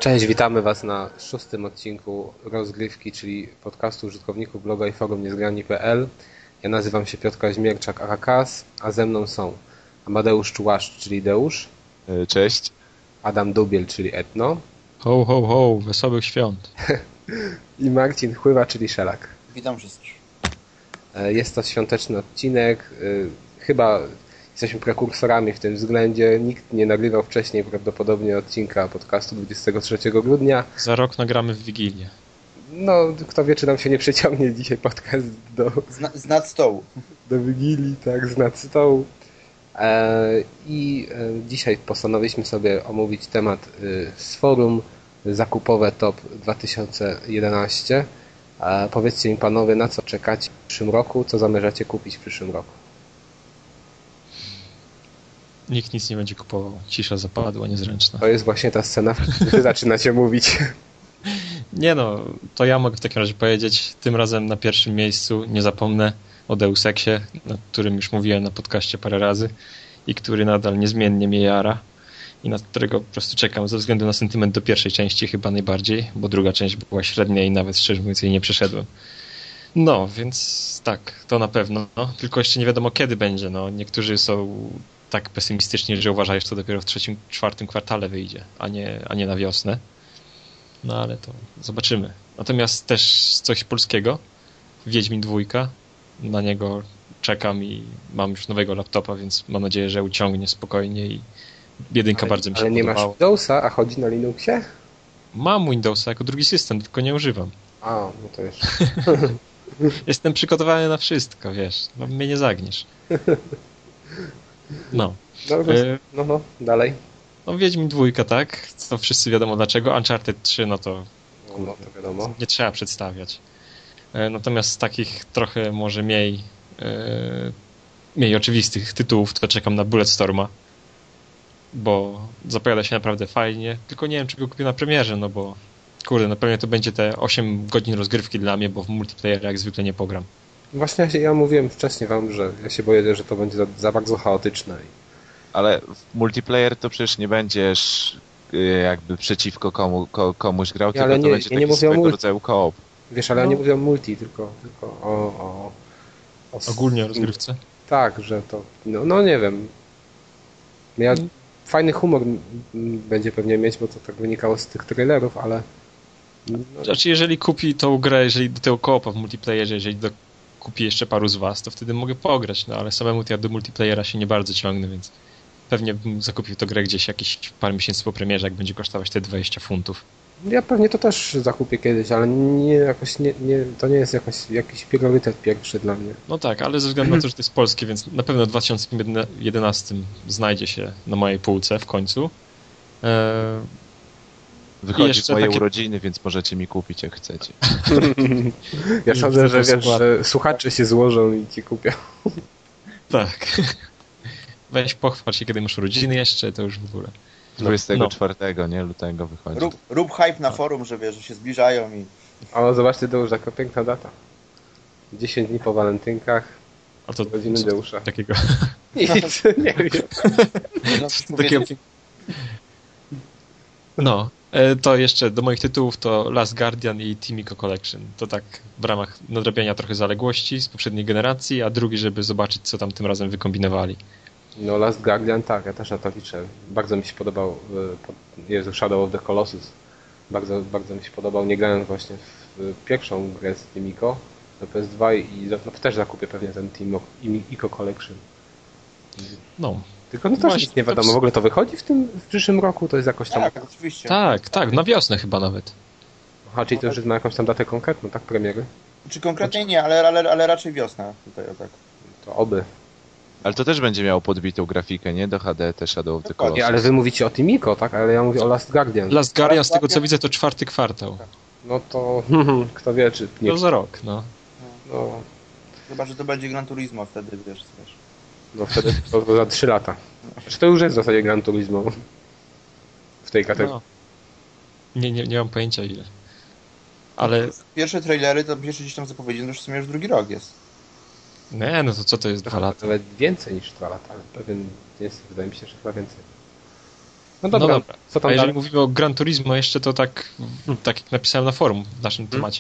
Cześć, witamy Was na 6. odcinku Rozgrywki, czyli podcastu użytkowników bloga i forum niezgrani.pl. Ja nazywam się Piotr Kaźmierczak-Arakas, a ze mną są Amadeusz Czułaszcz, czyli Deusz. Cześć. Adam Dubiel, czyli Etno. Ho, ho, ho, wesołych świąt. I Marcin Chływa, czyli Szelak. Witam wszystkich. Jest to świąteczny odcinek. Chyba jesteśmy prekursorami w tym względzie. Nikt nie nagrywał wcześniej prawdopodobnie odcinka podcastu 23 grudnia. Za rok nagramy w Wigilię. No, kto wie, czy nam się nie przeciągnie dzisiaj podcast z nad stołu. Do Wigilii, tak, z nad stołu. Dzisiaj postanowiliśmy sobie omówić temat z forum zakupowe top 2011. Powiedzcie mi panowie, na co czekacie w przyszłym roku, co zamierzacie kupić w przyszłym roku? Nikt nic nie będzie kupował. Cisza zapadła, niezręczna. To jest właśnie ta scena, w której wy zaczynacie mówić. Nie no, to ja mogę w takim razie powiedzieć. Tym razem na pierwszym miejscu nie zapomnę o Deus Exie, o którym już mówiłem na podcaście parę razy i który nadal niezmiennie mnie jara i na którego po prostu czekam ze względu na sentyment do pierwszej części chyba najbardziej, bo druga część była średnia i nawet szczerze mówiąc jej nie przeszedłem. No, więc tak, to na pewno. No, tylko jeszcze nie wiadomo kiedy będzie. No, niektórzy są tak pesymistyczni, że uważają, że to dopiero w trzecim, czwartym kwartale wyjdzie, a nie na wiosnę. No ale to zobaczymy. Natomiast też coś polskiego. Wiedźmin 2. Na niego czekam i mam już nowego laptopa, więc mam nadzieję, że uciągnie spokojnie i jedynka bardzo mi się podobała. Ale nie masz Windowsa, a chodzi na Linuxie? Mam Windowsa jako drugi system, tylko nie używam. A, no to jeszcze. Jestem przygotowany na wszystko, wiesz. No, mnie nie zagniesz. No. No, dalej. No Wiedźmin 2, tak? To wszyscy wiadomo dlaczego. Uncharted 3, no to to wiadomo. Nie trzeba przedstawiać. Natomiast z takich trochę może mniej oczywistych tytułów to czekam na Bulletstorma, bo zapowiada się naprawdę fajnie. Tylko nie wiem, czy go kupię na premierze, no bo kurde, na pewno to będzie te 8 godzin rozgrywki dla mnie, bo w multiplayer jak zwykle nie pogram. Właśnie ja mówiłem wcześniej wam, że ja się boję, że to będzie za bardzo chaotyczne. Ale w multiplayer to przecież nie będziesz jakby przeciwko komuś grał, tylko to będzie taki swego rodzaju co-op. Wiesz, ale ja nie mówię o multi, tylko o ogólnie o rozgrywce? Tak, że to... No nie wiem. Fajny humor będzie pewnie mieć, bo to tak wynikało z tych trailerów, ale... No. Znaczy, jeżeli kupi tą grę, jeżeli do tego co-opa w multiplayerze, jeżeli kupi jeszcze paru z was, to wtedy mogę pograć, no ale samemu to ja do multiplayera się nie bardzo ciągnę, więc pewnie bym zakupił tę grę gdzieś jakieś parę miesięcy po premierze, jak będzie kosztować te 20 funtów. Ja pewnie to też zakupię kiedyś, ale to nie jest jakiś priorytet pierwszy dla mnie. No tak, ale ze względu na to, że to jest polskie, więc na pewno w 2011 znajdzie się na mojej półce w końcu. Wychodzi w moje urodziny, więc możecie mi kupić jak chcecie. Ja sądzę, że wiesz, że słuchacze się złożą i ci kupią. Tak. Weź pochwal się, kiedy masz urodziny jeszcze, to już w ogóle. 24 lutego wychodzi. Rób hype na forum, że wiesz, że się zbliżają i... O, zobaczcie, Deusz, jaka piękna data. 10 dni po walentynkach. A to godziny Deusza. Takiego... Nic, nie wiem. Takiego... No, to jeszcze do moich tytułów to Last Guardian i Timiko Collection. To tak w ramach nadrabiania trochę zaległości z poprzedniej generacji, a drugi, żeby zobaczyć, co tam tym razem wykombinowali. No Last Guardian, tak, ja też na to liczę. Bardzo mi się podobał Shadow of the Colossus. Bardzo, bardzo mi się podobał. Nie grałem właśnie w pierwszą grę z Timiko na PS2 i też zakupię pewnie ten Timiko Collection. No. Tylko no też nic nie wiadomo. W ogóle to wychodzi w przyszłym roku? To jest jakoś tam... Tak, oczywiście. Tak, na wiosnę chyba nawet. Aha, czyli to już ma jakąś tam datę konkretną, tak? Premiery? Czy konkretnie nie, ale raczej wiosna tutaj, o tak. To oby. Ale to też będzie miało podbitą grafikę, nie? Do HD te Shadow of the Colossus. Ale wy mówicie o Timiko, tak? Ale ja mówię o Last Guardian. Last Guardian, z tego co widzę, to 4. kwartał. No to kto wie, czy nie. To za rok, no. Chyba, że to będzie Gran Turismo wtedy, wiesz. No wtedy to za 3 lata. Czy to już jest w zasadzie Gran Turismo w tej kategorii? No. Nie mam pojęcia ile. Ale... Pierwsze trailery, to pierwsze gdzieś tam zapowiedzi, to już w sumie już drugi rok jest. Nie, no to co to jest 2 lata? Nawet więcej niż 2 lata, ale pewien jest, wydaje mi się, że chyba więcej. No dobra. Co tam jeżeli mówimy o Gran Turismo jeszcze, to tak jak napisałem na forum w naszym temacie.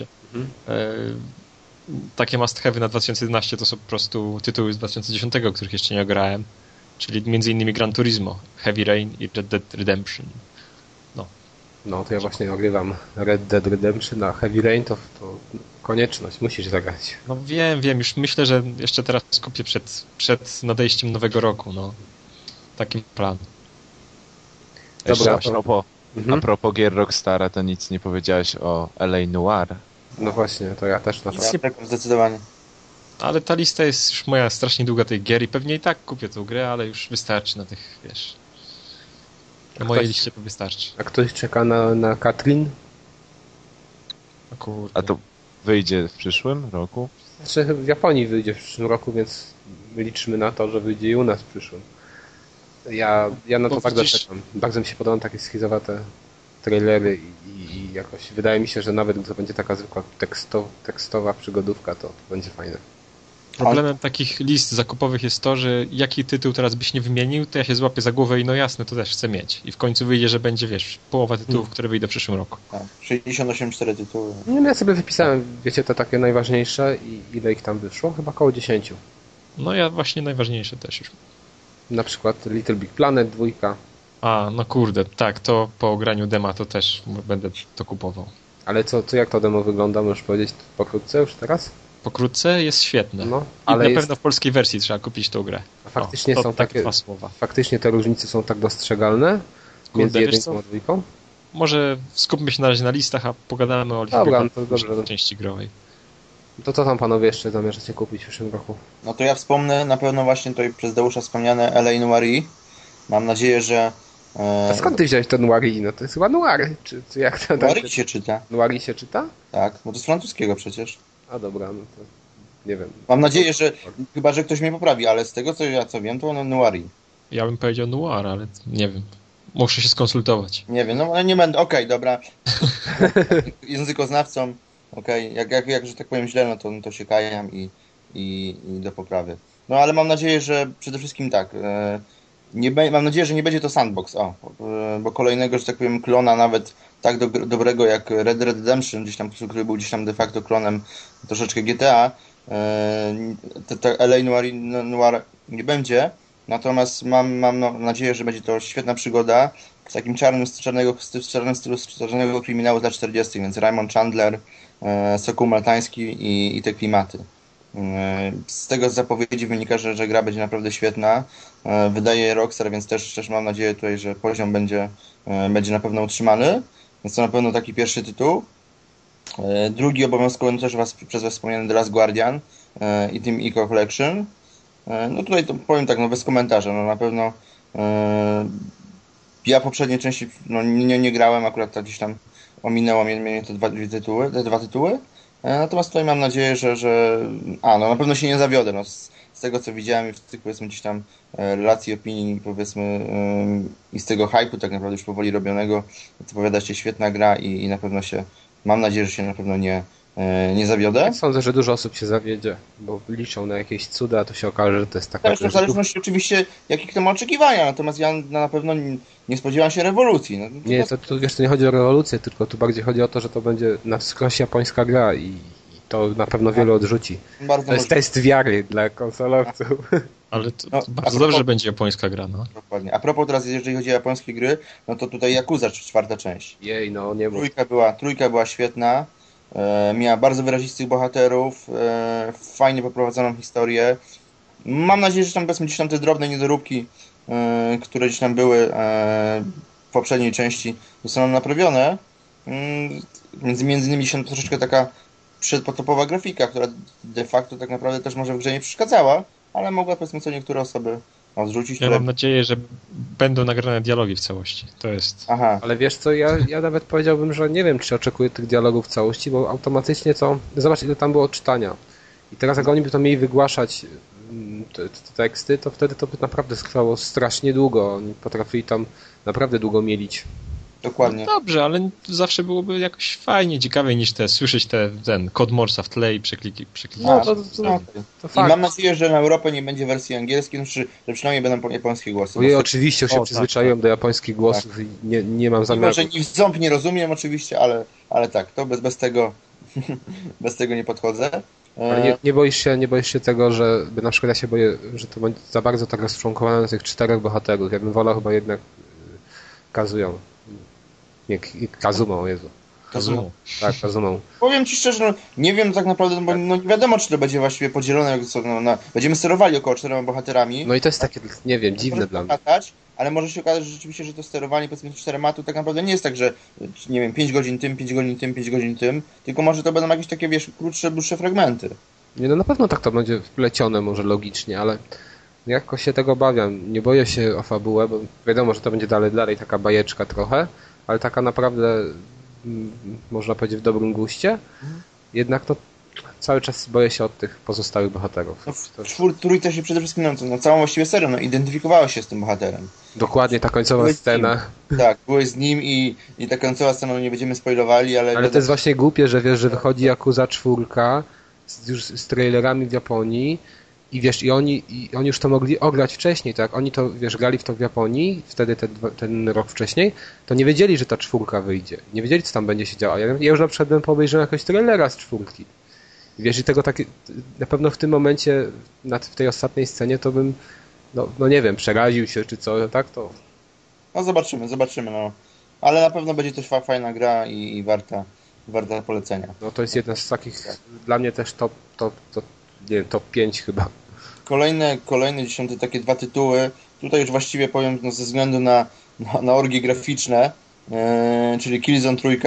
Takie must have'y na 2011 to są po prostu tytuły z 2010, których jeszcze nie grałem. Czyli między innymi Gran Turismo, Heavy Rain i Red Dead Redemption. No to ja właśnie ogrywam Red Dead Redemption, a Heavy Rain to konieczność, musisz zagrać. No wiem, już myślę, że jeszcze teraz kupię przed nadejściem nowego roku, no. Takim plan. Dobra, a propos gier Rockstara, to nic nie powiedziałeś o LA Noire. No właśnie, to ja też na to. Zdecydowanie. Ale ta lista jest już moja strasznie długa tej gier i pewnie i tak kupię tą grę, ale już wystarczy na tych, wiesz... Na mojej liście to wystarczy. A ktoś czeka na Katrin? A to wyjdzie w przyszłym roku? Znaczy w Japonii wyjdzie w przyszłym roku, więc liczymy na to, że wyjdzie i u nas w przyszłym. Ja na to bardzo czekam. Bardzo mi się podobają takie schizowate trailery i jakoś wydaje mi się, że nawet gdy to będzie taka zwykła tekstowa przygodówka, to będzie fajne. Problemem takich list zakupowych jest to, że jaki tytuł teraz byś nie wymienił, to ja się złapię za głowę i no jasne, to też chcę mieć. I w końcu wyjdzie, że będzie, wiesz, połowa tytułów, które wyjdą w przyszłym roku. Tak, 68-4 tytuły. No ja sobie wypisałem, wiecie, te takie najważniejsze i ile ich tam wyszło? Chyba około 10. No ja właśnie najważniejsze też już. Na przykład Little Big Planet 2. A, no kurde, tak, to po ograniu dema to też będę to kupował. Ale co jak to demo wygląda, możesz powiedzieć pokrótce już teraz? Pokrótce jest świetne. No, ale na pewno w polskiej wersji trzeba kupić tą grę. A faktycznie są takie dwa słowa. Faktycznie te różnice są tak dostrzegalne między jedynką a dwójką? Może skupmy się na razie na listach, a pogadamy o części growej. To co tam panowie jeszcze zamierzacie kupić w przyszłym roku? No to ja wspomnę na pewno właśnie tutaj przez Deusza wspomniane LA Noire. Mam nadzieję, że... A skąd ty wziąłeś ten Noire? No to jest chyba Noir. Czy jak to Noir się czyta. Noir się czyta? Tak, bo to z francuskiego przecież. A dobra, no to nie wiem. Mam nadzieję, że chyba, że ktoś mnie poprawi, ale z tego co wiem, to Noir. Ja bym powiedział Noir, ale nie wiem. Muszę się skonsultować. Nie wiem, no ale nie będę. Okej, dobra. Językoznawcą, jak że tak powiem źle, no to się kajam i do poprawy. No ale mam nadzieję, że przede wszystkim tak. Mam nadzieję, że nie będzie to sandbox, bo kolejnego, że tak powiem, klona nawet tak dobrego jak Red Dead Redemption, gdzieś tam, który był gdzieś tam de facto klonem troszeczkę GTA, LA Noire nie będzie. Natomiast mam nadzieję, że będzie to świetna przygoda w takim czarnym stylu czarnego kryminału z lat 40., więc Raymond Chandler, Sokół Maltański i te klimaty. Z tego z zapowiedzi wynika, że gra będzie naprawdę świetna. Wydaje Rockstar, więc też mam nadzieję tutaj, że poziom będzie na pewno utrzymany. Więc to na pewno taki pierwszy tytuł. Drugi obowiązkowy no też przez was wspomniany The Last Guardian i Team Eco Collection. No tutaj to powiem tak, no bez komentarza, no na pewno ja poprzedniej części no nie grałem, akurat tak gdzieś tam ominęło mnie te dwa tytuły. Natomiast tutaj mam nadzieję, że no na pewno się nie zawiodę, no z tego co widziałem i w tych powiedzmy gdzieś tam relacji, opinii powiedzmy i z tego hype'u tak naprawdę już powoli robionego, to powiada się świetna gra i na pewno mam nadzieję, że się na pewno nie zawiodę. Sądzę, że dużo osób się zawiedzie, bo liczą na jakieś cuda, a to się okaże, że to jest taka... Też w zależności oczywiście jakich to ma oczekiwania, natomiast ja na pewno nie spodziewam się rewolucji. No, nie, tu wiesz, to nie chodzi o rewolucję, tylko tu bardziej chodzi o to, że to będzie na wskroś japońska gra i to na pewno wielu odrzuci. To jest test wiary dla konsolowców. Ale to bardzo dobrze będzie japońska gra, no. Dokładnie. A propos teraz, jeżeli chodzi o japońskie gry, no to tutaj Yakuza 4. część. Jej, no nie mów. Trójka była świetna. Miała bardzo wyrazistych bohaterów, fajnie poprowadzoną historię. Mam nadzieję, że tam powiedzmy gdzieś tam te drobne niedoróbki, które gdzieś tam były w poprzedniej części, zostaną naprawione. Między innymi gdzieś tam troszeczkę taka przedpotopowa grafika, która de facto tak naprawdę też może w grze nie przeszkadzała, ale mogła powiedzmy co niektóre osoby odrzucić. Ja mam nadzieję, że będą nagrane dialogi w całości. To jest... Aha. Ale wiesz co, ja nawet powiedziałbym, że nie wiem, czy oczekuję tych dialogów w całości, bo automatycznie zobacz ile tam było czytania. I teraz jak oni by to mieli wygłaszać te teksty, to wtedy to by naprawdę trwało strasznie długo. Oni potrafili tam naprawdę długo mielić. Dokładnie. No dobrze, ale zawsze byłoby jakoś fajnie, ciekawiej niż słyszeć ten kod Morsa w tle i przekliki. No, to I fakt. mam nadzieję, że na Europę nie będzie wersji angielskiej, że przynajmniej będą japońskie głosy. Ojej, oczywiście się przyzwyczaiłem do japońskich głosów i nie mam zamiaru. Mimo, że ni w ząb nie rozumiem oczywiście, ale tak, to bez tego bez tego nie podchodzę. Ale nie boisz się tego, że na przykład ja się boję, że to będzie za bardzo tak rozczłonkowane na tych 4 bohaterów. Ja bym wolał chyba jednak Kazują. Nie, Kazumą, Jezu. Kazumą. Tak, Kazumą. Powiem Ci szczerze, nie wiem tak naprawdę, bo nie wiadomo, czy to będzie właściwie podzielone. Będziemy sterowali około 4 bohaterami. No i to jest takie, nie wiem, dziwne dla mnie. Ale może się okazać, że rzeczywiście, że to sterowanie powiedzmy 4 to tak naprawdę nie jest tak, że nie wiem, 5 godzin tym, 5 godzin tym, 5 godzin tym, tylko może to będą jakieś takie, wiesz, krótsze, dłuższe fragmenty. Nie, no na pewno tak to będzie wplecione może logicznie, ale jakoś się tego obawiam. Nie boję się o fabułę, bo wiadomo, że to będzie dalej taka bajeczka trochę, ale taka naprawdę można powiedzieć w dobrym guście. Jednak to cały czas boję się od tych pozostałych bohaterów. No, w trójce się przede wszystkim, całą właściwie serią, identyfikowałeś się z tym bohaterem. Dokładnie, ta końcowa scena. Tak, byłeś z nim i ta końcowa scena, nie będziemy spoilowali, ale to jest właśnie głupie, że wiesz, że wychodzi Yakuza 4 już z trailerami w Japonii i wiesz, i oni już to mogli ograć wcześniej, tak? Oni to, wiesz, grali w to w Japonii, wtedy ten rok wcześniej, to nie wiedzieli, że ta 4 wyjdzie. Nie wiedzieli, co tam będzie się działo. Ja już na przykład bym obejrzał jakiegoś trailera z 4. I wiesz, i tego tak, na pewno w tym momencie, w tej ostatniej scenie, to bym, no nie wiem, przeraził się, czy co, tak? To... No zobaczymy, no. Ale na pewno będzie też fajna gra i warta polecenia. No to jest jedna z takich, dla mnie też top 5 chyba. Kolejne 10 takie 2 tytuły. Tutaj już właściwie powiem ze względu na orgie graficzne, czyli Killzone 3,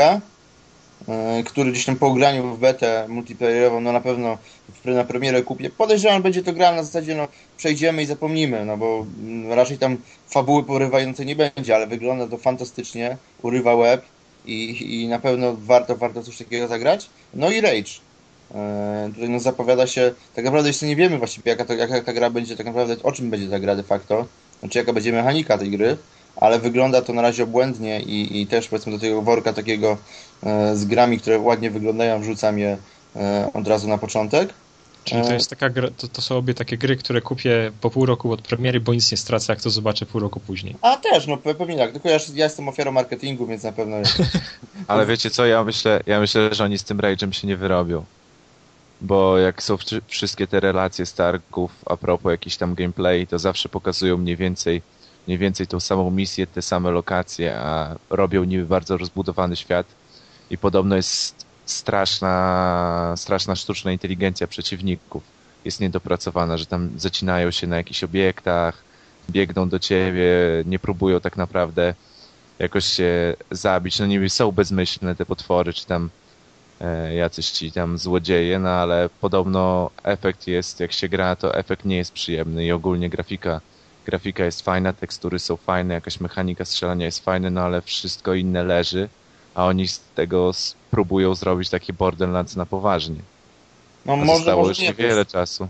który gdzieś tam po graniu w betę multiplayerową, no na pewno na premierę kupię. Podejrzewam, będzie to gra na zasadzie, przejdziemy i zapomnimy, bo raczej tam fabuły porywającej nie będzie, ale wygląda to fantastycznie, urywa łeb i na pewno warto coś takiego zagrać. No i Rage. Tutaj zapowiada się, tak naprawdę jeszcze nie wiemy właściwie jaka ta gra będzie, tak naprawdę o czym będzie ta gra de facto, znaczy jaka będzie mechanika tej gry, ale wygląda to na razie obłędnie i też powiedzmy do tego worka takiego z grami, które ładnie wyglądają, wrzucam je od razu na początek. Czyli to jest taka gra, to są obie takie gry, które kupię po pół roku od premiery, bo nic nie stracę, jak to zobaczę pół roku później. A też, pewnie tak, tylko ja jestem ofiarą marketingu, więc na pewno... Ale wiecie co, ja myślę, że oni z tym Rage'em się nie wyrobią. Bo jak są wszystkie te relacje z targów a propos jakiś tam gameplay, to zawsze pokazują mniej więcej tą samą misję, te same lokacje, a robią niby bardzo rozbudowany świat i podobno jest straszna sztuczna inteligencja przeciwników. Jest niedopracowana, że tam zacinają się na jakichś obiektach, biegną do ciebie, nie próbują tak naprawdę jakoś się zabić. No niby są bezmyślne te potwory, czy tam jacyś ci tam złodzieje, no ale podobno efekt jest, jak się gra, to efekt nie jest przyjemny i ogólnie grafika jest fajna, tekstury są fajne, jakaś mechanika strzelania jest fajna, no ale wszystko inne leży, a oni z tego próbują zrobić taki Borderlands na poważnie. No a zostało już niewiele czasu.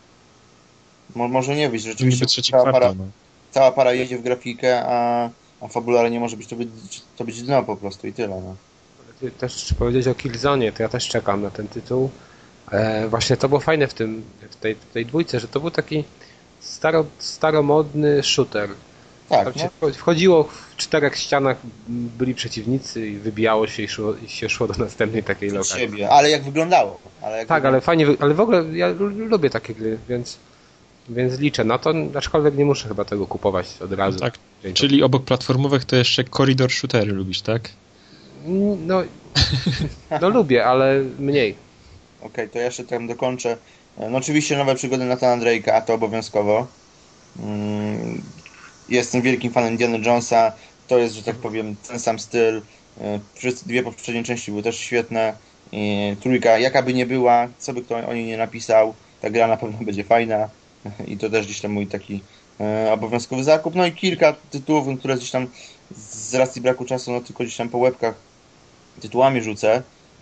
Może nie być, rzeczywiście cała para jedzie w grafikę, a fabularnie może być to być dno po prostu i tyle. No. Ty też powiedzieć o Killzone, to ja też czekam na ten tytuł. Właśnie to było fajne w tej dwójce, że to był taki staromodny shooter. Tak, wchodziło w 4 ścianach, byli przeciwnicy i wybijało się i się szło do następnej takiej lokacji. Ale jak wyglądało. Ale fajnie, ale w ogóle ja lubię takie gry, więc liczę na to, aczkolwiek nie muszę chyba tego kupować od razu. Tak, czyli obok platformowych to jeszcze corridor shootery lubisz, tak? No lubię, ale mniej. Okej, to ja jeszcze tam dokończę. No oczywiście nowe przygody Nathana Drake'a, a to obowiązkowo. Jestem wielkim fanem Indiana Jonesa. To jest, że tak powiem, ten sam styl. Dwie poprzednie części były też świetne. Trójka, jaka by nie była, co by kto o niej nie napisał, ta gra na pewno będzie fajna. I to też gdzieś tam mój taki obowiązkowy zakup. No i kilka tytułów, które gdzieś tam z racji braku czasu, no tylko gdzieś tam po łebkach tytułami rzucę,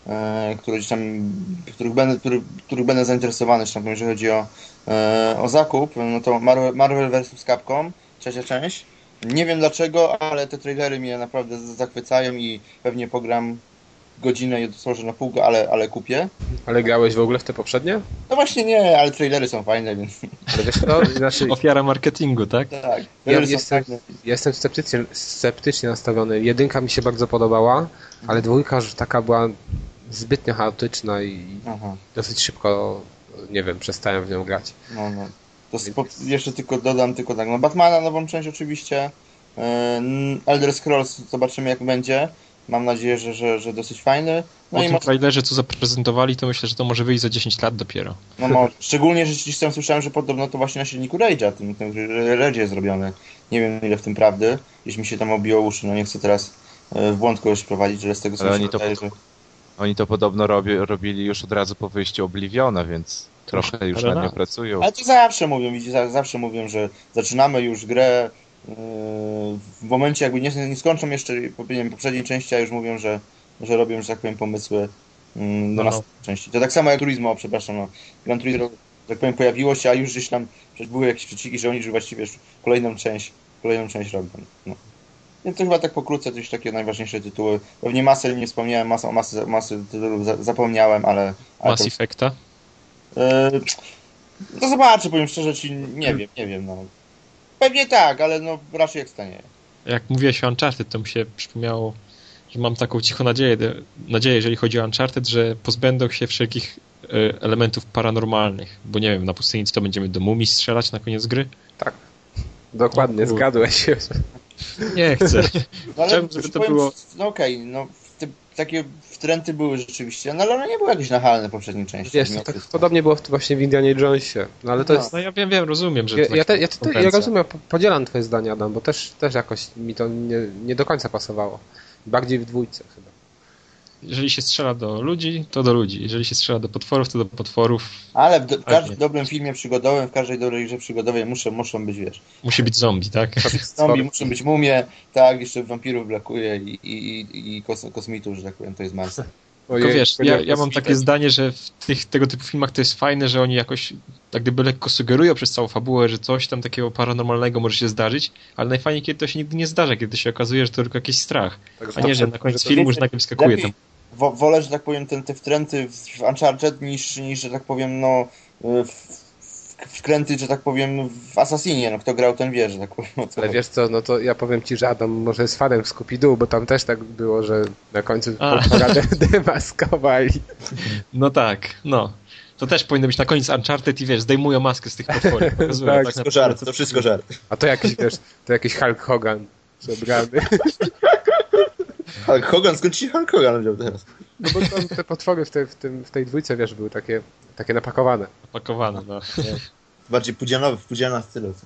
których będę zainteresowany, zresztą jeżeli chodzi o zakup. No to Marvel vs. Capcom, trzecia część, Nie wiem dlaczego, ale te trailery mnie naprawdę zachwycają i pewnie pogram godzinę i otworzę na pół, ale kupię. Ale grałeś w ogóle w te poprzednie? No właśnie nie, ale trailery są fajne, więc Ale wiesz co, znaczy, Ofiara marketingu, tak? tak. ja Trailery są jestem, fajne. jestem sceptycznie nastawiony. Jedynka mi się bardzo podobała, ale dwójka już taka była zbytnio chaotyczna i Aha, dosyć szybko, nie wiem, przestałem w nią grać. no. To jeszcze tylko dodam tak. No Batmana nową część oczywiście. Elder Scrolls zobaczymy jak będzie. Mam nadzieję, że dosyć fajny. No Po i tym trailerze, co zaprezentowali, to myślę, że to może wyjść za 10 lat dopiero. szczególnie, że gdzieś tam słyszałem, że podobno to właśnie na silniku Rage'a, tym Rage jest zrobione. Nie wiem ile w tym prawdy. Gdzieś mi się tam obiło uszy, no nie chcę teraz w błąd kogoś prowadzić, ale z tego co Ale mi się oni to wydaje, że... Oni to podobno robili już od razu po wyjściu Obliviona, więc trochę już nad nią pracują. Ale to zawsze mówią, widzicie, zawsze mówią, że zaczynamy już grę w momencie jakby nie skończą jeszcze poprzedniej części, a już mówią, że robią, że tak powiem, pomysły do następnej części. To tak samo jak Turismo, przepraszam, no. Gran Turismo, tak powiem, pojawiło się, a już gdzieś tam były jakieś przeciki, że oni już właściwie już kolejną część robią. No. Więc to chyba tak pokrótce coś takie najważniejsze tytuły. Pewnie masę nie wspomniałem, masy tytułów zapomniałem, ale Mass to... Effecta? To zobaczę, powiem szczerze ci, nie wiem, no. Pewnie tak, ale no raczej jak stanie. Jak mówiłeś o Uncharted, to mi się przypomniało, że mam taką cichą nadzieję, jeżeli chodzi o Uncharted, że pozbędą się wszelkich elementów paranormalnych, bo nie wiem, na pustyni co to będziemy do mumii strzelać na koniec gry? Tak, dokładnie, zgadłeś się. Nie chcę. No, ale Chciałbym, żeby to było... No okej, no takie wtręty były rzeczywiście, no ale one nie były jakieś nachalne w poprzedniej części. Wiesz, tak podobnie było właśnie w Indianie Jonesie. No ale to jest... No ja wiem, rozumiem, że... Ja rozumiem, podzielam twoje zdanie, Adam, bo też jakoś mi to nie do końca pasowało. Bardziej w dwójce chyba. Jeżeli się strzela do ludzi, to do ludzi. Jeżeli się strzela do potworów, to do potworów. Ale w każdym dobrym filmie przygodowym, w każdej dobrej grze przygodowej muszą być, wiesz... Musi być zombie, tak? Zombie, muszą być mumie, tak, jeszcze wampirów brakuje i kosmitów, że tak powiem, to jest masa. Tylko wiesz, ja mam takie zdanie, że w tego typu filmach to jest fajne, że oni jakoś tak gdyby lekko sugerują przez całą fabułę, że coś tam takiego paranormalnego może się zdarzyć, ale najfajniej, kiedy to się nigdy nie zdarza, kiedy się okazuje, że to tylko jakiś strach. A nie, że na koniec filmu już nagle wyskakuje tam. Wolę, że tak powiem, te wtręty w Uncharted niż, że tak powiem, no wkręty, że tak powiem, w Assassinie, no kto grał, ten wie, że tak powiem. Ale wiesz co, no to ja powiem ci, że Adam może jest fanem Scooby-Doo, bo tam też tak było, że na końcu poradę demaskowali. No tak, no. To też powinno być na koniec Uncharted i wiesz, zdejmują maskę z tych potworów. Tak, to wszystko żart. A to jakiś Hulk Hogan przebrany. Hulk Hogan? Skąd ci Hulk Hogan wziął teraz? No bo tam te potwory w tej dwójce, wiesz, były takie napakowane. Napakowane, no. Bardziej pudziana stylu.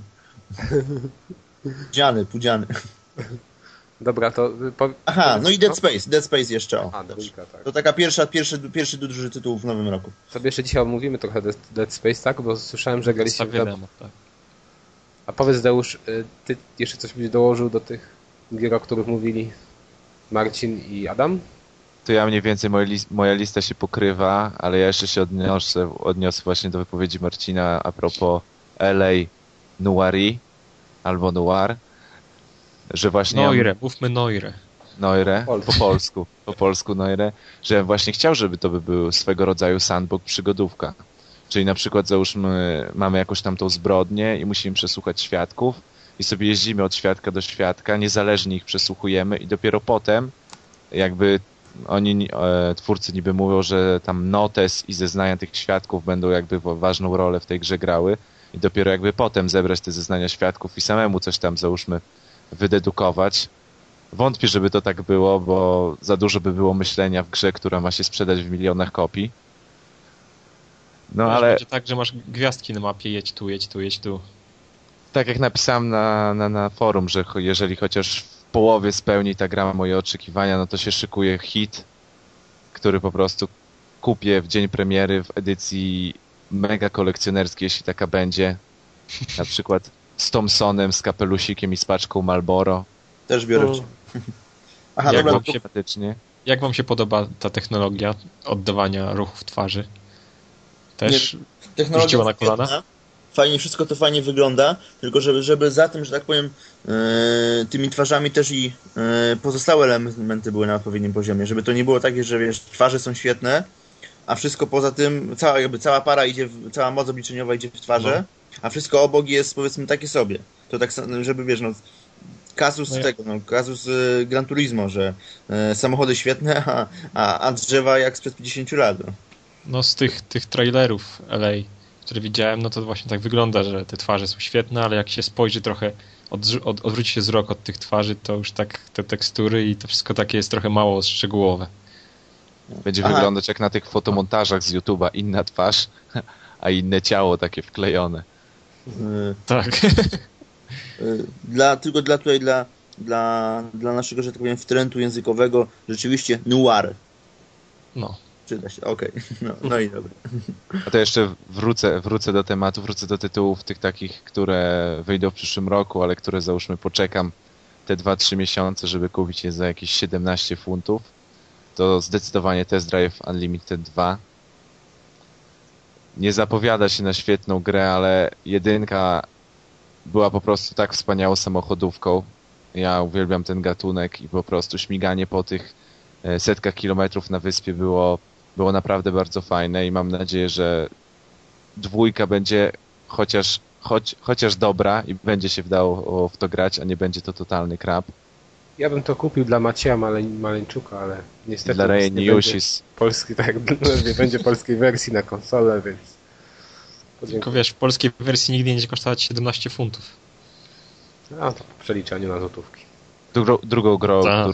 Pudziany. Dobra, to... Aha, no i Dead Space jeszcze, o. Dwójka, tak. To taka pierwszy duży tytuł w nowym roku. Sobie jeszcze dzisiaj omówimy trochę Dead Space, tak? Bo słyszałem, że graliście... Tak. A powiedz, Deusz, ty jeszcze coś byś dołożył do tych gier, o których mówili Marcin i Adam? To ja mniej więcej, moja lista się pokrywa, ale ja jeszcze się odniosę właśnie do wypowiedzi Marcina a propos LA Noiri, albo Noir, że właśnie... Noire, mówmy Noire. Noire, po polsku Noire, że ja właśnie chciał, żeby to był swego rodzaju sandbox przygodówka. Czyli na przykład załóżmy, mamy jakąś tam tą zbrodnię i musimy przesłuchać świadków i sobie jeździmy od świadka do świadka, niezależnie ich przesłuchujemy i dopiero potem jakby twórcy niby mówią, że tam notes i zeznania tych świadków będą jakby ważną rolę w tej grze grały i dopiero jakby potem zebrać te zeznania świadków i samemu coś tam załóżmy wydedukować. Wątpię, żeby to tak było, bo za dużo by było myślenia w grze, która ma się sprzedać w milionach kopii. No ale... Będzie tak, że masz gwiazdki na mapie, jedź tu. Tak jak napisałem na forum, że jeżeli chociaż w połowie spełni ta gra moje oczekiwania, no to się szykuje hit, który po prostu kupię w dzień premiery w edycji mega kolekcjonerskiej, jeśli taka będzie. Na przykład z Thompsonem, z kapelusikiem i z paczką Marlboro. Też biorę. Aha, dobra, jak wam się podoba ta technologia oddawania ruchów twarzy? Też rzuciła na kolana? fajnie, wszystko to fajnie wygląda, tylko żeby za tym, że tak powiem, tymi twarzami też i pozostałe elementy były na odpowiednim poziomie, żeby to nie było takie, że wiesz, twarze są świetne, a wszystko poza tym, cała para idzie, cała moc obliczeniowa idzie w twarze, a wszystko obok jest, powiedzmy, takie sobie. To tak, żeby wiesz, no, kazus Gran Turismo, że samochody świetne, a drzewa jak sprzed 50 lat. No. No z tych trailerów LA, które widziałem, no to właśnie tak wygląda, że te twarze są świetne, ale jak się spojrzy trochę, odwróci się wzrok od tych twarzy, to już tak te tekstury i to wszystko takie jest trochę mało szczegółowe. Będzie wyglądać jak na tych fotomontażach z YouTube'a, inna twarz, a inne ciało takie wklejone. Tak. Dla naszego, że tak powiem, wtrętu językowego rzeczywiście noir. No. Czyta się, okej. No i dobra. A to jeszcze wrócę do tematu, wrócę do tytułów tych takich, które wyjdą w przyszłym roku, ale które załóżmy poczekam te 2-3 miesiące, żeby kupić je za jakieś 17 funtów. To zdecydowanie Test Drive Unlimited 2. Nie zapowiada się na świetną grę, ale jedynka była po prostu tak wspaniałą samochodówką. Ja uwielbiam ten gatunek i po prostu śmiganie po tych setkach kilometrów na wyspie było naprawdę bardzo fajne i mam nadzieję, że dwójka będzie chociaż dobra i będzie się wdało w to grać, a nie będzie to totalny krap. Ja bym to kupił dla Macieja Maleńczuka, ale niestety Dla Ray nie będzie nie będzie polskiej wersji na konsolę, więc... Tylko wiesz, w polskiej wersji nigdy nie będzie kosztować 17 funtów. No to po przeliczaniu na złotówki. Drugą grą, Tak.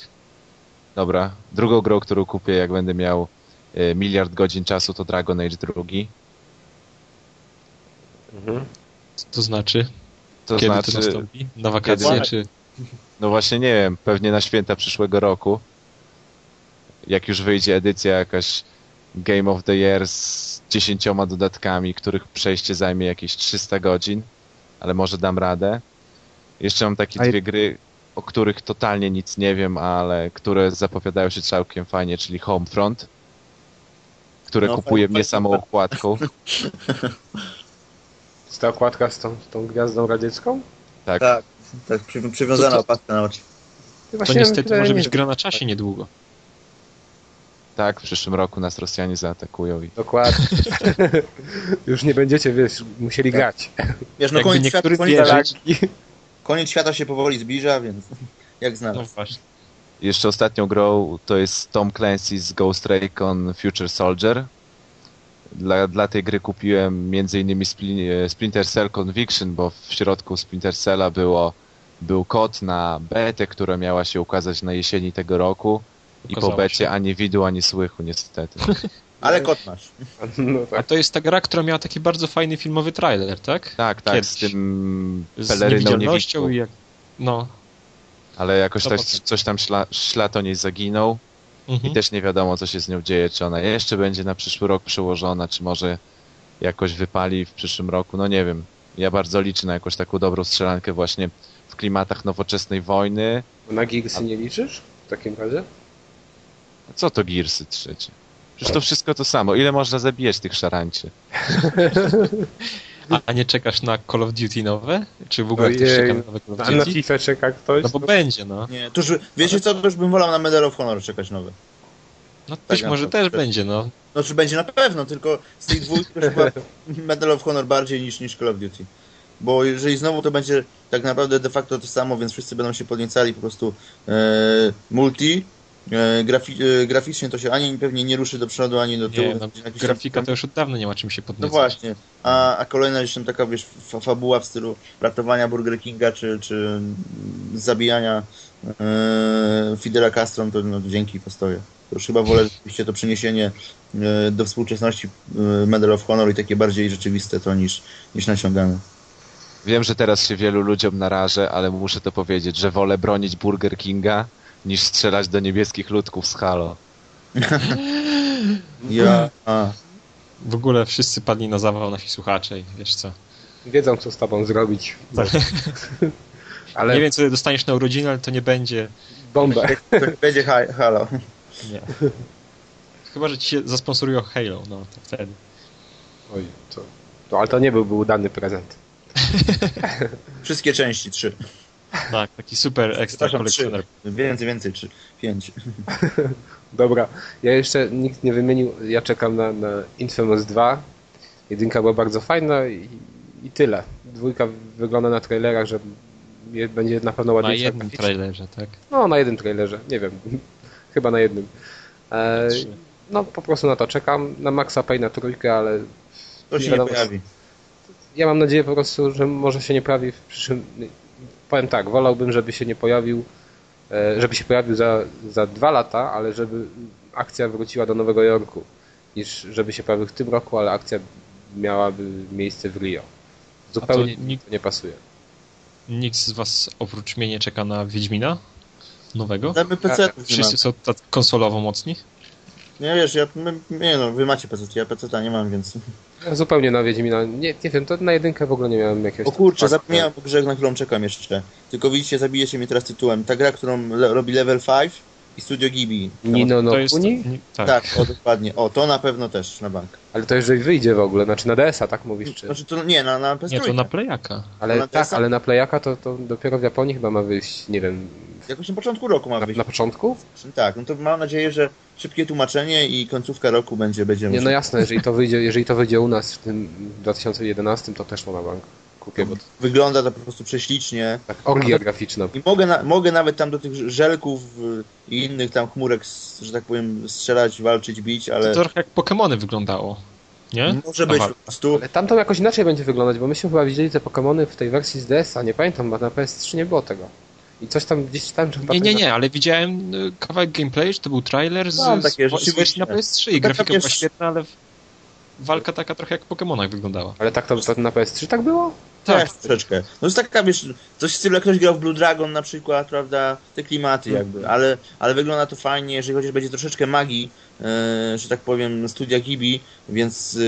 drugą grą, którą kupię, jak będę miał miliard godzin czasu, to Dragon Age 2. To znaczy? To Kiedy znaczy, to nastąpi? Na wakacje, kiedy- czy... no właśnie nie wiem, pewnie na święta przyszłego roku, jak już wyjdzie edycja jakaś Game of the Year z 10 dodatkami, których przejście zajmie jakieś 300 godzin, ale może dam radę. Jeszcze mam takie dwie gry, o których totalnie nic nie wiem, ale które zapowiadają się całkiem fajnie, czyli Homefront, które kupuję mnie samą okładką. Jest ta okładka z tą gwiazdą radziecką? Tak. Tak, przywiązana opaska na oczy. To niestety może być gra na czasie niedługo. Tak, w przyszłym roku nas Rosjanie zaatakują i Dokładnie. Już nie będziecie, musieli grać. Wiesz, no Jakby niektórych koniec świata się powoli zbliża, więc jak znalazł. No właśnie. jeszcze ostatnią grą to jest Tom Clancy's Ghost Recon Future Soldier. Dla tej gry kupiłem m.in. Splinter Cell Conviction, bo w środku Splinter Cella był kod na betę, która miała się ukazać na jesieni tego roku. I po becie ani widu, ani słychu niestety. Ale kod masz. No tak. A to jest ta gra, która miała taki bardzo fajny filmowy trailer, tak? Tak, Kiedyś. z tym Z peleryną niewidzialnością niewidką. i jak... No. Ale jakoś To też potem. coś tam ślad o niej zaginął. Mhm. I też nie wiadomo, co się z nią dzieje, czy ona jeszcze będzie na przyszły rok przełożona, czy może jakoś wypali w przyszłym roku, no nie wiem. Ja bardzo liczę na jakąś taką dobrą strzelankę właśnie w klimatach nowoczesnej wojny. Na Gearsy nie liczysz? W takim razie? Co to Gearsy trzecie? Przecież to wszystko to samo. Ile można zabijać tych szarańczy? A nie czekasz na Call of Duty nowe? Czy w ogóle ktoś czeka na nowe Call of A na Duty? FIFA czeka ktoś? No bo będzie, no. Nie, to już, wiecie co, to już bym wolał na Medal of Honor czekać nowe. No być Tak, może na też przykład. będzie, no. No czy będzie na pewno, tylko z tych dwóch to chyba Medal of Honor bardziej niż Call of Duty. Bo jeżeli znowu to będzie tak naprawdę de facto to samo, więc wszyscy będą się podniecali po prostu multi, graficznie to się ani pewnie nie ruszy do przodu, ani do tyłu. Nie, no, Jakiś grafika tam- to już od dawna nie ma czym się No podniecać. właśnie, a kolejna gdzieś tam taka, wiesz, fabuła w stylu ratowania Burger Kinga, czy zabijania Fidela Castro, to no, dzięki postoję. To już chyba wolę rzeczywiście to przeniesienie do współczesności Medal of Honor i takie bardziej rzeczywiste to niż naciągane. Wiem, że teraz się wielu ludziom narażę, ale muszę to powiedzieć, że wolę bronić Burger Kinga niż strzelać do niebieskich ludków z Halo. W ogóle wszyscy padli na zawał nasi słuchacze i wiesz co. Wiedzą, co z tobą zrobić. Ale Nie wiem, co dostaniesz na urodziny, ale to nie będzie... bombę. To będzie Halo. Nie. Chyba, że ci się zasponsorują Halo, no to wtedy. Oj, to No, ale to nie byłby udany prezent. Wszystkie części, 3. Tak, taki super ekstra Przepraszam, 3. kolekcjoner. Więcej, 3. 5. Dobra, ja jeszcze nikt nie wymienił, ja czekam na Infamous 2. Jedynka była bardzo fajna i tyle. Dwójka wygląda na trailerach, że będzie na pewno Na ładniejsza jednym graficznie. trailerze, tak? No, na jednym trailerze, nie wiem. Chyba na jednym. Trzy. No, po prostu na to czekam. Na Maxa Payne'a trójkę, ale To się nie wiadomo, pojawi. ja mam nadzieję po prostu, że może się nie pojawi w przyszłym... Powiem tak, wolałbym, żeby się nie pojawił, żeby się pojawił za 2 lata, ale żeby akcja wróciła do Nowego Jorku, niż żeby się pojawił w tym roku, ale akcja miałaby miejsce w Rio. Zupełnie to nie pasuje. Nikt z was oprócz mnie nie czeka na Wiedźmina nowego? Damy PC. Wszyscy są tak konsolowo mocni? Nie wiesz, wy macie PC, ja PC nie mam, więc... Ja zupełnie na Wiedźmina, nie wiem, to na jedynkę w ogóle nie miałem jakiegoś... O kurczę, zapomniałem o grze, na którą czekam jeszcze. Tylko widzicie, zabijecie mnie teraz tytułem. Ta gra, którą robi Level 5 i Studio Ghibli. Nino no To jest... Kuni? Tak. Tak, dokładnie. To na pewno też na bank. Ale to jeżeli wyjdzie w ogóle, znaczy na DS-a, tak mówisz? Czy... Znaczy to nie, na PS3. Nie, to na Playaka. Ale na tak, DS-a? ale na Playaka to dopiero w Japonii chyba ma wyjść, nie wiem, Jakoś na początku roku ma wyjść. na początku? Tak, no to mam nadzieję, że szybkie tłumaczenie i końcówka roku będzie Nie, no jasne, jeżeli to wyjdzie u nas w tym 2011, to też na bank kupię, bo to Wygląda to po prostu prześlicznie. tak orgia graficzna. I mogę nawet tam do tych żelków i innych tam chmurek, że tak powiem, strzelać, walczyć, bić, ale To trochę jak Pokemony wyglądało. Nie? może być Aha. po prostu. Ale tam to jakoś inaczej będzie wyglądać, bo myśmy chyba widzieli te Pokemony w tej wersji z DS-a, nie pamiętam, bo na PS3 nie było tego. I coś tam gdzieś czytałem, że chyba... Nie, ale widziałem kawałek gameplay, że to był trailer Mam takie z rzeczywiście. wersji na PS3 i Taka grafika była wiesz- świetna, ale walka taka trochę jak w Pokemonach wyglądała. Ale tak to na PS3 tak było? Tak, troszeczkę. No jest taka, wiesz, coś w stylu, jak ktoś grał w Blue Dragon na przykład, prawda, te klimaty jakby, ale wygląda to fajnie, jeżeli chociaż będzie troszeczkę magii, że tak powiem, studia Ghibli, więc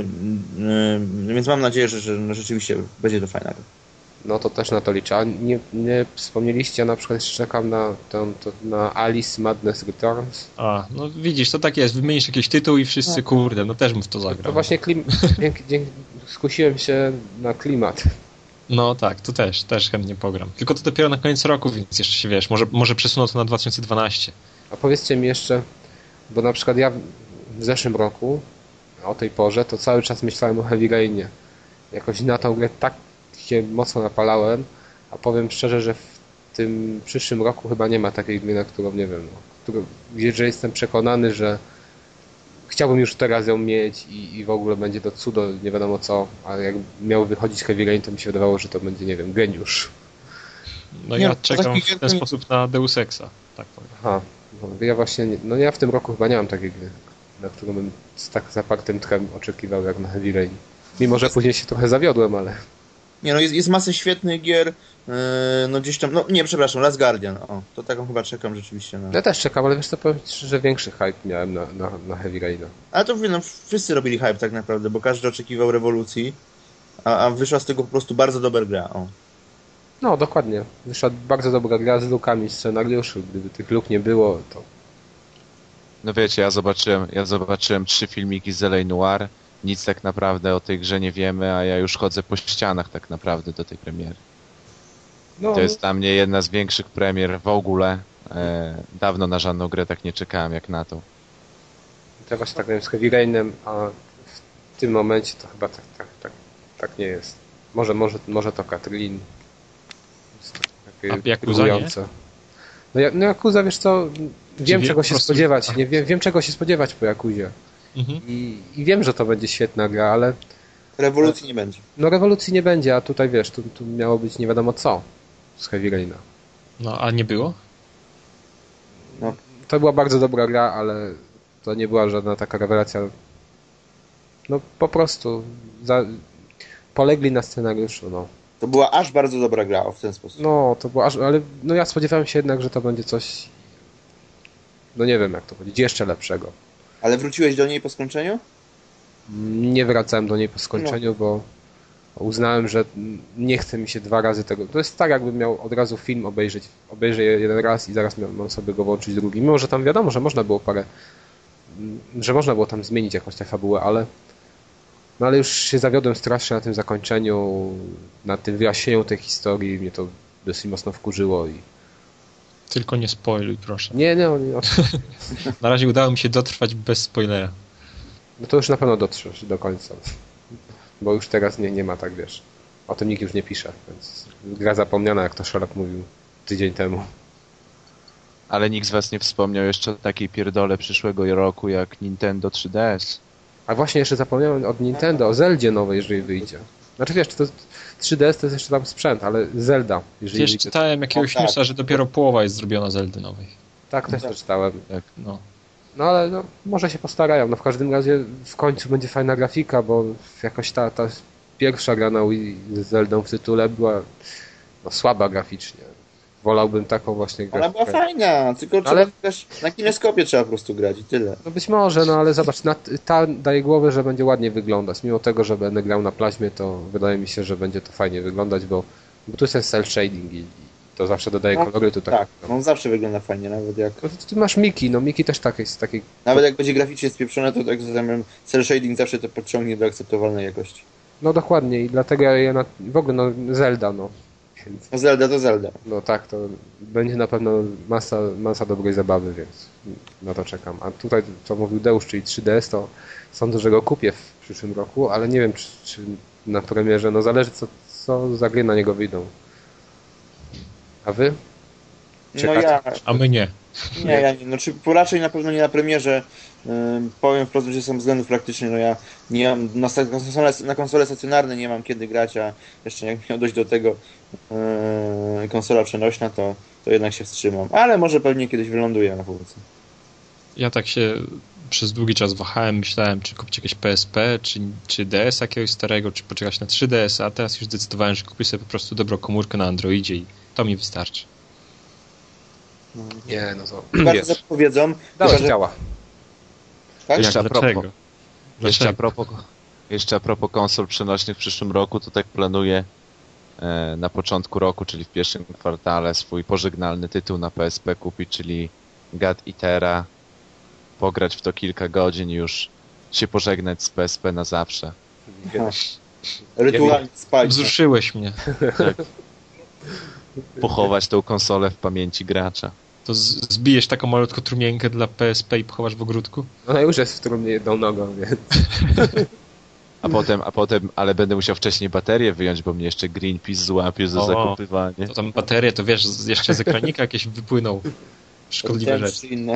mam nadzieję, że rzeczywiście będzie to fajne. No to też na to liczę. A nie wspomnieliście, na przykład jeszcze czekam na Alice Madness Returns. A, no widzisz, to tak jest, wymienisz jakiś tytuł i wszyscy, kurde, no też bym w to zagrał. To właśnie skusiłem się na klimat. No tak, to też chętnie pogram. Tylko to dopiero na koniec roku, więc jeszcze się wiesz, może przesuną to na 2012. A powiedzcie mi jeszcze, bo na przykład ja w zeszłym roku, o tej porze, to cały czas myślałem o Heavy Rainie. Jakoś na tą grę tak się mocno napalałem, a powiem szczerze, że w tym przyszłym roku chyba nie ma takiej gry, na którą nie wiem, że jestem przekonany, że chciałbym już teraz ją mieć i w ogóle będzie to cudo, nie wiadomo co, ale jak miał wychodzić Heavy Rain, to mi się wydawało, że to będzie, nie wiem, geniusz. No Nie, ja to czekam taki w ten wielki- sposób na Deus Exa, tak powiem. Aha, no ja właśnie, ja w tym roku chyba nie mam takiej gry, na którą bym z tak zapartym tchem oczekiwał jak na Heavy Rain. Mimo, że później się trochę zawiodłem, ale... Nie no, jest masę świetnych gier, no gdzieś tam, no nie, przepraszam, Last Guardian, to taką chyba czekam rzeczywiście na... Ja też czekam, ale wiesz co, powiem ci, że większy hype miałem na Heavy Raina. Ale to no, wszyscy robili hype tak naprawdę, bo każdy oczekiwał rewolucji, a wyszła z tego po prostu bardzo dobra gra, No, dokładnie. Wyszła bardzo dobra gra z lukami z scenariuszu. Gdyby tych luk nie było, to... No wiecie, ja zobaczyłem 3 filmiki z LA Noire, nic tak naprawdę o tej grze nie wiemy, a ja już chodzę po ścianach tak naprawdę do tej premiery. No, To jest dla mnie jedna z większych premier w ogóle. Dawno na żadną grę tak nie czekałem jak na to. ja właśnie tak miałem z Heavy Rainem, a w tym momencie to chyba tak nie jest. Może to Katrin. Jest to takie A Yakuza kierujące. No Yakuza, wiesz co, wiem czego po się prostu- spodziewać. Nie wiem czego się spodziewać po Yakuzie. Mhm. I wiem, że to będzie świetna gra, ale Rewolucji nie będzie. no rewolucji nie będzie, a tutaj wiesz, tu miało być nie wiadomo co z Heavy Raina. No, a nie było? To była bardzo dobra gra, ale to nie była żadna taka rewelacja. No po prostu polegli na scenariuszu, no. To była aż bardzo dobra gra, w ten sposób. No, to było ale no ja spodziewałem się jednak, że to będzie coś, no nie wiem jak to powiedzieć, jeszcze lepszego. Ale wróciłeś do niej po skończeniu? Nie wracałem do niej po skończeniu, bo uznałem, że nie chce mi się 2 razy tego. To jest tak, jakbym miał od razu film obejrzeć. Obejrzę jeden raz i zaraz mam sobie go włączyć drugi. Mimo, że tam wiadomo, że można było tam zmienić jakąś tę fabułę, ale No ale już się zawiodłem strasznie na tym zakończeniu, na tym wyjaśnieniu tej historii. Mnie to dosyć mocno wkurzyło i... Tylko nie spoiluj, proszę. Nie. Na razie udało mi się dotrwać bez spoilera. No to już na pewno dotrzesz do końca. Bo już teraz nie ma tak, wiesz. O tym nikt już nie pisze, więc gra zapomniana, jak to Sherlock mówił tydzień temu. Ale nikt z was nie wspomniał jeszcze o takiej pierdole przyszłego roku jak Nintendo 3DS. A właśnie jeszcze zapomniałem od Nintendo, o Zeldzie nowej, jeżeli wyjdzie. Znaczy wiesz, to 3DS to jest jeszcze tam sprzęt, ale Zelda, jeżeli Wiesz, wyjdzie. czytałem jakiegoś tak. newsa, że dopiero połowa jest zrobiona Zeldy nowej. Tak, też to czytałem. No. No ale no, może się postarają. No w każdym razie w końcu będzie fajna grafika, bo jakoś ta pierwsza gra na Wii z Zeldą w tytule była no, słaba graficznie. Wolałbym taką właśnie grę. Ona była fajna, tylko Ale- trzeba też na kineskopie trzeba po prostu grać i tyle. No być może, no ale zobacz, ta daje głowę, że będzie ładnie wyglądać. Mimo tego, że będę grał na plaźmie, to wydaje mi się, że będzie to fajnie wyglądać, bo tu jest ten cel shading i to zawsze dodaje No, kolorytu. Tak, No. on zawsze wygląda fajnie, nawet jak No, ty masz Miki, no Miki też tak jest taki. nawet jak będzie graficznie spieprzone, to tak zamiast cel shading zawsze to podciągnie do akceptowalnej jakości. No dokładnie i dlatego ja w ogóle no Zelda, no. Więc, No Zelda to Zelda. no tak, to będzie na pewno masa dobrej zabawy, więc na to czekam. A tutaj, co mówił Deusz, czyli 3DS, to sądzę, że go kupię w przyszłym roku, ale nie wiem, czy na premierze, no zależy co za gry na niego wyjdą. A wy? No Czekacie? ja, A my nie. ja nie, no czy raczej na pewno nie na premierze. Powiem wprost, że są względów praktycznie, no ja nie mam na konsole stacjonarne nie mam kiedy grać, a jeszcze jak miał dojść do tego konsola przenośna, to jednak się wstrzymam. Ale może pewnie kiedyś wyląduję na półce. Ja tak się przez długi czas wahałem, myślałem, czy kupić jakieś PSP, czy DS jakiegoś starego, czy poczekać na 3DS, a teraz już zdecydowałem, że kupię sobie po prostu dobrą komórkę na Androidzie i to mi wystarczy. Nie, no to Bardzo wiesz, zapowiedzą. dalej chyba, że- działa. Tak? Jeszcze a propos. Dlaczego? Jeszcze a propos konsol przenośnych w przyszłym roku, to tak planuję na początku roku, czyli w pierwszym kwartale swój pożegnalny tytuł na PSP kupić, czyli God Eatera, pograć w to kilka godzin i już się pożegnać z PSP na zawsze. Rytualnie spać. Wzruszyłeś mnie. Pochować tą konsolę w pamięci gracza. To zbijesz taką malutką trumienkę dla PSP i pochowasz w ogródku? No już jest w trumnie jedną nogą, więc A potem, ale będę musiał wcześniej baterię wyjąć, bo mnie jeszcze Greenpeace złapie za O. zakupywanie. To tam baterie, to wiesz, jeszcze z ekranika jakieś wypłyną szkodliwe Ten rzeczy. czy inne.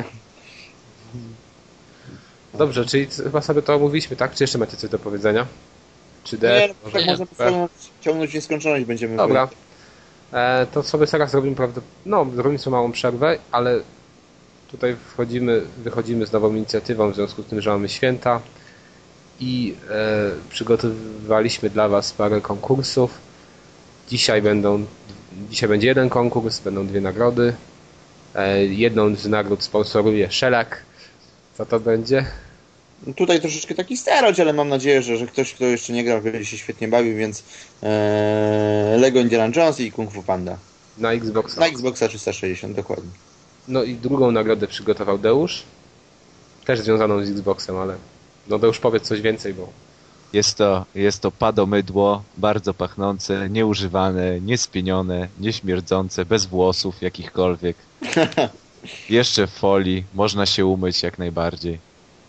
dobrze, czyli chyba sobie to omówiliśmy, tak? Czy jeszcze macie coś do powiedzenia? Czy Nie, D? no, tak można ciągnąć nieskończoność będziemy. Dobra. To sobie teraz zrobimy zrobimy sobie małą przerwę, ale tutaj wychodzimy z nową inicjatywą w związku z tym, że mamy święta i przygotowywaliśmy dla Was parę konkursów. Dzisiaj będzie jeden konkurs, będą dwie nagrody. Jedną z nagród sponsoruje Shellac. Co to będzie? No tutaj troszeczkę taki starość, ale mam nadzieję, że ktoś, kto jeszcze nie grał, będzie się świetnie bawił, więc Lego Indiana Jones i Kung Fu Panda. Na Xboxa. Na Xboxa 360, dokładnie. No i drugą nagrodę przygotował Deusz. Też związaną z Xboxem, ale no Deusz, powiedz coś więcej, bo Jest to padomydło, bardzo pachnące, nieużywane, niespienione, nieśmierdzące, bez włosów jakichkolwiek. Jeszcze w folii, można się umyć jak najbardziej.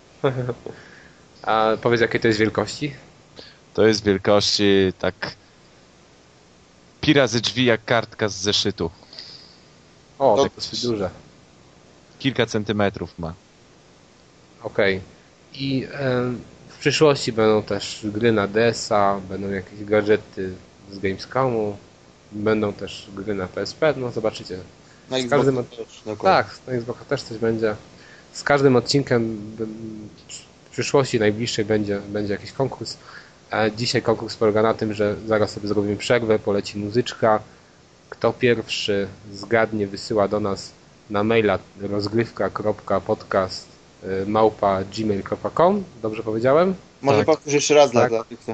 A powiedz, jakiej to jest wielkości? To jest wielkości tak pi razy drzwi jak kartka z zeszytu. O, To- to dosyć duże. Kilka centymetrów ma. Okej. I w przyszłości będą też gry na DS-a, będą jakieś gadżety z Gamescomu, będą też gry na PSP, no zobaczycie. Na Z Xboxa każdym też, dokładnie. Tak, na Xboxa też coś będzie. Z każdym odcinkiem w przyszłości najbliższej będzie jakiś konkurs. A dzisiaj konkurs polega na tym, że zaraz sobie zrobimy przerwę, poleci muzyczka. Kto pierwszy zgadnie, wysyła do nas na maila rozgrywka.podcast@gmail.com. Dobrze powiedziałem? Może Tak. powtórz jeszcze raz Tak. dla tych, co...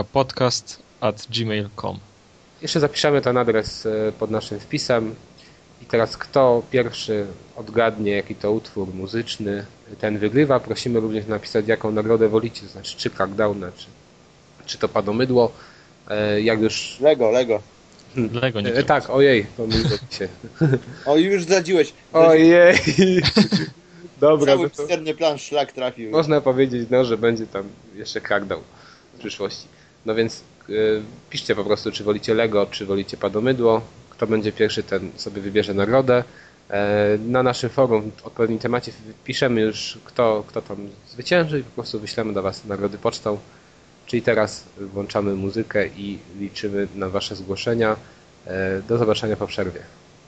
Rozgrywka.podcast@gmail.com. Jeszcze zapiszemy ten adres pod naszym wpisem I teraz kto pierwszy odgadnie, jaki to utwór muzyczny, ten wygrywa. Prosimy również napisać, jaką nagrodę wolicie, to znaczy czy Crackdowna, czy to Padomydło. Jak już... Lego. Lego nie Tak, ojej, pomyliłem się. O, już zdradziłeś. Ojej! Dobra, Cały no to misterny plan szlak trafił. można powiedzieć, no, że będzie tam jeszcze Crackdown w przyszłości. No więc piszcie po prostu, czy wolicie Lego, czy wolicie Padomydło. Kto będzie pierwszy, ten sobie wybierze nagrodę. Na naszym forum w odpowiednim temacie piszemy już, kto tam zwycięży i po prostu wyślemy do Was nagrody pocztą. Czyli teraz włączamy muzykę i liczymy na Wasze zgłoszenia. Do zobaczenia po przerwie.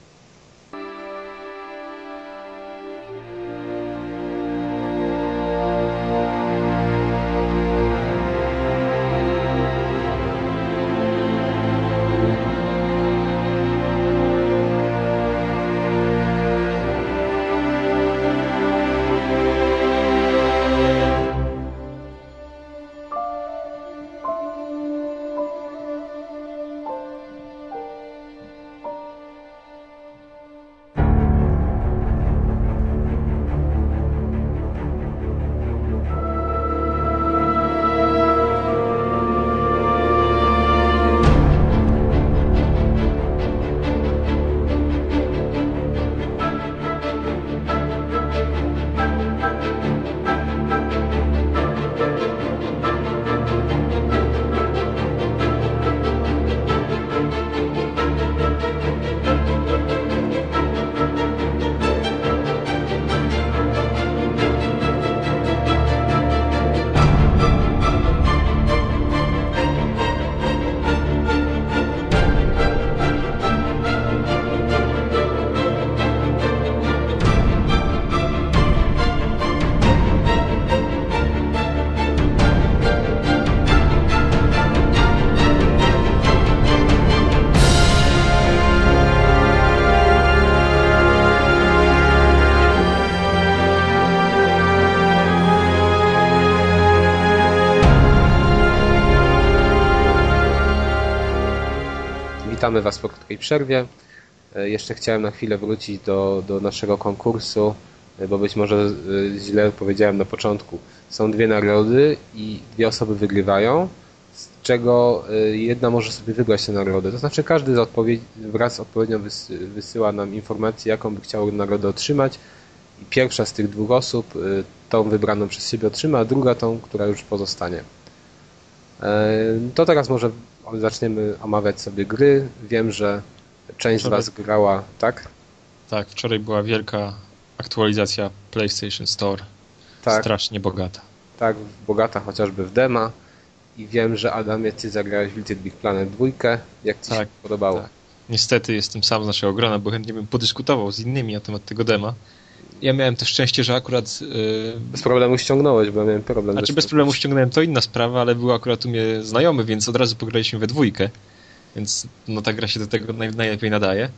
Witamy Was po krótkiej przerwie. Jeszcze chciałem na chwilę wrócić do naszego konkursu, bo być może źle powiedziałem na początku. Są dwie nagrody i dwie osoby wygrywają, z czego jedna może sobie wybrać tę nagrodę. To znaczy każdy wraz z odpowiednią wysyła nam informację, jaką by chciał nagrodę otrzymać i pierwsza z tych dwóch osób tą wybraną przez siebie otrzyma, a druga tą, która już pozostanie. To teraz może zaczniemy omawiać sobie gry. Wiem, że część z Was grała, tak? Tak, wczoraj była wielka aktualizacja PlayStation Store. Tak. Strasznie bogata. Tak, bogata chociażby w dema. I wiem, że Adamie, Ty zagrałeś w Little Big Planet 2. Jak Ci się podobało? Tak. Niestety jestem sam z naszego grona, bo chętnie bym podyskutował z innymi na temat tego dema. Ja miałem też szczęście, że akurat... Bez problemu ściągnąłeś, bo ja miałem problem. Znaczy bez problemu ściągnąłem, to inna sprawa, ale był akurat u mnie znajomy, więc od razu pograliśmy we dwójkę. Więc no ta gra się do tego najlepiej nadaje.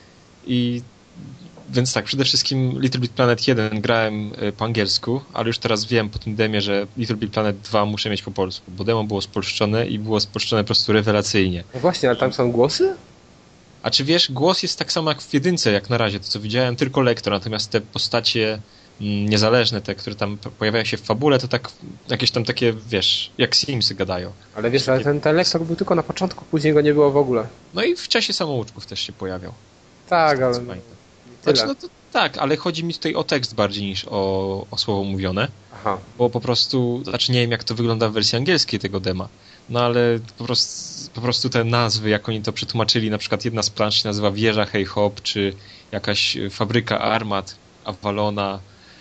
Więc tak, przede wszystkim Little Big Planet 1 grałem po angielsku, ale już teraz wiem po tym demie, że Little Big Planet 2 muszę mieć po polsku, bo demo było spolszczone i było spolszczone po prostu rewelacyjnie. No właśnie, ale tam są głosy? A czy wiesz, głos jest tak samo jak w jedynce, jak na razie, to co widziałem, tylko lektor, natomiast te postacie niezależne, te, które tam pojawiają się w fabule, to tak jakieś tam takie, wiesz, jak Simsy gadają. Ale wiesz, ale ten lektor był tylko na początku, później go nie było w ogóle. No i w czasie samouczków też się pojawiał. Tak, ale... Znaczy, no to, tak, ale chodzi mi tutaj o tekst bardziej niż o słowo mówione. Aha. Bo po prostu, znaczy nie wiem jak to wygląda w wersji angielskiej tego dema, no ale po prostu te nazwy, jak oni to przetłumaczyli, na przykład jedna z plansz się nazywa Wieża Hey Hop, czy jakaś fabryka armat Avalona,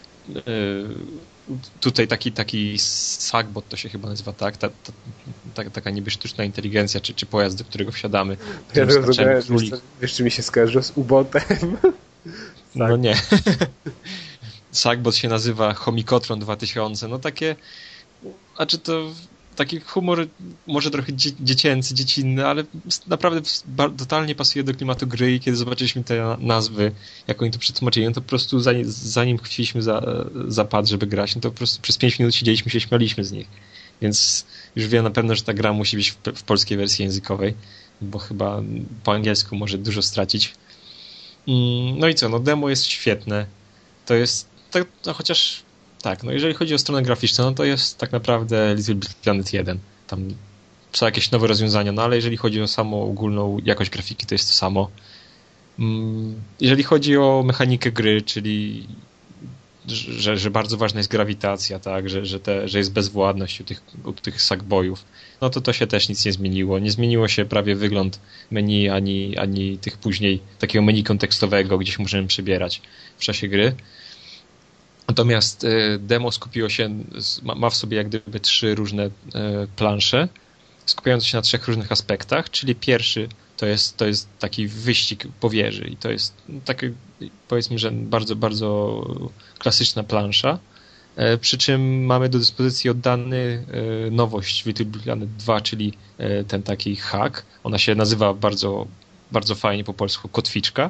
tutaj taki Sagbot to się chyba nazywa, tak? Taka niby sztuczna inteligencja, czy pojazd, do którego wsiadamy. Ja zrozumiałem, wiesz, czy mi się skojarzyło z ubotem? No nie. Sagbot się nazywa Chomikotron 2000. No takie... Znaczy to... Taki humor może trochę dziecięcy, dziecinny, ale naprawdę totalnie pasuje do klimatu gry i kiedy zobaczyliśmy te nazwy, jak oni to przetłumaczyli, no to po prostu zanim chwililiśmy za pad, żeby grać, no to po prostu przez 5 minut siedzieliśmy się, śmialiśmy z nich. Więc już wiem na pewno, że ta gra musi być w polskiej wersji językowej, bo chyba po angielsku może dużo stracić. No i co, no demo jest świetne. To jest, no chociaż tak, no jeżeli chodzi o stronę graficzną, no to jest tak naprawdę Little Big Planet 1. Tam są jakieś nowe rozwiązania, no ale jeżeli chodzi o samą ogólną jakość grafiki, to jest to samo. Jeżeli chodzi o mechanikę gry, czyli że bardzo ważna jest grawitacja, tak, że jest bezwładność u tych sackboyów, no to się też nic nie zmieniło. Nie zmieniło się prawie wygląd menu, ani tych później takiego menu kontekstowego, gdzie się możemy przebierać w czasie gry. Natomiast demo skupiło się, ma w sobie jak gdyby 3 różne plansze, skupiające się na 3 różnych aspektach, czyli pierwszy to jest taki wyścig po wieży i to jest taki, powiedzmy, że bardzo, bardzo klasyczna plansza, przy czym mamy do dyspozycji oddany nowość w Little Big Planet 2, czyli ten taki hack. Ona się nazywa bardzo, bardzo fajnie po polsku kotwiczka.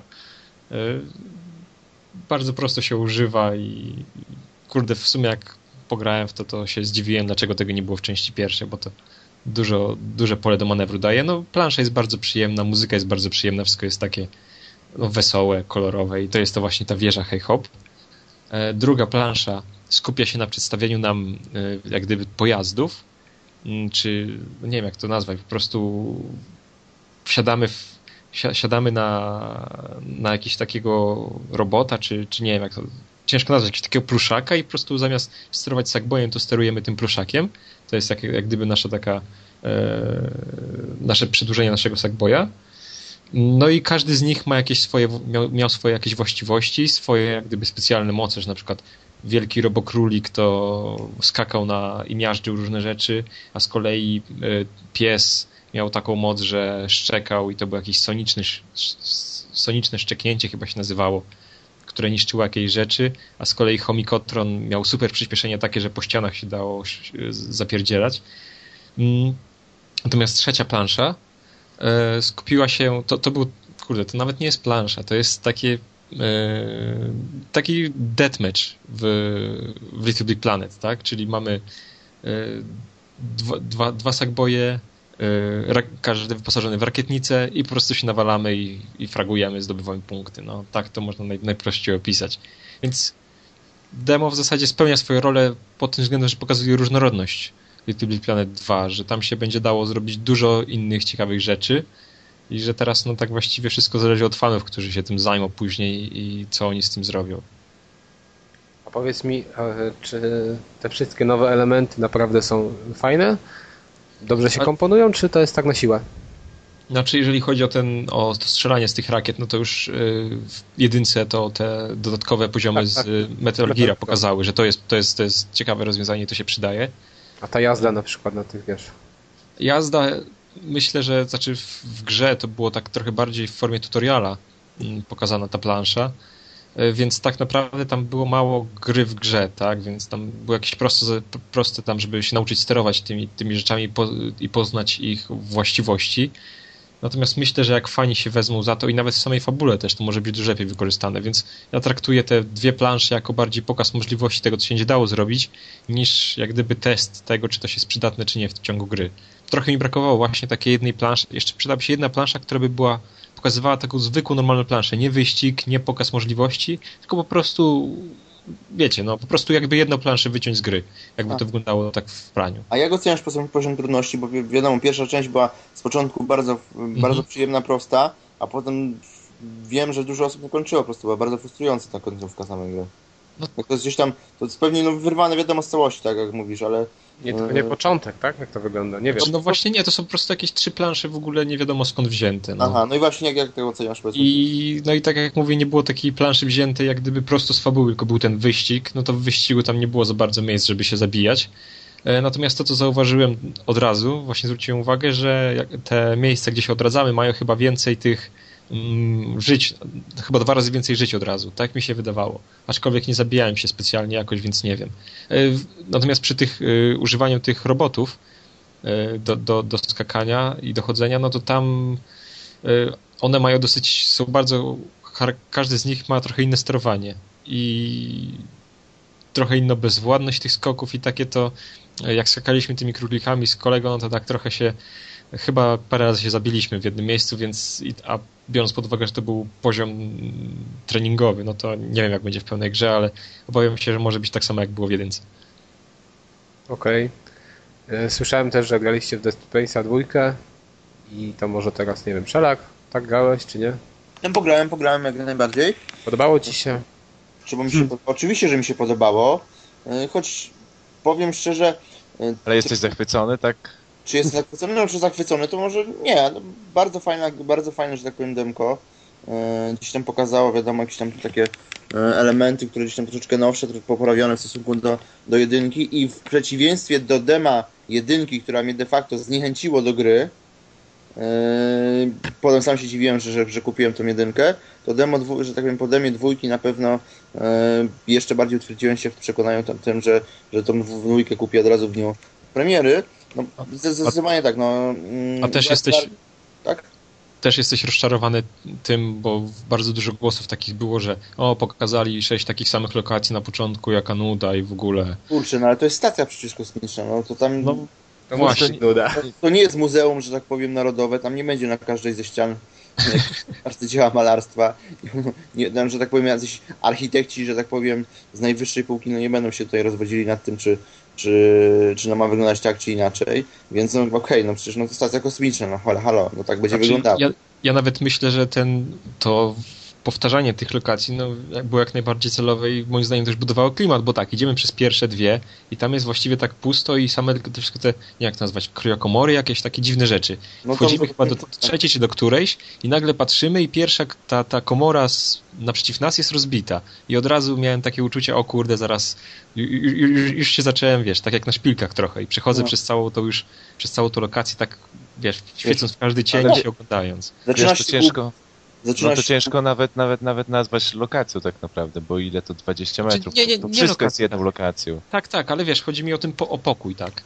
Bardzo prosto się używa i kurde, w sumie jak pograłem w to się zdziwiłem, dlaczego tego nie było w części pierwszej, bo to duże pole do manewru daje. No, plansza jest bardzo przyjemna, muzyka jest bardzo przyjemna, wszystko jest takie wesołe, kolorowe i to jest to właśnie ta wieża Hey Hop. Druga plansza skupia się na przedstawieniu nam jak gdyby pojazdów, czy nie wiem jak to nazwać, po prostu siadamy na jakiegoś takiego robota, czy nie wiem jak to ciężko nazwać, jakiegoś takiego pluszaka i po prostu zamiast sterować sackboyem, to sterujemy tym pluszakiem. To jest jak gdyby nasza taka nasze przedłużenie naszego sackboya. No i każdy z nich ma miał swoje jakieś właściwości, swoje jak gdyby specjalne moce, że na przykład wielki robokrólik to skakał i miażdżył różne rzeczy, a z kolei pies miał taką moc, że szczekał i to było jakieś soniczne szczeknięcie chyba się nazywało, które niszczyło jakieś rzeczy, a z kolei chomikotron miał super przyspieszenie takie, że po ścianach się dało zapierdzielać. Natomiast trzecia plansza skupiła się, to to nawet nie jest plansza, to jest taki deathmatch w Little Big Planet, tak? Czyli mamy dwa sackboye, każdy wyposażony w rakietnicę i po prostu się nawalamy i fragujemy, zdobywamy punkty. No, tak to można najprościej opisać. Więc demo w zasadzie spełnia swoją rolę pod tym względem, że pokazuje różnorodność Little Big Planet 2, że tam się będzie dało zrobić dużo innych ciekawych rzeczy i że teraz no tak właściwie wszystko zależy od fanów, którzy się tym zajmą później i co oni z tym zrobią. A powiedz mi, czy te wszystkie nowe elementy naprawdę są fajne? Dobrze się komponują, czy to jest tak na siłę? Znaczy, jeżeli chodzi o to strzelanie z tych rakiet, no to już w jedynce to te dodatkowe poziomy z Metal Gear'a pokazały, że to jest ciekawe rozwiązanie i to się przydaje. A ta jazda na przykład na tych, wiesz? Jazda, myślę, że w grze to było tak trochę bardziej w formie tutoriala pokazana ta plansza, więc tak naprawdę tam było mało gry w grze, tak, więc tam było jakieś proste tam, żeby się nauczyć sterować tymi rzeczami i poznać ich właściwości. Natomiast myślę, że jak fani się wezmą za to i nawet w samej fabule też to może być dużo lepiej wykorzystane, więc ja traktuję te 2 plansze jako bardziej pokaz możliwości tego, co się nie dało zrobić, niż jak gdyby test tego, czy to się jest przydatne, czy nie w ciągu gry. Trochę mi brakowało właśnie takiej jednej planszy. Jeszcze przydałaby się jedna plansza, która by pokazywała taką zwykłą, normalną planszę. Nie wyścig, nie pokaz możliwości, tylko po prostu wiecie, no po prostu jakby jedną planszę wyciąć z gry. Jakby to wyglądało tak w praniu. A jak oceniasz poziom trudności? Bo wiadomo, pierwsza część była z początku bardzo przyjemna, prosta, a potem wiem, że dużo osób nie kończyło, po prostu była bardzo frustrująca ta końcówka samej gry. No. Jak to jest gdzieś tam, to jest pewnie wyrwane wiadomo z całości, tak jak mówisz, ale... Nie początek, tak? Jak to wygląda? Nie wiem. No właśnie nie, to są po prostu jakieś 3 plansze w ogóle nie wiadomo skąd wzięte. No. Aha, no i właśnie jak to oceniasz? No i tak jak mówię, nie było takiej planszy wziętej jak gdyby prosto z fabuły, tylko był ten wyścig, no to w wyścigu tam nie było za bardzo miejsc, żeby się zabijać. Natomiast to, co zauważyłem od razu, właśnie zwróciłem uwagę, że te miejsca, gdzie się odradzamy, mają chyba więcej tych żyć, chyba 2 razy więcej żyć od razu, tak mi się wydawało. Aczkolwiek nie zabijałem się specjalnie jakoś, więc nie wiem. Natomiast przy używaniu tych robotów do skakania i dochodzenia, no to tam one mają są bardzo, każdy z nich ma trochę inne sterowanie i trochę inną bezwładność tych skoków i takie to, jak skakaliśmy tymi królikami z kolegą, no to tak trochę się chyba parę razy się zabiliśmy w jednym miejscu, więc a biorąc pod uwagę, że to był poziom treningowy, no to nie wiem jak będzie w pełnej grze, ale obawiam się, że może być tak samo jak było w jedynce. Okej. Słyszałem też, że graliście w Dead Space'a 2 i to może teraz, nie wiem, Szelak, tak grałeś czy nie? Ja pograłem jak najbardziej. Podobało ci się? Oczywiście, że mi się podobało, choć powiem szczerze, Ale jesteś zachwycony, tak? czy jestem zachwycony? No, czy zachwycony, to może nie. No, bardzo fajne, że tak powiem, demko. Gdzieś tam pokazało, wiadomo, jakieś tam takie elementy, które gdzieś tam troszeczkę nowsze, troszkę poprawione w stosunku do jedynki i w przeciwieństwie do dema jedynki, która mnie de facto zniechęciło do gry, potem sam się dziwiłem, że kupiłem tą jedynkę, to demo, że tak powiem, po demie dwójki na pewno jeszcze bardziej utwierdziłem się w przekonaniu tym, że tą dwójkę kupię od razu w dniu premiery. No, zdecydowanie tak. No, a też jesteś... Tak? Też jesteś rozczarowany tym, bo bardzo dużo głosów takich było, że pokazali 6 takich samych lokacji na początku, jaka nuda i w ogóle. Kurczę, no ale to jest stacja przecież kosmiczna, no to tam... No, To właśnie. musi nuda. To nie jest muzeum, że tak powiem, narodowe, tam nie będzie na każdej ze ścian arcydzieła malarstwa. Nie, tam, że tak powiem, jacyś architekci, że tak powiem, z najwyższej półki, no nie będą się tutaj rozwodzili nad tym, czy no ma wyglądać tak, czy inaczej. Więc no okej, no przecież no to stacja kosmiczna, no halo, no tak będzie wyglądało. Ja nawet myślę, że to powtarzanie tych lokacji było jak najbardziej celowe i moim zdaniem też budowało klimat, bo tak, idziemy przez pierwsze dwie i tam jest właściwie tak pusto i same te wszystkie te, nie jak to nazwać, kryokomory, jakieś takie dziwne rzeczy. No Wchodzimy chyba do trzeciej czy do którejś i nagle patrzymy i pierwsza ta komora naprzeciw nas jest rozbita i od razu miałem takie uczucie, o kurde, zaraz już się zacząłem, wiesz, tak jak na szpilkach trochę i przechodzę przez całą tą lokację tak, wiesz, świecąc w każdy cień i się oglądając. Wiesz, to ciężko. No to ciężko nawet nazwać lokacją tak naprawdę, bo ile to 20 metrów? To wszystko jest jedną lokacją. Tak, ale wiesz, chodzi mi o o pokój, tak.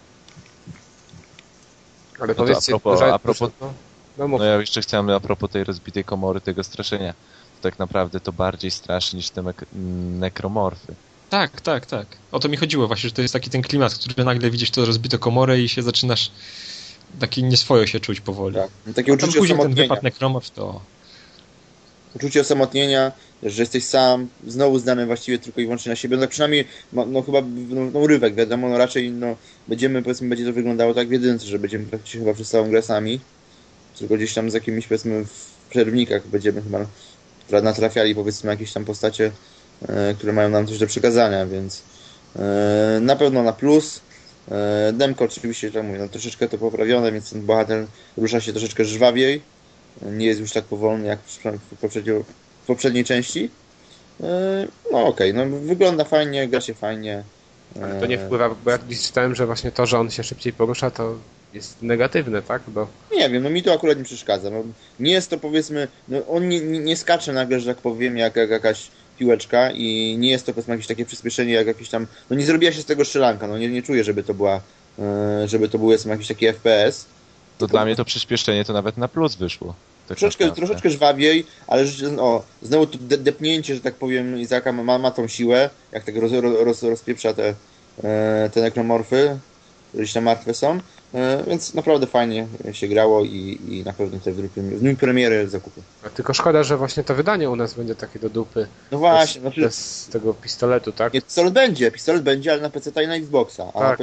Ale powiedzcie, no ja jeszcze chciałem a propos tej rozbitej komory, tego straszenia. To tak naprawdę to bardziej straszy niż te nekromorfy. Tak. O to mi chodziło właśnie, że to jest taki ten klimat, który nagle widzisz tę rozbitą komorę i się zaczynasz taki nieswojo się czuć powoli. Tak. Takie uczucie później ten wypad nekromorf to... Uczucie osamotnienia, że jesteś sam, znowu zdany właściwie tylko i wyłącznie na siebie. No tak przynajmniej, chyba urywek, wiadomo, no raczej będziemy, powiedzmy, będzie to wyglądało tak w jedynce, że będziemy praktycznie chyba przez całą grę sami, tylko gdzieś tam z jakimiś, powiedzmy, w przerwnikach będziemy chyba natrafiali, powiedzmy, jakieś tam postacie, które mają nam coś do przekazania, więc na pewno na plus. Demko oczywiście, tak mówię, troszeczkę to poprawione, więc ten bohater rusza się troszeczkę żwawiej. Nie jest już tak powolny jak w poprzedniej części. No okej, no wygląda fajnie, gra się fajnie. Ale to nie wpływa, bo ja czytałem, że właśnie to, że on się szybciej porusza, to jest negatywne, tak? Bo... Nie wiem, no mi to akurat nie przeszkadza. No, nie jest to, powiedzmy, no on nie skacze nagle, że tak powiem, jak jakaś piłeczka i nie jest to, powiedzmy, jakieś takie przyspieszenie, jak jakieś tam, no nie zrobiła się z tego strzelanka, no nie czuję, żeby to był, powiedzmy, jakiś taki FPS. To dla mnie to przyspieszenie to nawet na plus wyszło. Tak troszeczkę żwawiej, ale znowu to depnięcie, że tak powiem, Izaka ma tą siłę, jak tak rozpieprza te nekromorfy, które gdzieś tam martwe są, więc naprawdę fajnie się grało i na pewno w dniu premiery zakupię. A tylko szkoda, że właśnie to wydanie u nas będzie takie do dupy. No właśnie. Bez tego pistoletu, tak? Nie, pistolet będzie, ale na PC i na Xboxa. Tak,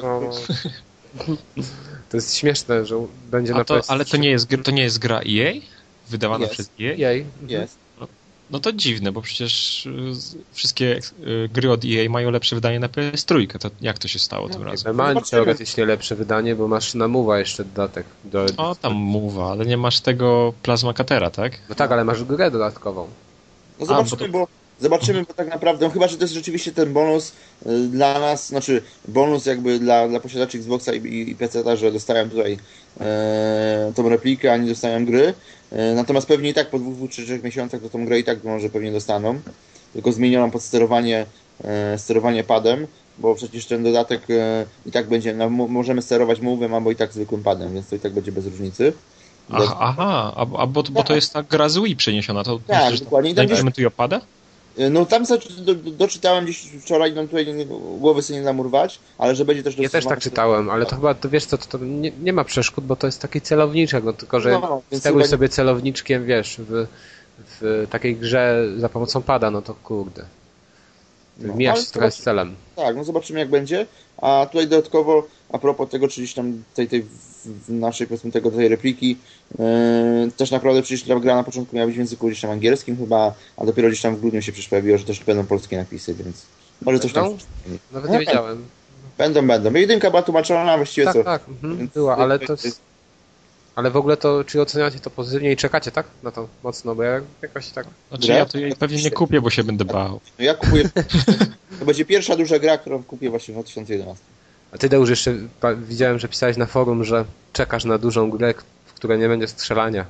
To jest śmieszne, że będzie na PC. Ale to nie jest gra EA? Wydawana przez EA? Jest. No to dziwne, bo przecież wszystkie gry od EA mają lepsze wydanie na PS3. To jak to się stało tym razem? Ma teoretycznie lepsze wydanie, bo masz na Move'a jeszcze dodatek. Tam Move'a, ale nie masz tego Plasma Cuttera, tak? No tak, ale masz grę dodatkową. No zobaczymy, bo tak naprawdę, chyba że to jest rzeczywiście ten bonus dla nas, znaczy bonus jakby dla posiadaczy Xboxa i PC, że dostają tutaj tą replikę, a nie dostają gry. Natomiast pewnie i tak po 2-3 miesiącach to tą grę i tak może pewnie dostaną. Tylko zmienioną pod sterowanie padem, bo przecież ten dodatek i tak będzie, możemy sterować move'em albo i tak zwykłym padem, więc to i tak będzie bez różnicy. Bo to jest ta gra z Wii przeniesiona. To tak, dokładnie. implementuje pada? No tam doczytałem gdzieś wczoraj, no tutaj głowy sobie nie dam urwać, ale że będzie też Ja też tak czytałem, ale to chyba, to wiesz co, to nie ma przeszkód, bo to jest taki celowniczek, no tylko, że więc steruj chyba sobie celowniczkiem, wiesz, w takiej grze za pomocą pada, no to kurde. Mijasz się trochę z celem. Tak, no zobaczymy jak będzie. A tutaj dodatkowo, a propos tego, czy gdzieś tam tej naszej, powiedzmy, tej repliki, też naprawdę przecież ta gra na początku miała być w języku gdzieś tam angielskim chyba, a dopiero gdzieś tam w grudniu się przecież pojawiło, że też będą polskie napisy, więc może coś tam... Nawet nie wiedziałem. Będą. Jedynka była tłumaczona, właściwie co? Tak, była, ale to... Ale w ogóle to, czy oceniacie to pozytywnie i czekacie, tak? Na to mocno, bo ja jakoś tak... Znaczy ja to jej pewnie nie kupię, bo się będę bał. No ja kupuję... To będzie pierwsza duża gra, którą kupię właśnie w 2011. A ty, Deusz, jeszcze widziałem, że pisałeś na forum, że czekasz na dużą grę, w której nie będzie strzelania.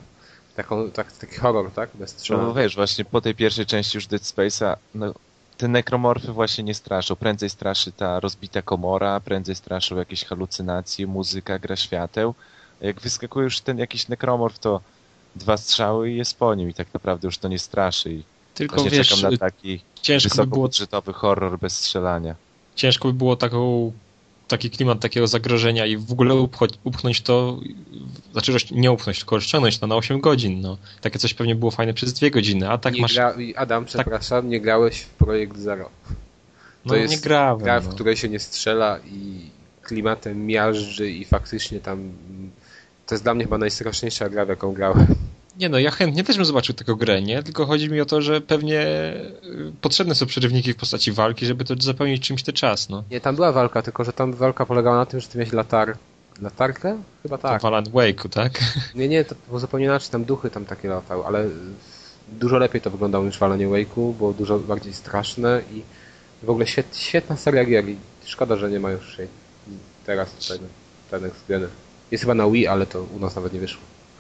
Taki horror, tak? Bez strzelania. No wiesz, właśnie po tej pierwszej części już Dead Space'a, no, te nekromorfy właśnie nie straszą. Prędzej straszy ta rozbita komora, prędzej straszą jakieś halucynacje, muzyka, gra świateł. Jak wyskakuje już ten jakiś nekromorf, to 2 strzały i jest po nim i tak naprawdę już to nie straszy. I tylko właśnie wiesz, czekam na taki ciężko by było, wysokobudżetowy horror bez strzelania. ciężko by było taki klimat takiego zagrożenia i w ogóle upchnąć to, znaczy nie upchnąć, tylko rozciągnąć to na 8 godzin. No. Takie coś pewnie było fajne przez 2 godziny, a tak masz... Adam, przepraszam, nie grałeś w Projekt Zero. To jest nie grałem, gra, w której się nie strzela i klimatem miażdży i faktycznie tam... To jest dla mnie chyba najstraszniejsza gra, w jaką grałem. Nie no, ja chętnie też bym zobaczył taką grę, nie? Tylko chodzi mi o to, że pewnie potrzebne są przerywniki w postaci walki, żeby to zapełnić czymś ten czas, no. Nie, tam była walka, tylko że tam walka polegała na tym, że ty miałeś latarkę? Chyba tak. To w Alan Wake'u, tak? Nie, to było zupełnie inaczej, tam duchy tam takie latały, ale dużo lepiej to wyglądało niż w Alanie Wake'u, było dużo bardziej straszne i w ogóle świetna seria gier i szkoda, że nie ma już jej teraz tego względu. Jest chyba na Wii, ale to u nas nawet nie wyszło.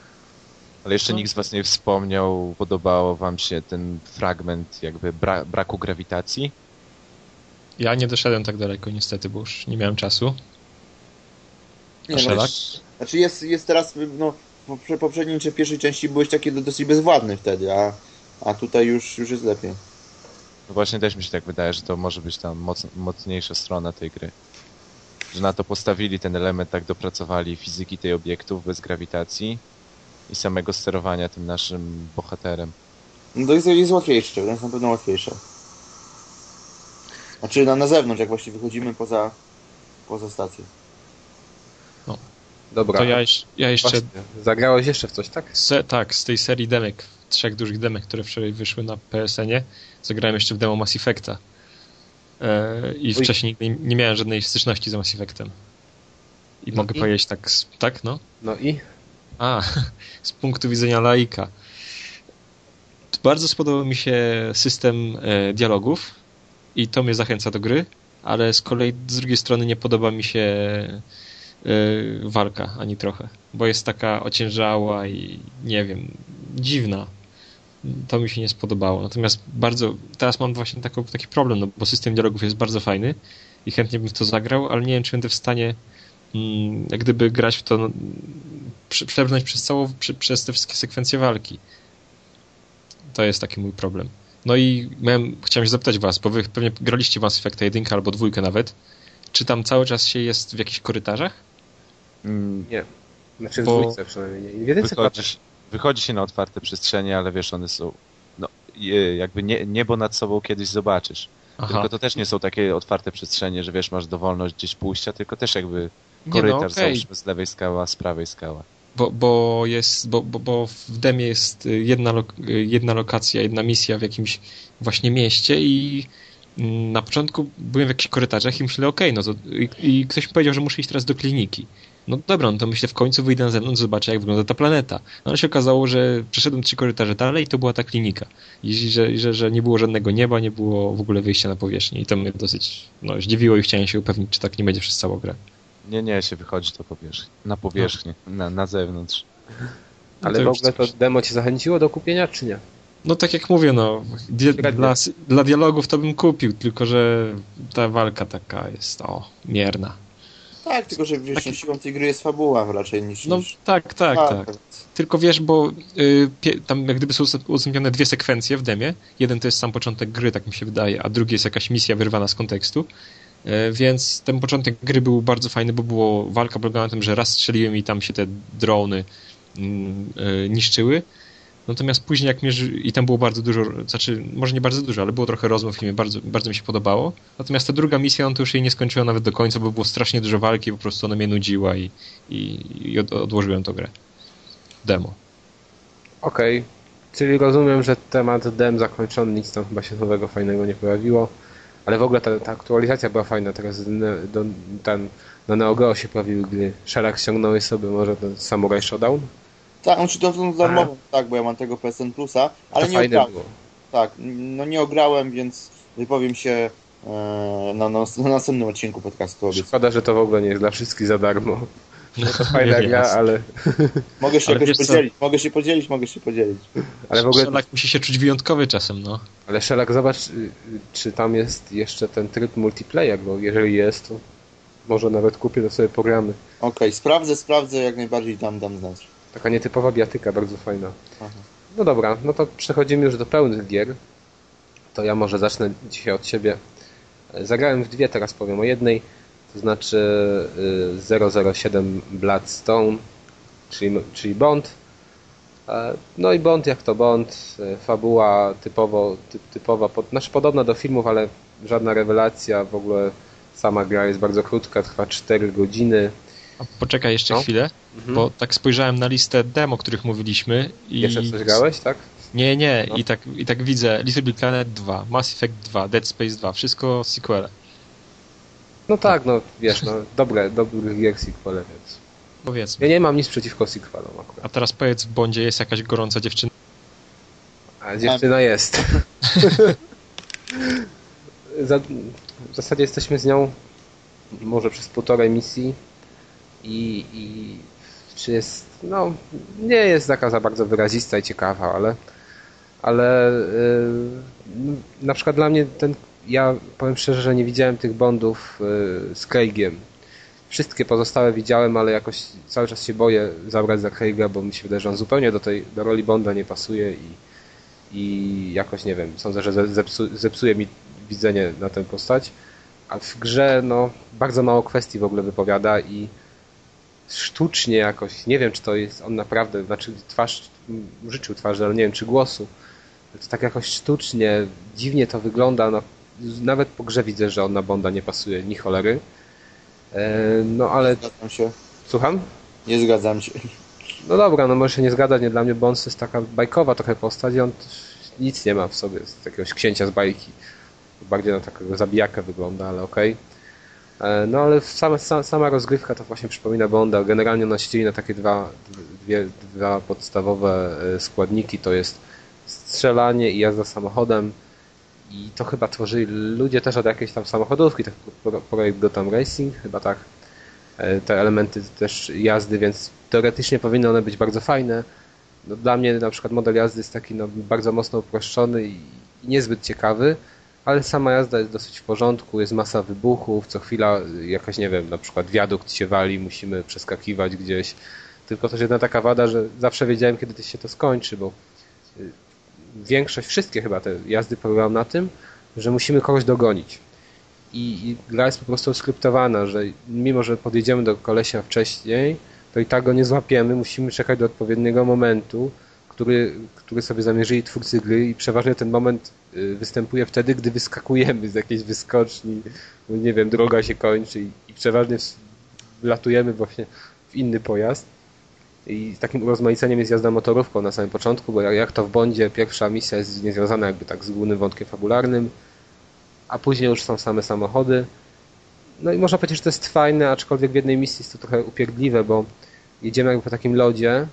Ale jeszcze nikt z was nie wspomniał, podobało wam się ten fragment jakby braku grawitacji? Ja nie doszedłem tak daleko niestety, bo już nie miałem czasu. Nie, no, znaczy jest teraz, no w poprzedniej czy pierwszej części byłeś taki dosyć bezwładny wtedy, a tutaj już jest lepiej. No właśnie też mi się tak wydaje, że to może być tam mocniejsza strona tej gry. Że na to postawili ten element, tak dopracowali fizyki tej obiektów bez grawitacji i samego sterowania tym naszym bohaterem. No to jest łatwiejsze, to jest na pewno łatwiejsze. Znaczy na zewnątrz, jak właśnie wychodzimy poza stację. No. Dobra. To ja jeszcze... Właśnie, zagrałeś jeszcze w coś, tak? Tak, z tej serii demek, 3 dużych demek, które wczoraj wyszły na PSN-ie, zagrałem jeszcze w demo Mass Effecta. I wcześniej nie miałem żadnej styczności z Mass Effectem. I mogę powiedzieć tak, no? No i? Z punktu widzenia laika. Bardzo spodobał mi się system dialogów i to mnie zachęca do gry, ale z kolei z drugiej strony nie podoba mi się walka ani trochę, bo jest taka ociężała i nie wiem, dziwna. To mi się nie spodobało. Natomiast teraz mam właśnie taki problem, no bo system dialogów jest bardzo fajny i chętnie bym w to zagrał, ale nie wiem, czy będę w stanie jak gdyby grać w to, no, przebrnąć przez te wszystkie sekwencje walki. To jest taki mój problem. No i chciałem się zapytać was, bo wy pewnie graliście w Mass Effecta 1 albo 2 nawet. Czy tam cały czas się jest w jakichś korytarzach? Nie. Znaczy w dwójce przynajmniej nie. Wychodzi się na otwarte przestrzenie, ale wiesz, one są jakby niebo nad sobą kiedyś zobaczysz. Aha. Tylko to też nie są takie otwarte przestrzenie, że wiesz, masz dowolność gdzieś pójścia, tylko też jakby korytarz, załóżmy z lewej skała, z prawej skała. Bo w demie jest jedna lokacja, jedna misja w jakimś właśnie mieście i na początku byłem w jakichś korytarzach i myślę, no to i ktoś mi powiedział, że muszę iść teraz do kliniki. No dobra, no to myślę, w końcu wyjdę na zewnątrz, zobaczę, jak wygląda ta planeta. No ale się okazało, że przeszedłem 3 korytarze dalej i to była ta klinika. I że nie było żadnego nieba, nie było w ogóle wyjścia na powierzchnię. I to mnie dosyć zdziwiło i chciałem się upewnić, czy tak nie będzie przez całą grę. Nie, się wychodzi to na powierzchnię, na zewnątrz. Ale w ogóle to demo cię zachęciło do kupienia, czy nie? No tak jak mówię, dla dialogów to bym kupił, tylko że ta walka taka jest mierna. Tak, tylko że wiesz, siłą tej gry jest fabuła raczej niż... No tak. Tylko wiesz, bo tam jak gdyby są udostępnione dwie sekwencje w demie. Jeden to jest sam początek gry, tak mi się wydaje, a drugi jest jakaś misja wyrwana z kontekstu. Więc ten początek gry był bardzo fajny, bo walka polegała na tym, że raz strzeliłem i tam się te drony niszczyły. Natomiast później i tam było bardzo dużo, znaczy może nie bardzo dużo, ale było trochę rozmów i bardzo mi się podobało. Natomiast ta druga misja, to już jej nie skończyła nawet do końca, bo było strasznie dużo walki, po prostu ona mnie nudziła i odłożyłem tę grę. Demo. Okej. Czyli rozumiem, że temat dem zakończony, nic tam chyba się nowego, fajnego nie pojawiło. Ale w ogóle ta aktualizacja była fajna. Teraz na Neo Geo się pojawiły gry. Shellac ściągnąłeś sobie może ten Samurai Shodown? Tak, on czy to darmowo, tak, bo ja mam tego PSN Plusa, ale To nie fajne ograłem. było. Tak, no nie ograłem, więc wypowiem się na następnym odcinku podcastu. Szkoda, że to w ogóle nie jest dla wszystkich za darmo. No to fajna gra, ale... Mogę się Ale jakoś wiesz co? podzielić, mogę się podzielić. Ale w ogóle... Shellac musi się czuć wyjątkowy czasem, no. Ale Shellac, zobacz, czy tam jest jeszcze ten tryb multiplayer, bo jeżeli jest, to może nawet kupię, to sobie pogramy. Okej, sprawdzę, jak najbardziej dam znać. Taka nietypowa bijatyka, bardzo fajna. Aha. No dobra, no to przechodzimy już do pełnych gier. To ja może zacznę dzisiaj od siebie. Zagrałem w dwie, teraz powiem o jednej. To znaczy 007 Bloodstone, czyli Bond. No i Bond jak to Bond. Fabuła typowa, znaczy podobna do filmów, ale żadna rewelacja. W ogóle sama gra jest bardzo krótka, trwa 4 godziny. A poczekaj jeszcze No. chwilę, bo tak spojrzałem na listę demo, o których mówiliśmy i... Jeszcze w coś grałeś, tak? Nie, No. i tak widzę Little Big Planet 2, Mass Effect 2, Dead Space 2, wszystko sequele. No tak, no wiesz, no dobrych gier sequele, więc... Powiedzmy. Ja nie mam nic przeciwko sequelom akurat. A teraz powiedz, w Bondzie jest jakaś gorąca dziewczyna? A dziewczyna jest. W zasadzie jesteśmy z nią może przez półtorej misji i czy jest, no nie jest taka za bardzo wyrazista i ciekawa, ale na przykład dla mnie ja powiem szczerze, że nie widziałem tych Bondów z Craigiem. Wszystkie pozostałe widziałem, ale jakoś cały czas się boję zabrać za Craiga, bo mi się wydaje, że on zupełnie do roli Bonda nie pasuje i jakoś nie wiem, sądzę, że zepsuje mi widzenie na tę postać. A w grze no bardzo mało kwestii w ogóle wypowiada i sztucznie jakoś, nie wiem czy to jest on naprawdę, znaczy użyczył twarzy, ale nie wiem czy głosu. To tak jakoś sztucznie, dziwnie to wygląda, no, nawet po grze widzę, że on na Bonda nie pasuje ni cholery. No ale... Zgadzam się. Słucham? Nie zgadzam się. No dobra, no może się nie zgadzać, nie dla mnie Bond to jest taka bajkowa trochę postać i on nic nie ma w sobie z jakiegoś księcia z bajki. Bardziej na takiego zabijakę wygląda, ale okej. No ale sama rozgrywka to właśnie przypomina Bonda. Generalnie naścieli na takie dwa podstawowe składniki, to jest strzelanie i jazda samochodem i to chyba tworzyli ludzie też od jakiejś tam samochodówki, tak projekt Gotham Racing, chyba tak. Te elementy też jazdy, więc teoretycznie powinny one być bardzo fajne. No, dla mnie na przykład model jazdy jest taki no, bardzo mocno uproszczony i niezbyt ciekawy, ale sama jazda jest dosyć w porządku, jest masa wybuchów, co chwila jakaś, nie wiem, na przykład wiadukt się wali, musimy przeskakiwać gdzieś. Tylko też jedna taka wada, że zawsze wiedziałem, kiedy się to skończy, bo wszystkie chyba te jazdy polegają na tym, że musimy kogoś dogonić. I gra jest po prostu skryptowana, że mimo, że podjedziemy do kolesia wcześniej, to i tak go nie złapiemy, musimy czekać do odpowiedniego momentu, który sobie zamierzyli twórcy gry i przeważnie ten moment występuje wtedy, gdy wyskakujemy z jakiejś wyskoczni, nie wiem, droga się kończy i przeważnie wlatujemy właśnie w inny pojazd. I takim urozmaiceniem jest jazda motorówką na samym początku, bo jak to w Bondzie pierwsza misja jest niezwiązana jakby tak z głównym wątkiem fabularnym, a później już są same samochody. No i można powiedzieć, że to jest fajne, aczkolwiek w jednej misji jest to trochę upierdliwe, bo jedziemy jakby po takim lodzie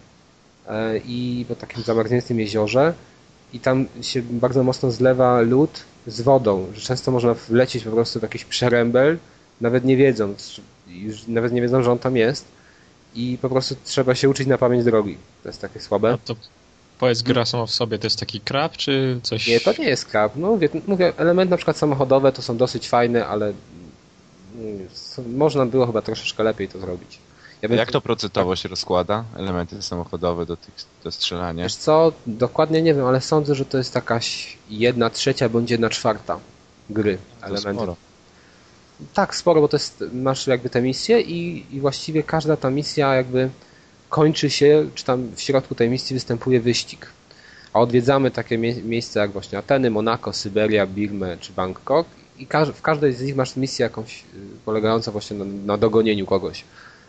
i po takim zamarzniętym jeziorze i tam się bardzo mocno zlewa lód z wodą, że często można wlecieć po prostu w jakiś przerębel, nawet nie wiedząc, że on tam jest i po prostu trzeba się uczyć na pamięć drogi. To jest takie słabe. No to powiedz, gra sama w sobie to jest taki krab, czy coś? Nie, to nie jest krab. No mówię, element na przykład samochodowe to są dosyć fajne, ale można było chyba troszeczkę lepiej to zrobić. Jak to procentowo się rozkłada? Elementy samochodowe do strzelania? Wiesz co, dokładnie nie wiem, ale sądzę, że to jest jakaś 1/3 bądź 1/4 gry elementów. Sporo. Tak, sporo, bo to jest, masz jakby tę misję i właściwie każda ta misja jakby kończy się, czy tam w środku tej misji występuje wyścig. A odwiedzamy takie miejsca jak właśnie Ateny, Monako, Syberia, Birmę czy Bangkok i w każdej z nich masz misję jakąś polegającą właśnie na dogonieniu kogoś.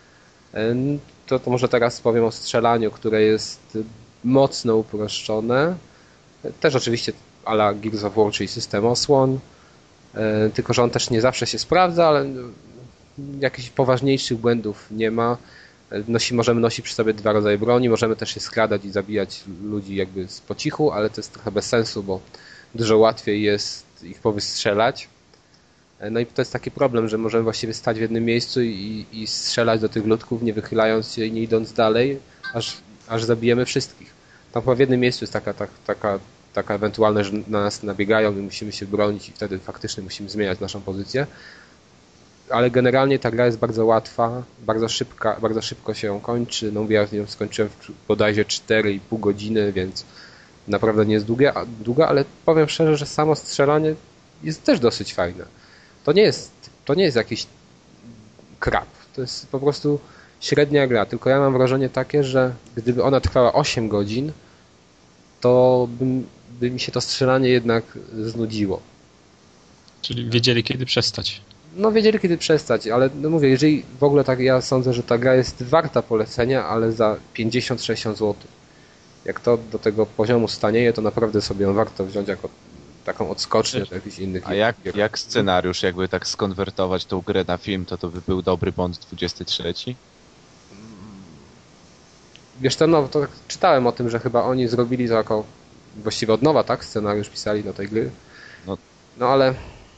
To może teraz powiem o strzelaniu, które jest mocno uproszczone. Też oczywiście a la Gears of War, czyli system osłon. Tylko że on też nie zawsze się sprawdza, ale jakichś poważniejszych błędów nie ma. Możemy nosić przy sobie 2 rodzaje broni, możemy też się skradać i zabijać ludzi jakby po cichu, ale to jest trochę bez sensu, bo dużo łatwiej jest ich powystrzelać. No i to jest taki problem, że możemy właściwie stać w jednym miejscu i strzelać do tych ludków, nie wychylając się i nie idąc dalej, aż zabijemy wszystkich. Tam chyba w jednym miejscu jest taka ewentualność, że na nas nabiegają i musimy się bronić i wtedy faktycznie musimy zmieniać naszą pozycję. Ale generalnie ta gra jest bardzo łatwa, bardzo szybko się ją kończy. No ja ją skończyłem w bodajże 4,5 godziny, więc naprawdę nie jest długa, ale powiem szczerze, że samo strzelanie jest też dosyć fajne. To nie jest jakiś krap, to jest po prostu średnia gra, tylko ja mam wrażenie takie, że gdyby ona trwała 8 godzin, to by mi się to strzelanie jednak znudziło. Czyli wiedzieli kiedy przestać. No wiedzieli kiedy przestać, ale no mówię, jeżeli w ogóle tak ja sądzę, że ta gra jest warta polecenia, ale za 50-60 zł. Jak to do tego poziomu stanieje, to naprawdę sobie ją warto wziąć jako taką odskocznię do jakichś innych A jak scenariusz, jakby tak skonwertować tą grę na film, to by był dobry Bond 23? Wiesz co, no to tak czytałem o tym, że chyba oni zrobili to jako właściwie od nowa, tak? Scenariusz pisali do tej gry. No ale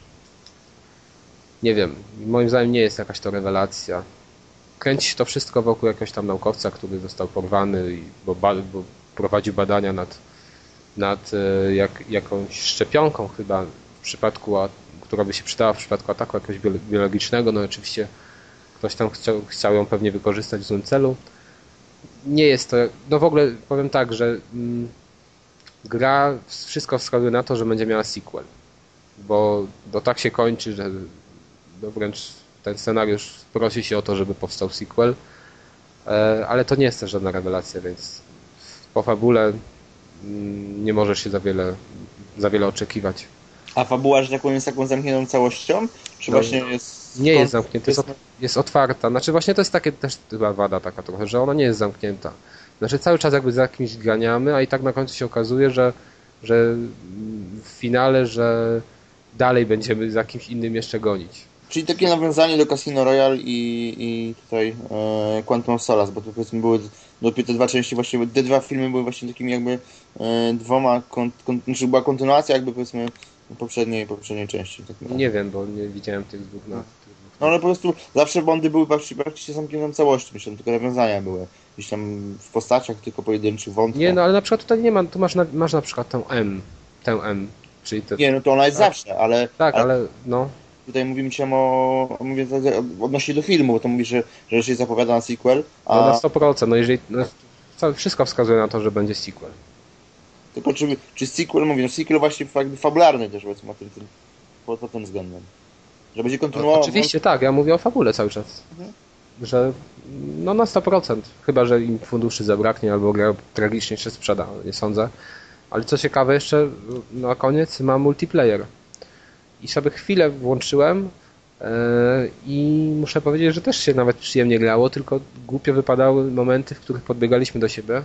nie wiem, moim zdaniem nie jest jakaś to rewelacja. Kręci się to wszystko wokół jakiegoś tam naukowca, który został porwany, bo prowadził badania nad jakąś szczepionką chyba w przypadku, która by się przydała w przypadku ataku jakiegoś biologicznego. No oczywiście ktoś tam chciał ją pewnie wykorzystać w złym celu. Nie jest to, no w ogóle powiem tak, że gra wszystko wskazuje na to, że będzie miała sequel, bo tak się kończy, że wręcz ten scenariusz prosi się o to, żeby powstał sequel, ale to nie jest też żadna rewelacja, więc po fabule nie możesz się za wiele oczekiwać. A fabuła, że tak powiem, jest taką zamkniętą całością? Czy No, właśnie jest... Nie jest zamknięta, jest otwarta. Znaczy właśnie to jest takie też chyba wada taka trochę, że ona nie jest zamknięta. Znaczy cały czas jakby za kimś ganiamy, a i tak na końcu się okazuje, że w finale, że dalej będziemy za kimś innym jeszcze gonić. Czyli takie nawiązanie do Casino Royale i tutaj Quantum of Solace, bo to powiedzmy były dopiero te 2 części, właściwie te 2 filmy były właśnie takimi jakby dwoma, znaczy była kontynuacja jakby powiedzmy poprzedniej części. Tak Nie wiem, bo nie widziałem tych dwóch. No ale po prostu zawsze Bondy były praktycznie zamkniętą całością, myślę, tylko nawiązania były gdzieś tam w postaciach, tylko pojedynczych wątkach. Nie, no ale na przykład tutaj nie ma, tu masz na przykład tę M, czyli Nie, no to ona jest zawsze, ale... Tak, ale no... Tutaj mówimy ci mówię odnośnie do filmu, bo to mówisz, że się zapowiada na sequel, a... No na 100%, no jeżeli... wszystko wskazuje na to, że będzie sequel. Tylko czy sequel, mówię, no sequel właśnie jakby fabularny też, powiedzmy, pod tym względem. Że będzie kontynuował... Oczywiście tak, ja mówię o fabule cały czas. Że no na 100%, chyba że im funduszy zabraknie albo gra tragicznie się sprzeda, nie sądzę. Ale co ciekawe jeszcze, na koniec ma multiplayer. I sobie chwilę włączyłem i muszę powiedzieć, że też się nawet przyjemnie grało, tylko głupio wypadały momenty, w których podbiegaliśmy do siebie,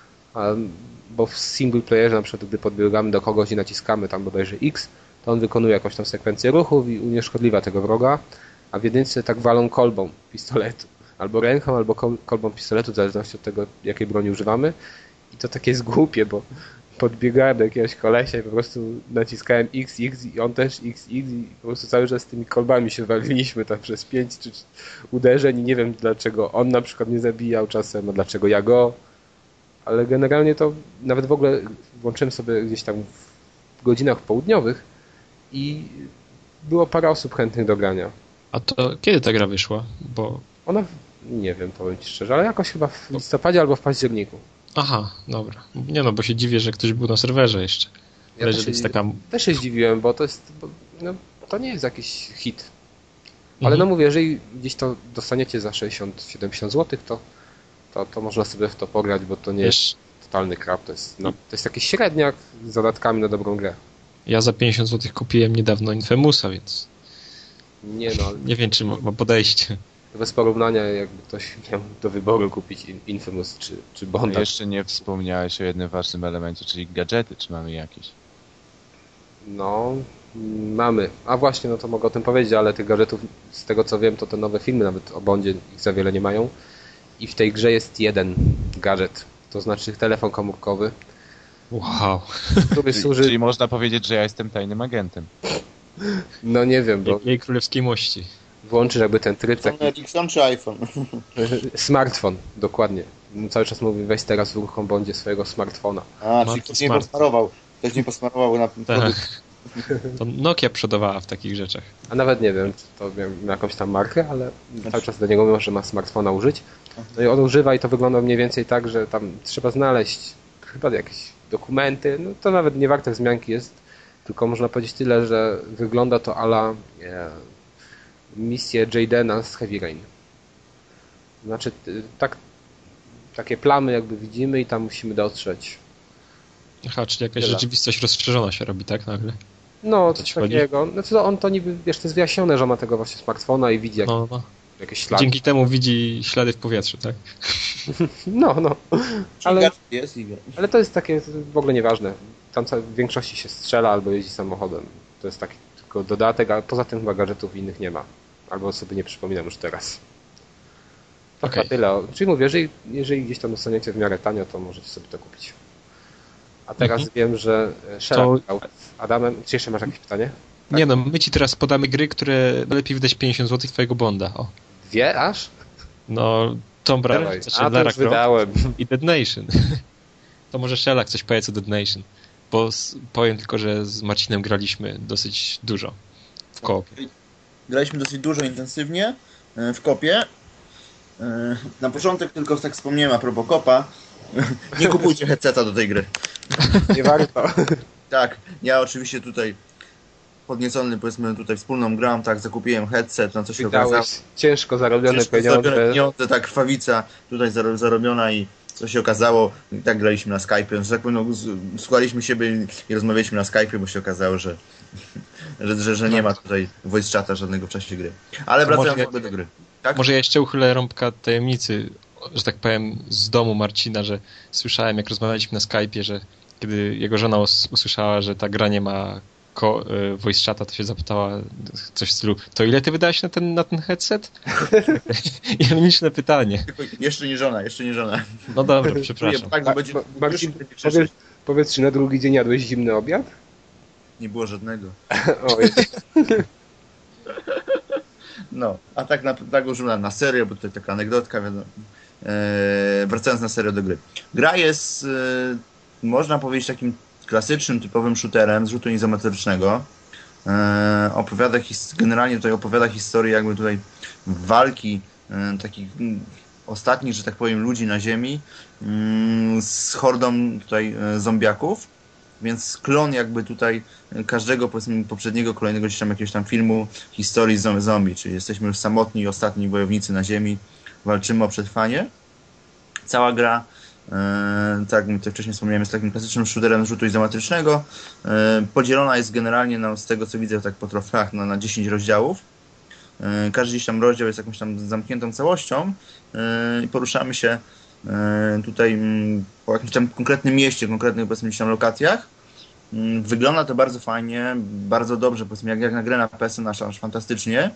bo w single playerze na przykład gdy podbiegamy do kogoś i naciskamy tam bodajże X, to on wykonuje jakąś tam sekwencję ruchów i unieszkodliwia tego wroga, a w jedynce tak walą kolbą pistoletu, albo ręką, albo kolbą pistoletu, w zależności od tego, jakiej broni używamy. I to takie jest głupie, bo podbiegałem do jakiegoś kolesia i po prostu naciskałem XX i on też XX i po prostu cały czas z tymi kolbami się waliliśmy tam przez 5 czy uderzeń i nie wiem dlaczego on na przykład nie zabijał czasem, a dlaczego ja go, ale generalnie to nawet w ogóle włączyłem sobie gdzieś tam w godzinach południowych i było parę osób chętnych do grania. A to kiedy ta gra wyszła? Bo... Ona, nie wiem, powiem ci szczerze, ale jakoś chyba w listopadzie albo w październiku. Aha, dobra. Nie no, bo się dziwię, że ktoś był na serwerze jeszcze. Ja Ale też że jest taka... Też się zdziwiłem, bo to jest, no, to nie jest jakiś hit. Ale Mhm. no mówię, jeżeli gdzieś to dostaniecie za 60-70 zł, to można sobie w to pograć, bo to nie jest Wiesz, totalny krap. To jest jakiś średniak z dodatkami na dobrą grę. ja za 50 zł kupiłem niedawno Infamousa, więc Nie no, nie wiem, czy ma podejście. bez porównania jakby ktoś miał do wyboru kupić Infamous czy A Bonda. jeszcze nie wspomniałeś o jednym ważnym elemencie, czyli gadżety, czy mamy jakieś? No, mamy. A właśnie, no to mogę o tym powiedzieć, ale tych gadżetów, z tego co wiem, to te nowe filmy nawet o Bondzie ich za wiele nie mają. I w tej grze jest jeden gadżet, to znaczy telefon komórkowy, Wow. który służy, Czyli można powiedzieć, że ja jestem tajnym agentem. no nie wiem, bo Jej królewskiej mości. włączysz jakby ten tryb, To taki Ericsson czy iPhone? smartfon, dokładnie. Cały czas mówi, weź teraz uruchom Bondzie swojego smartfona. A, No, czyli to ktoś nie smart. posmarował. Ktoś nie posmarował na produkt. Tak. To Nokia przodowała w takich rzeczach. A nawet nie wiem, czy to miał jakąś tam markę, ale cały czas do niego mówią, że ma smartfona użyć. No i on używa i to wygląda mniej więcej tak, że tam trzeba znaleźć chyba jakieś dokumenty, no to nawet nie warte wzmianki jest, tylko można powiedzieć tyle, że wygląda to a la misję Jadena z Heavy Rain. Znaczy takie plamy jakby widzimy i tam musimy dotrzeć. Aha, czyli jakaś Tyle. rzeczywistość rozszerzona się robi, tak nagle? No, to coś ci chodzi? takiego. No to on to niby, wiesz, to jest wyjaśnione, że ma tego właśnie smartfona i widzi No. jakieś ślady. Dzięki temu widzi ślady w powietrzu, tak? No. Ale jest i wie. Ale to jest takie w ogóle nieważne. Tam w większości się strzela albo jeździ samochodem. To jest taki tylko dodatek, a poza tym chyba gadżetów innych nie ma. Albo sobie nie przypominam już teraz. To Okej. chyba tyle. Czyli mówię, jeżeli gdzieś tam dostaniecie w miarę tanio, to możecie sobie to kupić. A teraz wiem, że Sherak grał z Adamem. Czy jeszcze masz jakieś pytanie? Tak. Nie no, my ci teraz podamy gry, które lepiej wydać 50 zł twojego Bonda. O. Dwie aż? No, Tomb Dawaj. Raider, znaczy A to Lara już Croft wydałem. i Dead Nation. To może Shelak coś powie co Dead Nation. Bo powiem tylko, że z Marcinem graliśmy dosyć dużo w koopie. Graliśmy dosyć dużo, intensywnie w kopie. Na początek tylko tak wspomniałem a propos kopa. Nie kupujcie headseta do tej gry. Nie warto. Tak, ja oczywiście tutaj podniecony, powiedzmy, tutaj wspólną grą, tak, zakupiłem headset, na co się okazało. Wydałeś ciężko zarobione pieniądze. Tak, krwawica tutaj zarobiona i co się okazało, i tak graliśmy na Skype'ie, że tak powiem, no, słuchaliśmy siebie i rozmawialiśmy na Skype'ie, bo się okazało, że nie ma tutaj voice chata żadnego w czasie gry. Ale wracając jakby do gry. Tak? Może ja jeszcze uchylę rąbka tajemnicy, że tak powiem, z domu Marcina, że słyszałem, jak rozmawialiśmy na Skype'ie, że kiedy jego żona usłyszała, że ta gra nie ma voice chata, to się zapytała coś w stylu, to ile ty wydałeś na ten headset? Ironiczne pytanie. Jeszcze nie żona. No dobra, przepraszam. Tak, że będzie, Marcin, będzie krzyczeć. powiedz, czy na drugi dzień jadłeś zimny obiad? Nie było żadnego. Oj, No, a tak użyłem na serio, bo tutaj taka anegdotka, wiadomo. Wracając na serio do gry. Gra jest, można powiedzieć, takim klasycznym, typowym shooterem z rzutu izometrycznego. Generalnie tutaj opowiada historię jakby tutaj walki takich ostatnich, że tak powiem, ludzi na ziemi z hordą tutaj zombiaków. Więc klon jakby tutaj każdego, powiedzmy, poprzedniego, kolejnego gdzieś tam jakiegoś tam filmu, historii zombie, czyli jesteśmy już samotni i ostatni wojownicy na ziemi, walczymy o przetrwanie. Cała gra, tak jak wcześniej wspomniałem, jest takim klasycznym shooterem z rzutu izometrycznego. Podzielona jest generalnie, no, z tego co widzę, tak po trofeach, na 10 rozdziałów. Każdy gdzieś tam rozdział jest jakąś tam zamkniętą całością i poruszamy się tutaj po jakimś tam konkretnym mieście, konkretnych, powiedzmy, gdzieś tam lokacjach. Wygląda to bardzo fajnie, bardzo dobrze, powiedzmy, jak na grę na PS aż fantastycznie.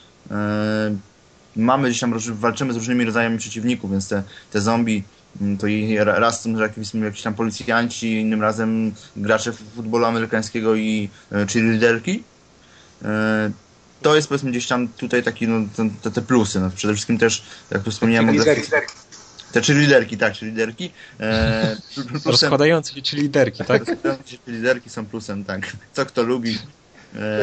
Mamy gdzieś tam, walczymy z różnymi rodzajami przeciwników, więc te zombie to raz są jakieś tam policjanci, innym razem gracze futbolu amerykańskiego i cheerleaderki. To jest, powiedzmy, gdzieś tam tutaj taki, no, te plusy. No, przede wszystkim też, jak tu wspomniałem, te cheerleaderki. Rozkładające się cheerleaderki, tak? Rozkładające się cheerleaderki są plusem, tak. Co kto lubi.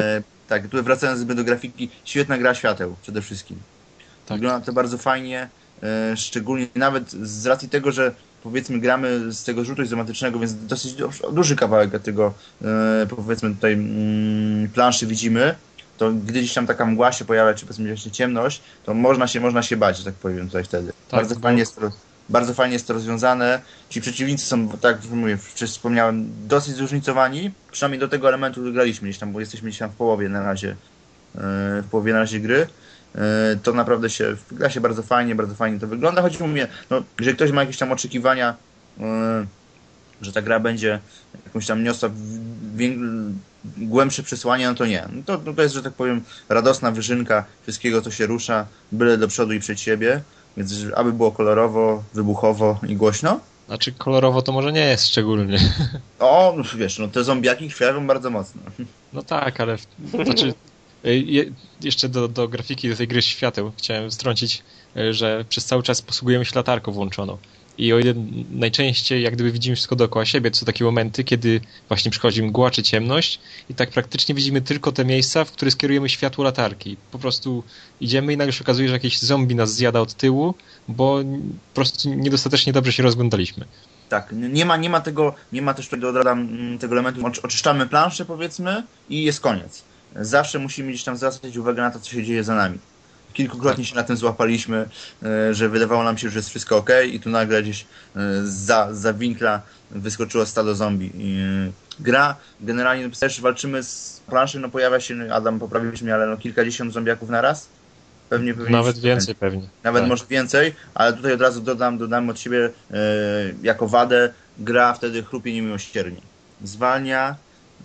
Tak, tutaj wracając do grafiki, świetna gra świateł przede wszystkim. Tak. Wygląda to bardzo fajnie, szczególnie nawet z racji tego, że powiedzmy gramy z tego rzutu izometrycznego, więc dosyć duży kawałek tego powiedzmy tutaj planszy widzimy, to gdy gdzieś tam taka mgła się pojawia, czy powiedzmy właśnie ciemność, to można się bać, że tak powiem tutaj wtedy. Tak, Bardzo fajnie jest to rozwiązane. Ci przeciwnicy są, tak jak mówię, wcześniej wspomniałem, dosyć zróżnicowani. Przynajmniej do tego elementu graliśmy gdzieś tam, bo jesteśmy gdzieś tam w połowie na razie gry. To naprawdę gra się bardzo fajnie to wygląda, choć mówię, no, jeżeli ktoś ma jakieś tam oczekiwania, że ta gra będzie jakąś tam niosła głębsze przesłanie, no to nie. To jest, że tak powiem, radosna wyżynka wszystkiego, co się rusza, byle do przodu i przed siebie, więc aby było kolorowo, wybuchowo i głośno. Znaczy kolorowo to może nie jest szczególnie. O, no, wiesz, no te zombiaki krwawią bardzo mocno. No tak, ale znaczy, jeszcze do grafiki, do tej gry świateł chciałem strącić, że przez cały czas posługujemy się latarką włączoną. I o ile najczęściej jak gdyby widzimy wszystko dookoła siebie, to są takie momenty, kiedy właśnie przychodzi mgła czy ciemność i tak praktycznie widzimy tylko te miejsca, w które skierujemy światło latarki. Po prostu idziemy i nagle się okazuje, że jakiś zombie nas zjada od tyłu, bo po prostu niedostatecznie dobrze się rozglądaliśmy. Tak, nie ma też tego elementu, oczyszczamy planszę powiedzmy i jest koniec. Zawsze musimy gdzieś tam zwracać uwagę na to, co się dzieje za nami. Kilkukrotnie się na tym złapaliśmy, że wydawało nam się, że jest wszystko ok i tu nagle gdzieś za winkla wyskoczyło stado zombie. Gra generalnie też walczymy z planszy, no pojawia się, Adam poprawiłeś mnie, ale no kilkadziesiąt zombiaków na raz. Pewnie nawet więcej pewnie. Nawet tak. może więcej, ale tutaj od razu dodam od siebie jako wadę, gra wtedy chrupie niemiłosiernie. Zwalnia.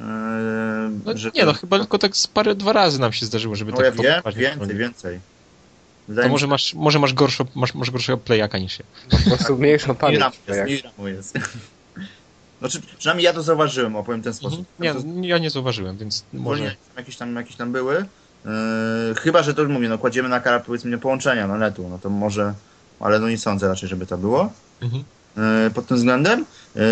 Chyba tylko tak dwa razy nam się zdarzyło, żeby tak ja wiem, więcej. To może masz gorszego playaka niż ja. Po prostu mniejszą pamięć. Mniej ramu jest. Znaczy, przynajmniej ja to zauważyłem, opowiem w ten sposób. Ja nie zauważyłem, więc może... Jakieś tam były. Chyba, że to już mówię, no kładziemy na karę powiedzmy połączenia na netu, no to może, ale no nie sądzę raczej, żeby to było. Pod tym względem.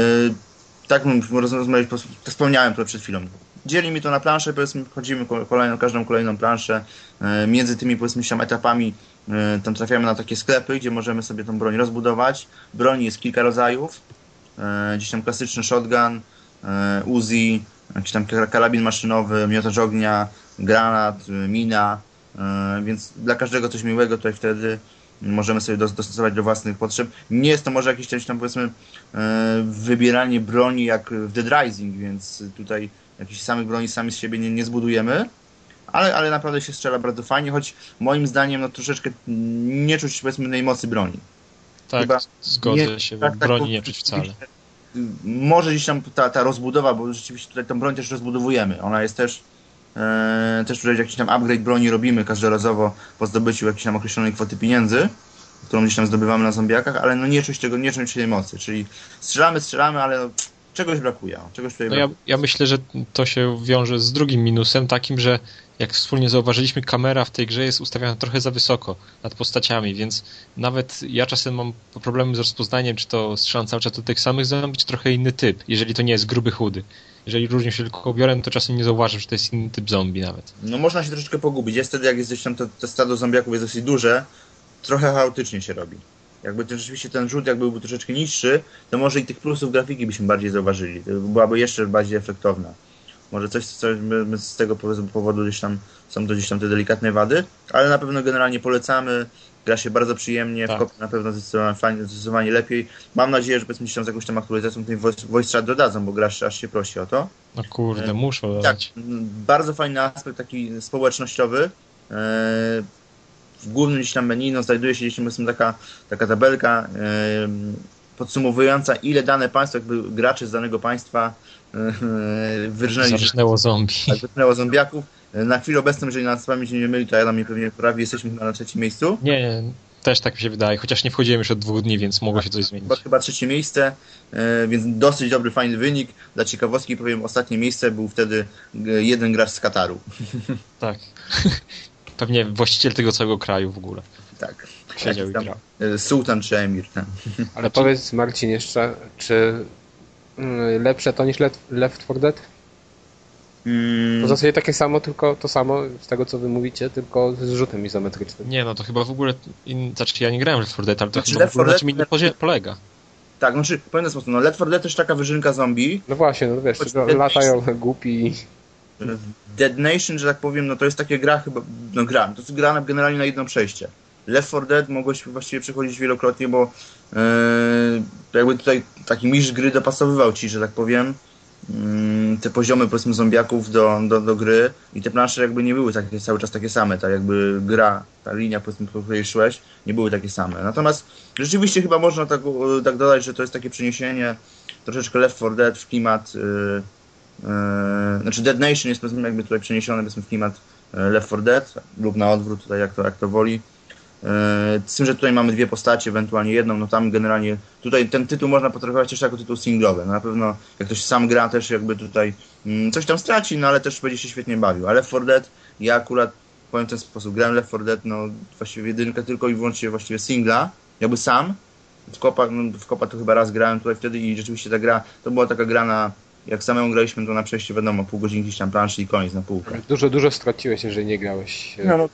Tak rozmawiać, wspomniałem to przed chwilą. Dzieli mi to na planszę, powiedzmy, wchodzimy każdą kolejną planszę. Między tymi powiedzmy tam etapami tam trafiamy na takie sklepy, gdzie możemy sobie tą broń rozbudować. Broni jest kilka rodzajów. Gdzieś tam klasyczny shotgun, Uzi, jakiś tam karabin maszynowy, miotacz ognia, granat, mina, więc dla każdego coś miłego tutaj wtedy możemy sobie dostosować do własnych potrzeb. Nie jest to może jakieś tam powiedzmy wybieranie broni jak w Dead Rising, więc tutaj jakichś samych broni sami z siebie nie zbudujemy, ale naprawdę się strzela bardzo fajnie, choć moim zdaniem no troszeczkę nie czuć powiedzmy tej mocy broni. Tak, chyba zgodzę się, broni nie czuć wcale. Może gdzieś tam ta rozbudowa, bo rzeczywiście tutaj tą broń też rozbudowujemy. Ona jest też tutaj jakiś tam upgrade broni robimy każdorazowo po zdobyciu jakiejś tam określonej kwoty pieniędzy, którą gdzieś tam zdobywamy na zombiakach, ale no nie czuć tej mocy, czyli strzelamy, ale no, czegoś brakuje. Ja myślę, że to się wiąże z drugim minusem, takim, że jak wspólnie zauważyliśmy, kamera w tej grze jest ustawiona trochę za wysoko nad postaciami, więc nawet ja czasem mam problemy z rozpoznaniem, czy to strzelam cały czas do tych samych zombie, czy trochę inny typ, jeżeli to nie jest gruby, chudy. Jeżeli różnią się tylko ubiorem, to czasem nie zauważę, że to jest inny typ zombie nawet. No można się troszeczkę pogubić. Jest wtedy, jak jest gdzieś tam to stado zombiaków jest dosyć duże, trochę chaotycznie się robi. Jakby rzeczywiście ten rzut jak byłby troszeczkę niższy, to może i tych plusów grafiki byśmy bardziej zauważyli. To byłaby jeszcze bardziej efektowna. Może coś my z tego powodu są to gdzieś tam te delikatne wady, ale na pewno generalnie polecamy. Gra się bardzo przyjemnie, w kopii na pewno zdecydowanie lepiej. Mam nadzieję, że powiedzmy się tam z jakąś tam aktualizacją tej voice chat dodadzą, bo gra aż się prosi o to. No kurde, muszą dodać. Tak, bardzo fajny aspekt taki społecznościowy. W głównym gdzieś tam menu znajduje się gdzieś tam taka tabelka podsumowująca, ile dane państwo, jakby gracze z danego państwa wyrżnęli. Zarżnęło zombie. Tak, wyrżnęło zombiaków. Na chwilę obecną, jeżeli nas pamięć nie myli, to ja mnie pewnie poprawi, jesteśmy na trzecim miejscu. Nie, też tak mi się wydaje, chociaż nie wchodziłem już od 2 dni, więc mogło się coś zmienić. Chyba trzecie miejsce, więc dosyć dobry, fajny wynik. Dla ciekawostki powiem, ostatnie miejsce był wtedy jeden gracz z Kataru. Tak. Pewnie właściciel tego całego kraju w ogóle. Tak. Siedział i grał. Sułtan czy emir. Tak. Ale powiedz Marcin jeszcze, czy lepsze to niż Left 4 Dead? W zasadzie takie samo, tylko to samo z tego co wy mówicie, tylko z rzutem izometrycznym. Nie, no to chyba w ogóle... Znaczy ja nie grałem w Left 4 Dead, ale to Znaczy, chyba Left w ogóle 4 na czym innym polega. Tak, znaczy, powiem w ten sposób, no Left 4 Dead też taka wyżynka zombie. No właśnie, no wiesz, Choć tylko Dead latają głupi. Dead Nation, że tak powiem, no to jest takie gra chyba, no gra, to jest gra generalnie na jedno przejście. Left 4 Dead mogłeś właściwie przechodzić wielokrotnie, bo jakby tutaj taki mistrz gry dopasowywał ci, że tak powiem, te poziomy powiedzmy zombiaków do gry i te plansze jakby nie były takie, cały czas takie same, tak jakby gra, ta linia powiedzmy po której szłeś, nie były takie same. Natomiast rzeczywiście chyba można tak dodać, że to jest takie przeniesienie troszeczkę Left 4 Dead w klimat znaczy Dead Nation jest powiedzmy jakby tutaj przeniesiony powiedzmy w klimat Left 4 Dead lub na odwrót tutaj jak to woli. Z tym, że tutaj mamy dwie postacie, ewentualnie jedną, no tam generalnie tutaj ten tytuł można potraktować też jako tytuł singlowy. No na pewno jak ktoś sam gra też jakby tutaj coś tam straci, no ale też będzie się świetnie bawił. A Left 4 Dead, ja akurat powiem w ten sposób, grałem Left 4 Dead, no właściwie jedynkę tylko i wyłącznie właściwie singla, jakby sam. W kopa to chyba raz grałem tutaj wtedy i rzeczywiście ta gra, to była taka gra na, jak samemu graliśmy to na przejście, wiadomo, pół godzinki gdzieś tam planszy i koniec na półkę. Dużo straciłeś, jeżeli nie grałeś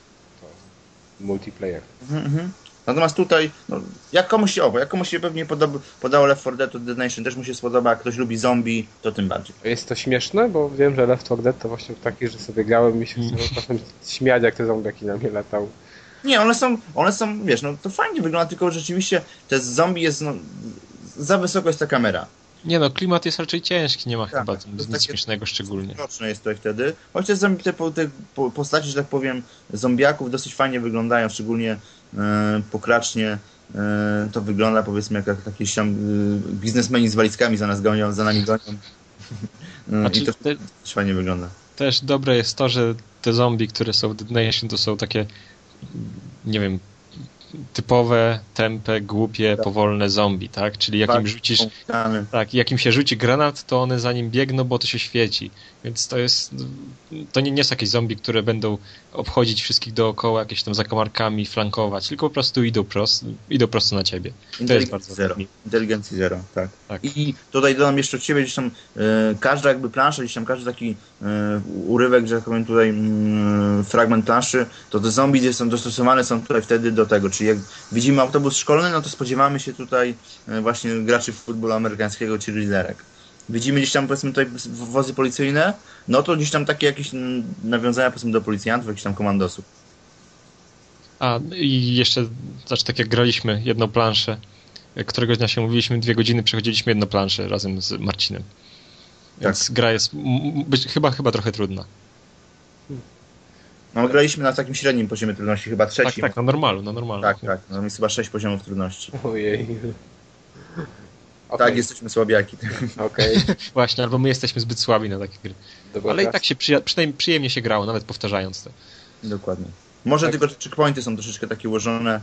multiplayer. Natomiast tutaj, no, jak komuś się pewnie podało Left 4 Dead, to Dead Nation też mu się spodoba, jak ktoś lubi zombie, to tym bardziej. Jest to śmieszne, bo wiem, że Left 4 Dead to właśnie taki, że sobie grałem i mi się czasem śmiać, jak te zombiaki na mnie latały. Nie, one są, wiesz, no to fajnie wygląda, tylko rzeczywiście te zombie jest, no, za wysoko jest ta kamera. Nie no, klimat jest raczej ciężki, nie ma Tak, chyba to nic jest takie śmiesznego szczególnie. Mroczne jest to wtedy. Choć te postaci, że tak powiem, zombiaków dosyć fajnie wyglądają, szczególnie pokracznie to wygląda, powiedzmy, jak jakieś tam biznesmeni z walizkami za nami gonią. Znaczy, I to dosyć fajnie wygląda. Też dobre jest to, że te zombie, które są w Dead Nation, to są takie, nie wiem, typowe, tępe, głupie, powolne zombie, tak? Czyli jak im rzucisz, jak im się rzuci granat, to one za nim biegną, bo to się świeci. Więc to nie są jakieś zombie, które będą obchodzić wszystkich dookoła, jakieś tam zakamarkami, flankować, tylko po prostu idą prosto na ciebie. To jest bardzo zero. Inteligencji zero, tak. Tak. I tutaj dodam jeszcze od ciebie, gdzieś tam każda jakby plansza, gdzieś tam każdy taki urywek, że tak powiem tutaj fragment planszy, to te zombie są dostosowane są tutaj wtedy do tego, czyli jak widzimy autobus szkolny, no to spodziewamy się tutaj właśnie graczy futbolu amerykańskiego czy liderek. Widzimy gdzieś tam powiedzmy tutaj wozy policyjne, no to gdzieś tam takie jakieś nawiązania powiedzmy do policjantów, jakichś tam komandosów. A i jeszcze, znaczy tak jak graliśmy jedną planszę, któregoś dnia się mówiliśmy, 2 godziny przechodziliśmy jedną planszę razem z Marcinem. Więc gra jest chyba trochę trudna. No graliśmy na takim średnim poziomie trudności, chyba trzecim. Tak, na normalu. Tak, no jest chyba 6 poziomów trudności. Ojej. Tak, jesteśmy słabiaki. Okej. Właśnie, albo my jesteśmy zbyt słabi na takie gry. Dobra, ale i tak się przynajmniej przyjemnie się grało, nawet powtarzając to. Dokładnie. Może tylko checkpointy są troszeczkę takie ułożone.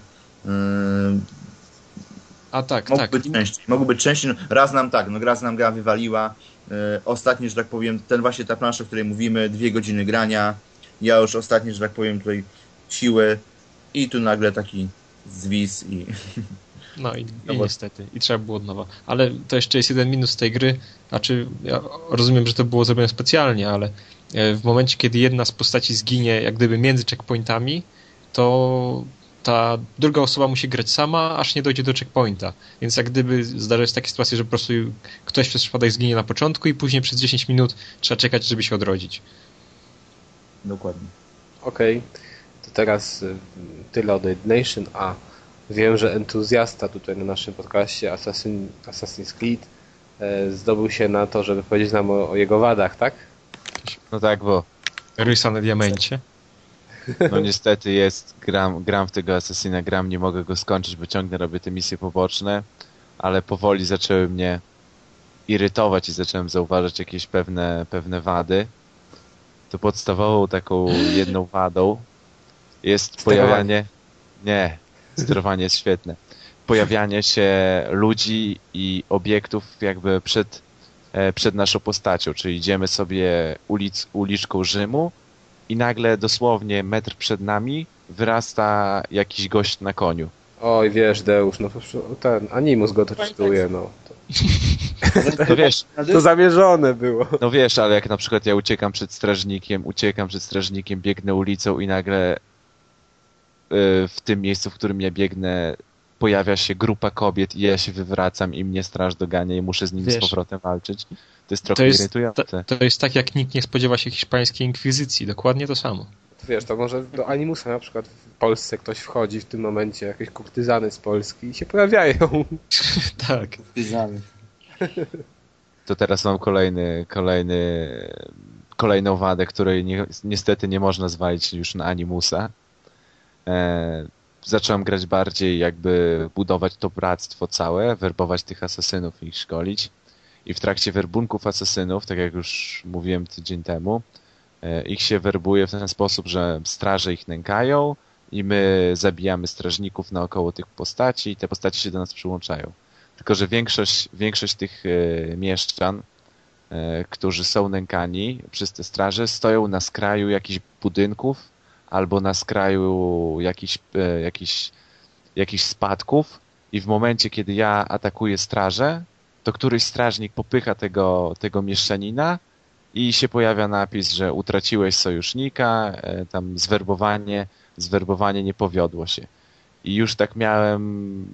Mogły być częściej. Raz nam gra wywaliła. Ostatnio, że tak powiem, ta plansza, o której mówimy, 2 godziny grania. Ja już ostatnio, że tak powiem, tutaj siły i tu nagle taki zwis i... No i niestety. I trzeba było od nowa. Ale to jeszcze jest jeden minus tej gry. Znaczy, ja rozumiem, że to było zrobione specjalnie, ale w momencie, kiedy jedna z postaci zginie jak gdyby między checkpointami, to ta druga osoba musi grać sama, aż nie dojdzie do checkpointa. Więc jak gdyby zdarzają się takie sytuacje, że po prostu ktoś przez przypadek zginie na początku i później przez 10 minut trzeba czekać, żeby się odrodzić. Dokładnie. Okej. To teraz tyle o Dead Nation, a wiem, że entuzjasta tutaj na naszym podcaście Assassin's Creed zdobył się na to, żeby powiedzieć nam o jego wadach, tak? No tak, bo Rysa na diamencie. no niestety gram w tego Assassina, nie mogę go skończyć, bo ciągle robię te misje poboczne, ale powoli zaczęły mnie irytować i zacząłem zauważać jakieś pewne wady. To podstawową taką jedną wadą jest pojawianie... Nie, sterowanie jest świetne. Pojawianie się ludzi i obiektów jakby przed naszą postacią, czyli idziemy sobie uliczką Rzymu i nagle dosłownie metr przed nami wyrasta jakiś gość na koniu. Oj, wiesz, Deusz, no ten Animus go to czytuje, no. No wiesz, To zamierzone było. no wiesz, ale jak na przykład ja uciekam przed strażnikiem, biegnę ulicą i nagle w tym miejscu, w którym ja biegnę, pojawia się grupa kobiet i ja się wywracam i mnie straż dogania i muszę z nimi z Wiesz, powrotem walczyć. To jest trochę irytujące. To jest tak, jak nikt nie spodziewa się hiszpańskiej inkwizycji. Dokładnie to samo. To wiesz, to może do Animusa na przykład w Polsce ktoś wchodzi w tym momencie, jakieś kurtyzany z Polski i się pojawiają. Tak. Pisany. To teraz mam kolejną wadę, której niestety nie można zwalić już na Animusa. Zacząłem grać bardziej, jakby budować to bractwo całe, werbować tych asasynów i ich szkolić. I w trakcie werbunków asasynów, tak jak już mówiłem tydzień temu, ich się werbuje w ten sposób, że straże ich nękają i my zabijamy strażników naokoło tych postaci i te postaci się do nas przyłączają. Tylko że większość tych mieszczan, którzy są nękani przez te straże, stoją na skraju jakichś budynków albo na skraju jakichś spadków i w momencie, kiedy ja atakuję strażę, to któryś strażnik popycha tego mieszczanina i się pojawia napis, że utraciłeś sojusznika, tam zwerbowanie nie powiodło się. I już tak miałem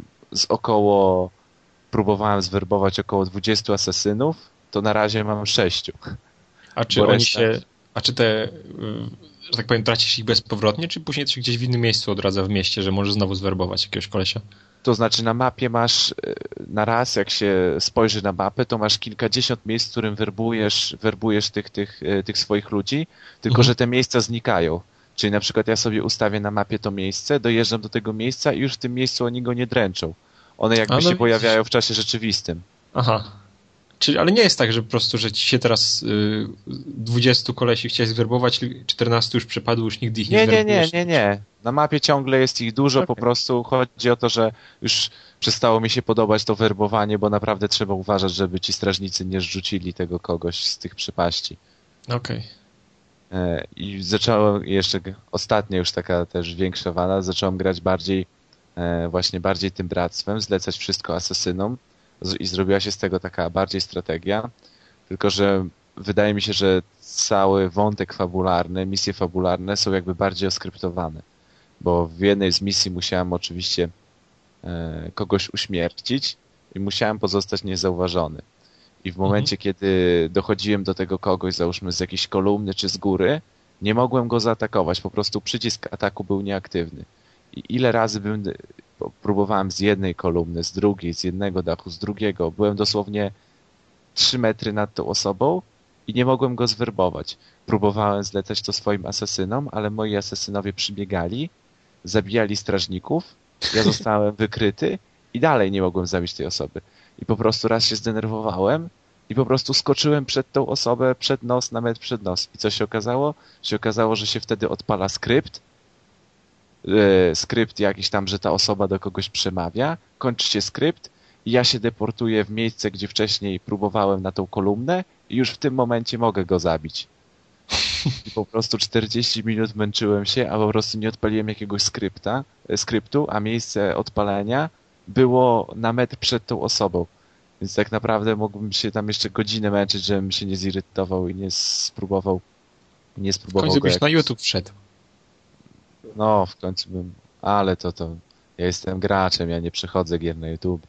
próbowałem zwerbować około 20 asasynów, to na razie mam 6. A czy oni się, a czy te, że tak powiem, tracisz ich bezpowrotnie, czy później to się gdzieś w innym miejscu odradza w mieście, że możesz znowu zwerbować jakiegoś kolesia? To znaczy na mapie masz na raz, jak się spojrzy na mapę, to masz kilkadziesiąt miejsc, w którym werbujesz tych swoich ludzi, tylko że te miejsca znikają. Czyli na przykład ja sobie ustawię na mapie to miejsce, dojeżdżam do tego miejsca i już w tym miejscu oni go nie dręczą. One jakby się pojawiają w czasie rzeczywistym. Aha. Czyli, ale nie jest tak, że po prostu, że ci się teraz 20 kolesi chciałeś zwerbować, 14 już przepadło, już nigdy ich nie zwerbujesz. Nie. Na mapie ciągle jest ich dużo, po prostu chodzi o to, że już przestało mi się podobać to werbowanie, bo naprawdę trzeba uważać, żeby ci strażnicy nie zrzucili tego kogoś z tych przepaści. Okej. I zacząłem jeszcze, ostatnia już taka też większa wada, zacząłem grać bardziej tym bractwem, zlecać wszystko asesynom i zrobiła się z tego taka bardziej strategia, tylko że wydaje mi się, że cały wątek fabularny, misje fabularne są jakby bardziej oskryptowane, bo w jednej z misji musiałem oczywiście kogoś uśmiercić i musiałem pozostać niezauważony. I w momencie, kiedy dochodziłem do tego kogoś, załóżmy z jakiejś kolumny czy z góry, nie mogłem go zaatakować, po prostu przycisk ataku był nieaktywny. I ile razy próbowałem z jednej kolumny, z drugiej, z jednego dachu, z drugiego, byłem dosłownie 3 metry nad tą osobą i nie mogłem go zwerbować. Próbowałem zlecać to swoim asesynom, ale moi asesynowie przybiegali, zabijali strażników, ja zostałem wykryty i dalej nie mogłem zabić tej osoby. I po prostu raz się zdenerwowałem i po prostu skoczyłem przed tą osobę, przed nos, na metr przed nos. I co się okazało? Się okazało, że się wtedy odpala skrypt jakiś tam, że ta osoba do kogoś przemawia, kończy się skrypt i ja się deportuję w miejsce, gdzie wcześniej próbowałem na tą kolumnę i już w tym momencie mogę go zabić. I po prostu 40 minut męczyłem się, a po prostu nie odpaliłem jakiegoś skryptu, a miejsce odpalenia było na metr przed tą osobą. Więc tak naprawdę mógłbym się tam jeszcze godzinę męczyć, żebym się nie zirytował i nie spróbował W końcu byś na YouTube wszedł. No, w końcu bym... Ale to... Ja jestem graczem, ja nie przechodzę gier na YouTube.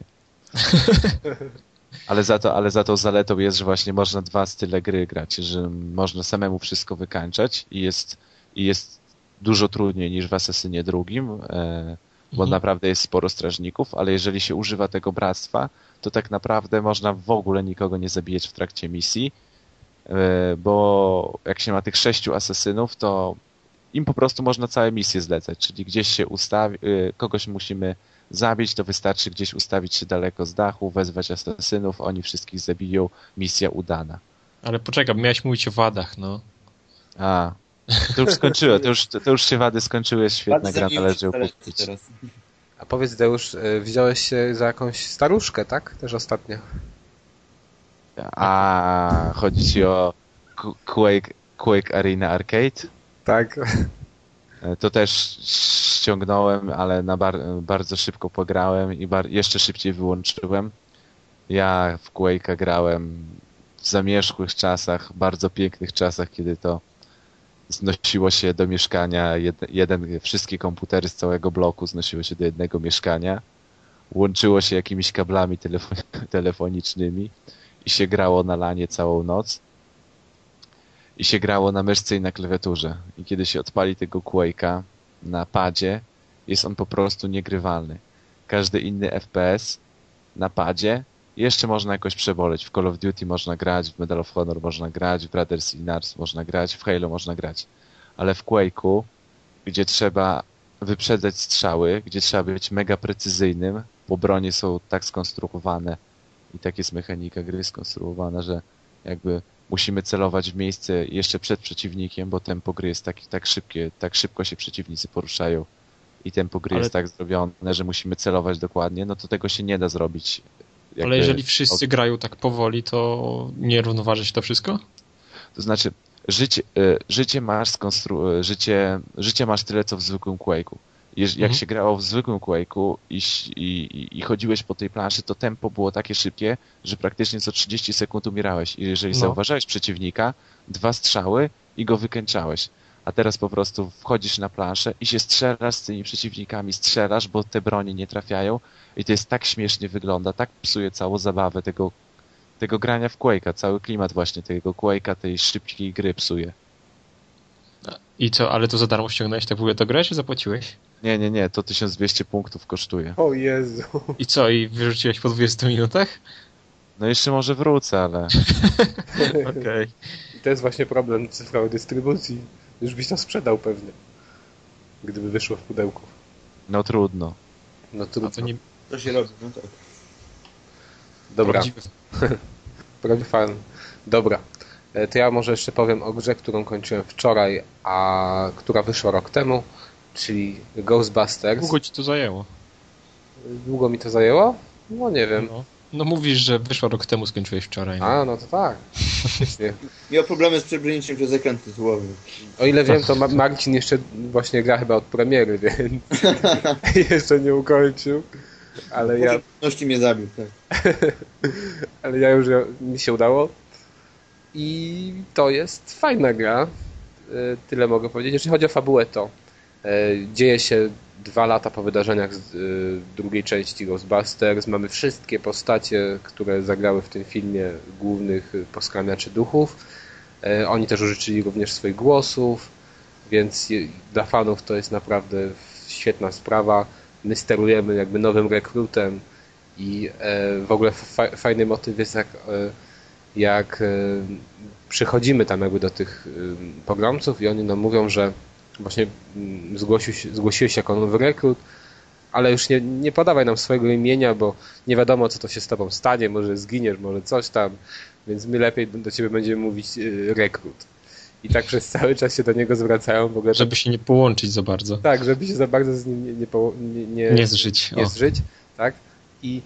Ale za to zaletą jest, że właśnie można 2 style gry grać, że można samemu wszystko wykańczać i jest dużo trudniej niż w Asasynie drugim, bo naprawdę jest sporo strażników, ale jeżeli się używa tego bractwa, to tak naprawdę można w ogóle nikogo nie zabijać w trakcie misji, bo jak się ma tych 6 asasynów, to im po prostu można całe misje zlecać, czyli gdzieś się kogoś musimy zabić, to wystarczy gdzieś ustawić się daleko z dachu, wezwać asasynów, oni wszystkich zabiją, misja udana. Ale poczekaj, miałeś mówić o wadach, no. A, to już skończyłem, to już się wady skończyły, jest świetna gra, należy ją kupić. A powiedz, Deusz, wziąłeś się za jakąś staruszkę, tak? Też ostatnio. A, chodzi ci o Quake Arena Arcade? Tak. To też ściągnąłem, ale bardzo szybko pograłem i jeszcze szybciej wyłączyłem. Ja w Quake'a grałem w zamierzchłych czasach, bardzo pięknych czasach, kiedy to znosiło się do mieszkania, wszystkie komputery z całego bloku znosiły się do jednego mieszkania, łączyło się jakimiś kablami telefonicznymi i się grało na lanie całą noc. I się grało na myszce i na klawiaturze. I kiedy się odpali tego Quake'a na padzie, jest on po prostu niegrywalny. Każdy inny FPS na padzie jeszcze można jakoś przeboleć. W Call of Duty można grać, w Medal of Honor można grać, w Brothers in Arms można grać, w Halo można grać. Ale w Quake'u, gdzie trzeba wyprzedzać strzały, gdzie trzeba być mega precyzyjnym, bo bronie są tak skonstruowane i tak jest mechanika gry skonstruowana, że jakby musimy celować w miejsce jeszcze przed przeciwnikiem, bo tempo gry jest tak szybkie, tak szybko się przeciwnicy poruszają i tempo gry jest tak zrobione, że musimy celować dokładnie, no to tego się nie da zrobić. Ale jeżeli wszyscy grają tak powoli, to nie równoważy się to wszystko? To znaczy, życie masz tyle, co w zwykłym Quake'u. Jak się grało w zwykłym Quake'u i chodziłeś po tej planszy, to tempo było takie szybkie, że praktycznie co 30 sekund umierałeś. I jeżeli zauważałeś przeciwnika, 2 strzały i go wykańczałeś. A teraz po prostu wchodzisz na planszę i się strzelasz z tymi przeciwnikami, bo te bronie nie trafiają i to jest tak śmiesznie wygląda, tak psuje całą zabawę tego grania w Quake'a, cały klimat właśnie tego Quake'a, tej szybkiej gry psuje. I co, ale to za darmo ściągnąłeś tak w ogóle to grę, czy zapłaciłeś? Nie, to 1200 punktów kosztuje. O Jezu. I co, i wyrzuciłeś po 20 minutach? No jeszcze może wrócę, ale... Okej. I to jest właśnie problem cyfrowej dystrybucji. Już byś to sprzedał pewnie. Gdyby wyszło w pudełku. No trudno. No trudno. A to nie... To się robi, no tak. Dobra. Prawdziwy. Prawie fan. Dobra. To ja może jeszcze powiem o grze, którą kończyłem wczoraj, a która wyszła rok temu, czyli Ghostbusters. Długo ci to zajęło? Długo mi to zajęło? No nie wiem. No mówisz, że wyszło rok temu, skończyłeś wczoraj. A, no to tak. Faktycznie. Miał problemy z przebrnięciem przez ekran tytułowy. O ile wiem, to Marcin jeszcze właśnie gra chyba od premiery, więc jeszcze nie ukończył. Ale ja... Pewności mnie zabił, tak. Ale ja już mi się udało. I to jest fajna gra. Tyle mogę powiedzieć. Jeśli chodzi o fabułę, to dzieje się 2 lata po wydarzeniach z drugiej części Ghostbusters. Mamy wszystkie postacie, które zagrały w tym filmie głównych poskramiaczy duchów. Oni też użyczyli również swoich głosów, więc dla fanów to jest naprawdę świetna sprawa. My sterujemy jakby nowym rekrutem i w ogóle fajny motyw jest jak przychodzimy tam jakby do tych pogromców i oni nam mówią, że właśnie zgłosiłeś się jako nowy rekrut, ale już nie podawaj nam swojego imienia, bo nie wiadomo, co to się z tobą stanie, może zginiesz, może coś tam, więc my lepiej do ciebie będziemy mówić rekrut. I tak przez cały czas się do niego zwracają. W ogóle żeby się nie połączyć za bardzo. Tak, żeby się za bardzo z nim nie zżyć. Nie zżyć, tak? I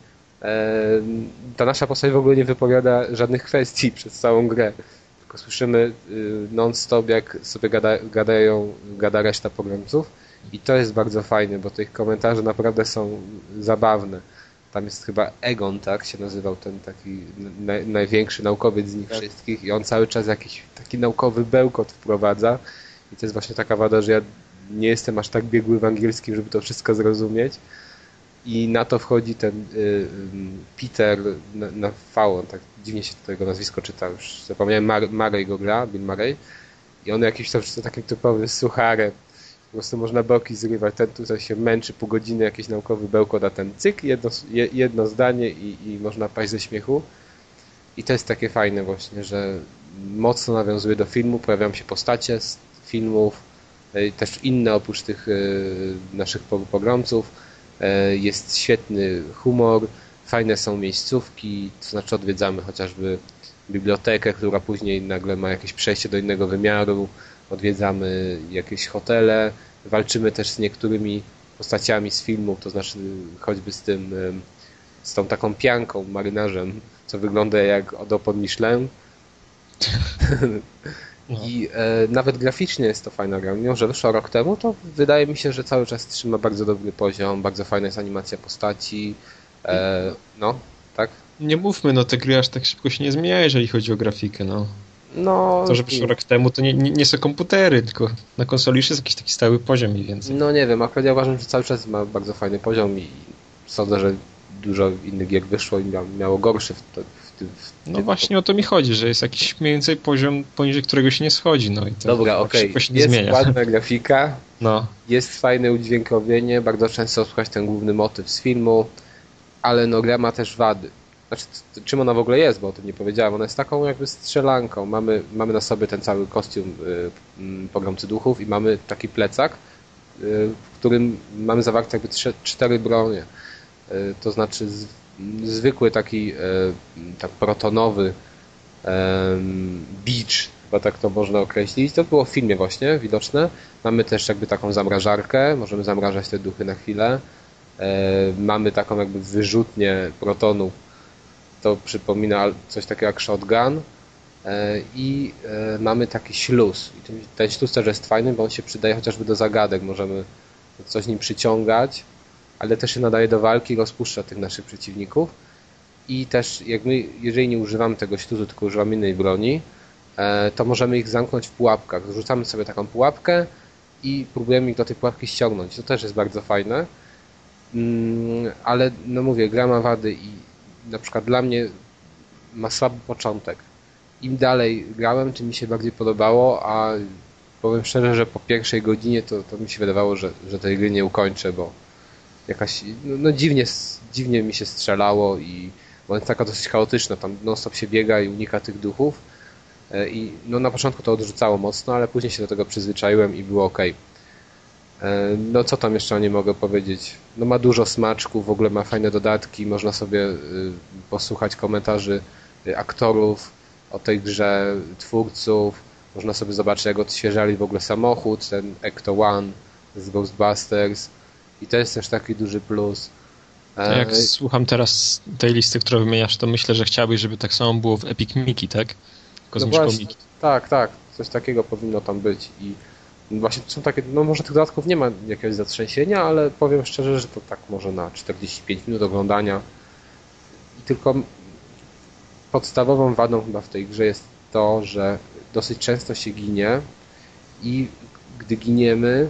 ta nasza postać w ogóle nie wypowiada żadnych kwestii przez całą grę. Tylko słyszymy non-stop, jak sobie gada reszta pogromców. I to jest bardzo fajne, bo te ich komentarze naprawdę są zabawne. Tam jest chyba Egon, tak się nazywał, ten taki największy naukowiec z nich wszystkich i on cały czas jakiś taki naukowy bełkot wprowadza i to jest właśnie taka wada, że ja nie jestem aż tak biegły w angielskim, żeby to wszystko zrozumieć i na to wchodzi ten Peter na V, on tak dziwnie się to jego nazwisko czyta, już zapomniałem, Murray go gra, Bill Murray i on jakiś to takim typowym sucharem. Po prostu można boki zrywać. Ten tutaj się męczy pół godziny, jakiś naukowy bełkot, a ten cyk, jedno zdanie i można paść ze śmiechu. I to jest takie fajne właśnie, że mocno nawiązuje do filmu, pojawiają się postacie z filmów, też inne oprócz tych naszych pogromców. Jest świetny humor, fajne są miejscówki, to znaczy odwiedzamy chociażby bibliotekę, która później nagle ma jakieś przejście do innego wymiaru. Odwiedzamy jakieś hotele, walczymy też z niektórymi postaciami z filmów, to znaczy choćby z tą taką pianką, marynarzem, co wygląda jak od opon Michelin. No. I nawet graficznie jest to fajna gra. Mimo że wyszła rok temu, to wydaje mi się, że cały czas trzyma bardzo dobry poziom, bardzo fajna jest animacja postaci. No, tak? Nie mówmy, no te gry aż tak szybko się nie zmieniają, jeżeli chodzi o grafikę, no. No, To, że wyszło rok temu, to nie są komputery, tylko na konsoli już jest jakiś taki stały poziom mniej więcej. no nie wiem, akurat ja uważam, że cały czas ma bardzo fajny poziom i sądzę, że dużo innych gier wyszło i miało gorszy No właśnie o to mi chodzi, że jest jakiś mniej więcej poziom, poniżej którego się nie schodzi, no i to Dobra, tak okej, szybko się nie jest zmienia. ładna grafika, No, jest fajne udźwiękowienie, bardzo często słychać ten główny motyw z filmu, ale no gra ma też wady. Znaczy, czym ona w ogóle jest, bo o tym nie powiedziałem. Ona jest taką jakby strzelanką. Mamy na sobie ten cały kostium pogromcy duchów i mamy taki plecak, w którym mamy zawarte jakby cztery bronie. To znaczy zwykły taki tak protonowy beach, chyba tak to można określić. To było w filmie właśnie widoczne. Mamy też jakby taką zamrażarkę, możemy zamrażać te duchy na chwilę. Mamy taką jakby wyrzutnię protonu, to przypomina coś takiego jak shotgun i mamy taki śluz. I ten śluz też jest fajny, bo on się przydaje chociażby do zagadek, możemy coś nim przyciągać, ale też się nadaje do walki, rozpuszcza tych naszych przeciwników i też jak my, jeżeli nie używamy tego śluzu, tylko używamy innej broni, to możemy ich zamknąć w pułapkach. Rzucamy sobie taką pułapkę i próbujemy ich do tej pułapki ściągnąć. To też jest bardzo fajne. Ale no mówię, gra ma wady i na przykład dla mnie ma słaby początek. Im dalej grałem, tym mi się bardziej podobało, a powiem szczerze, że po pierwszej godzinie to mi się wydawało, że tej gry nie ukończę, bo jakaś, no dziwnie mi się strzelało i bo jest taka dosyć chaotyczna, tam non stop się biega i unika tych duchów i no na początku to odrzucało mocno, ale później się do tego przyzwyczaiłem i było ok. No co tam jeszcze o niej mogę powiedzieć? No ma dużo smaczków, w ogóle ma fajne dodatki, można sobie posłuchać komentarzy aktorów o tej grze, twórców, można sobie zobaczyć jak odświeżali w ogóle samochód, ten Ecto One z Ghostbusters i to jest też taki duży plus. jak słucham teraz tej listy, którą wymieniasz, to myślę, że chciałbyś, żeby tak samo było w Epic Mickey, tak? Kosmiczką No właśnie, Mickey. tak, coś takiego powinno tam być i właśnie są takie, no może tych dodatków nie ma jakiegoś zatrzęsienia, ale powiem szczerze, że to tak może na 45 minut oglądania i tylko podstawową wadą chyba w tej grze jest to, że dosyć często się ginie i gdy giniemy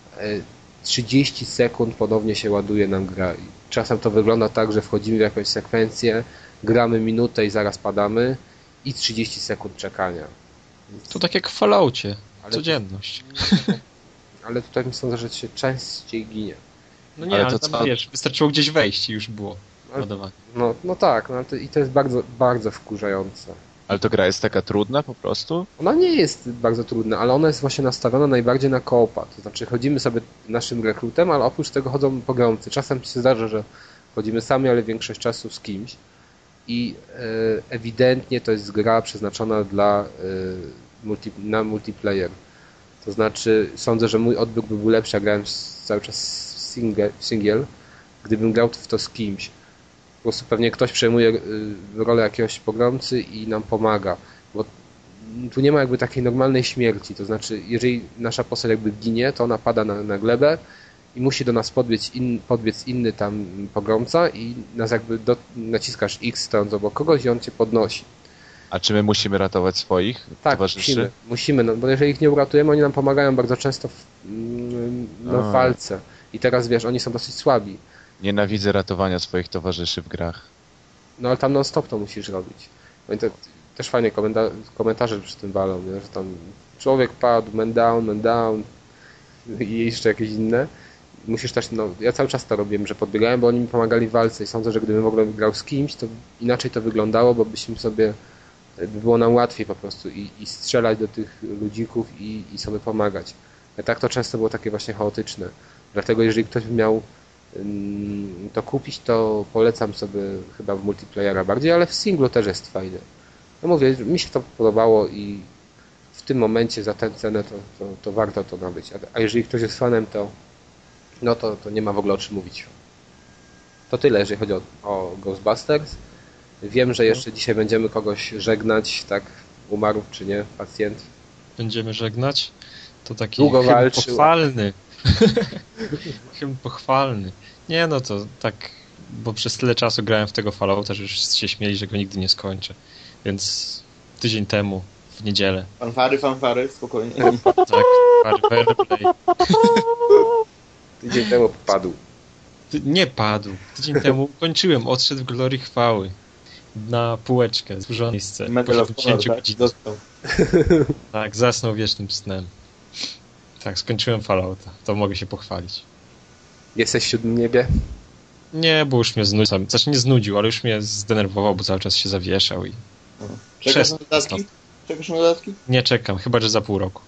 30 sekund ponownie się ładuje nam gra. I czasem to wygląda tak, że wchodzimy w jakąś sekwencję, gramy minutę i zaraz padamy i 30 sekund czekania. To tak jak w Falloutie. Ale- Codzienność. Ale tutaj myślę, że się częściej ginie. No nie, Ale ale to tam co? wiesz, wystarczyło gdzieś wejść i już było ładowanie. No tak, no i to jest bardzo, bardzo wkurzające. Ale to gra jest taka trudna po prostu? Ona nie jest bardzo trudna, ale ona jest właśnie nastawiona najbardziej na koopa. To znaczy chodzimy sobie naszym rekrutem, ale oprócz tego chodzą pogromcy. Czasem się zdarza, że chodzimy sami, ale większość czasu z kimś. I ewidentnie to jest gra przeznaczona na multiplayer. To znaczy sądzę, że mój odbiór by był lepszy, jak grałem cały czas w single, gdybym grał w to z kimś. Po prostu pewnie ktoś przejmuje rolę jakiegoś pogromcy i nam pomaga. Bo tu nie ma jakby takiej normalnej śmierci. To znaczy, jeżeli nasza postać jakby ginie, to ona pada na glebę i musi do nas podbiec inny tam pogromca i nas jakby naciskasz X stojąc obok kogoś i on cię podnosi. A czy my musimy ratować swoich Tak, towarzyszy? musimy, no, bo jeżeli ich nie uratujemy, oni nam pomagają bardzo często w walce. I teraz wiesz, oni są dosyć słabi. Nienawidzę ratowania swoich towarzyszy w grach. No ale tam non stop to musisz robić. No i to też fajnie komentarze przy tym walą, nie? Że tam człowiek padł, man down i jeszcze jakieś inne. Musisz też, no ja cały czas to robiłem, że podbiegałem, bo oni mi pomagali w walce i sądzę, że gdybym w ogóle grał z kimś, to inaczej to wyglądało, bo byśmy sobie, by było nam łatwiej po prostu i strzelać do tych ludzików i sobie pomagać. A tak to często było takie właśnie chaotyczne. Dlatego jeżeli ktoś by miał to kupić, to polecam sobie chyba w multiplayera bardziej, ale w singlu też jest fajne. No mówię, mi się to podobało i w tym momencie za tę cenę to warto to nabyć. A jeżeli ktoś jest fanem, to nie ma w ogóle o czym mówić. To tyle, jeżeli chodzi o Ghostbusters. Wiem, że jeszcze dzisiaj będziemy kogoś żegnać, tak, umarł czy nie, pacjent. Będziemy żegnać. To taki Długo hymn walczył. pochwalny. Hymn pochwalny. Nie no to tak bo przez tyle czasu grałem w tego Fallouta, że już się śmieli, że go nigdy nie skończę. Więc tydzień temu, w niedzielę. Fanfary, spokojnie. Tak, Fairplay. Tydzień temu padł. Nie padł. Tydzień temu kończyłem, odszedł w glorii chwały. Na półeczkę, zburzonej miejsce. Medal of Po Honor, 10 tak? godzin. Dostał. Tak, zasnął wiecznym snem. Tak, skończyłem Fallouta. To mogę się pochwalić. Jesteś w siódmym niebie? Nie, bo już mnie znudził. Znaczy nie znudził, ale już mnie zdenerwował, bo cały czas się zawieszał i Czekasz na Przez- dodatki? Czekasz na dodatki? nie czekam, chyba że za pół roku.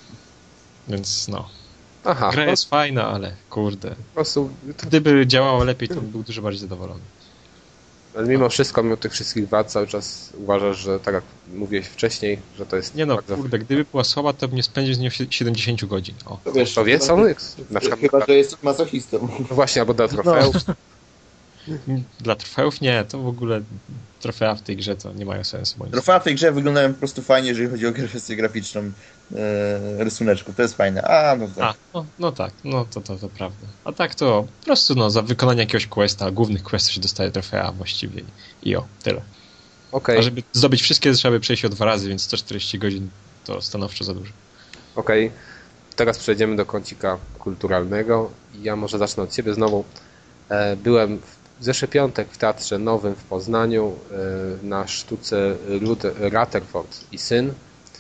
Więc no. Aha, Gra po jest fajna, ale kurde. prostu, Gdyby działało lepiej, to bym był dużo bardziej zadowolony. ale mimo wszystko, mimo tych wszystkich wad, cały czas uważasz, że tak jak mówiłeś wcześniej, że to jest Nie no, bardzo... kurde, gdyby była słaba, to bym nie spędził z nią 70 godzin. O. To wiesz, To wie, co na przykład... chyba, że jesteś masochistą. No właśnie, albo do trofeów. Dla trofeów nie, to w ogóle trofea w tej grze to nie mają sensu. Moim zdaniem. Trofea w tej grze wyglądają po prostu fajnie, jeżeli chodzi o kwestię graficzną rysuneczków. To jest fajne. A, no tak. No tak, no to prawda. A tak to po prostu no, za wykonanie jakiegoś questa, głównych questów się dostaje trofea właściwie i tyle. Okej, A żeby zdobyć wszystkie, trzeba by przejść o 2 razy, więc 140 godzin to stanowczo za dużo. okej. Teraz przejdziemy do kącika kulturalnego. I ja może zacznę od siebie znowu. Byłem w zeszły piątek w Teatrze Nowym w Poznaniu na sztuce Rutherford i syn.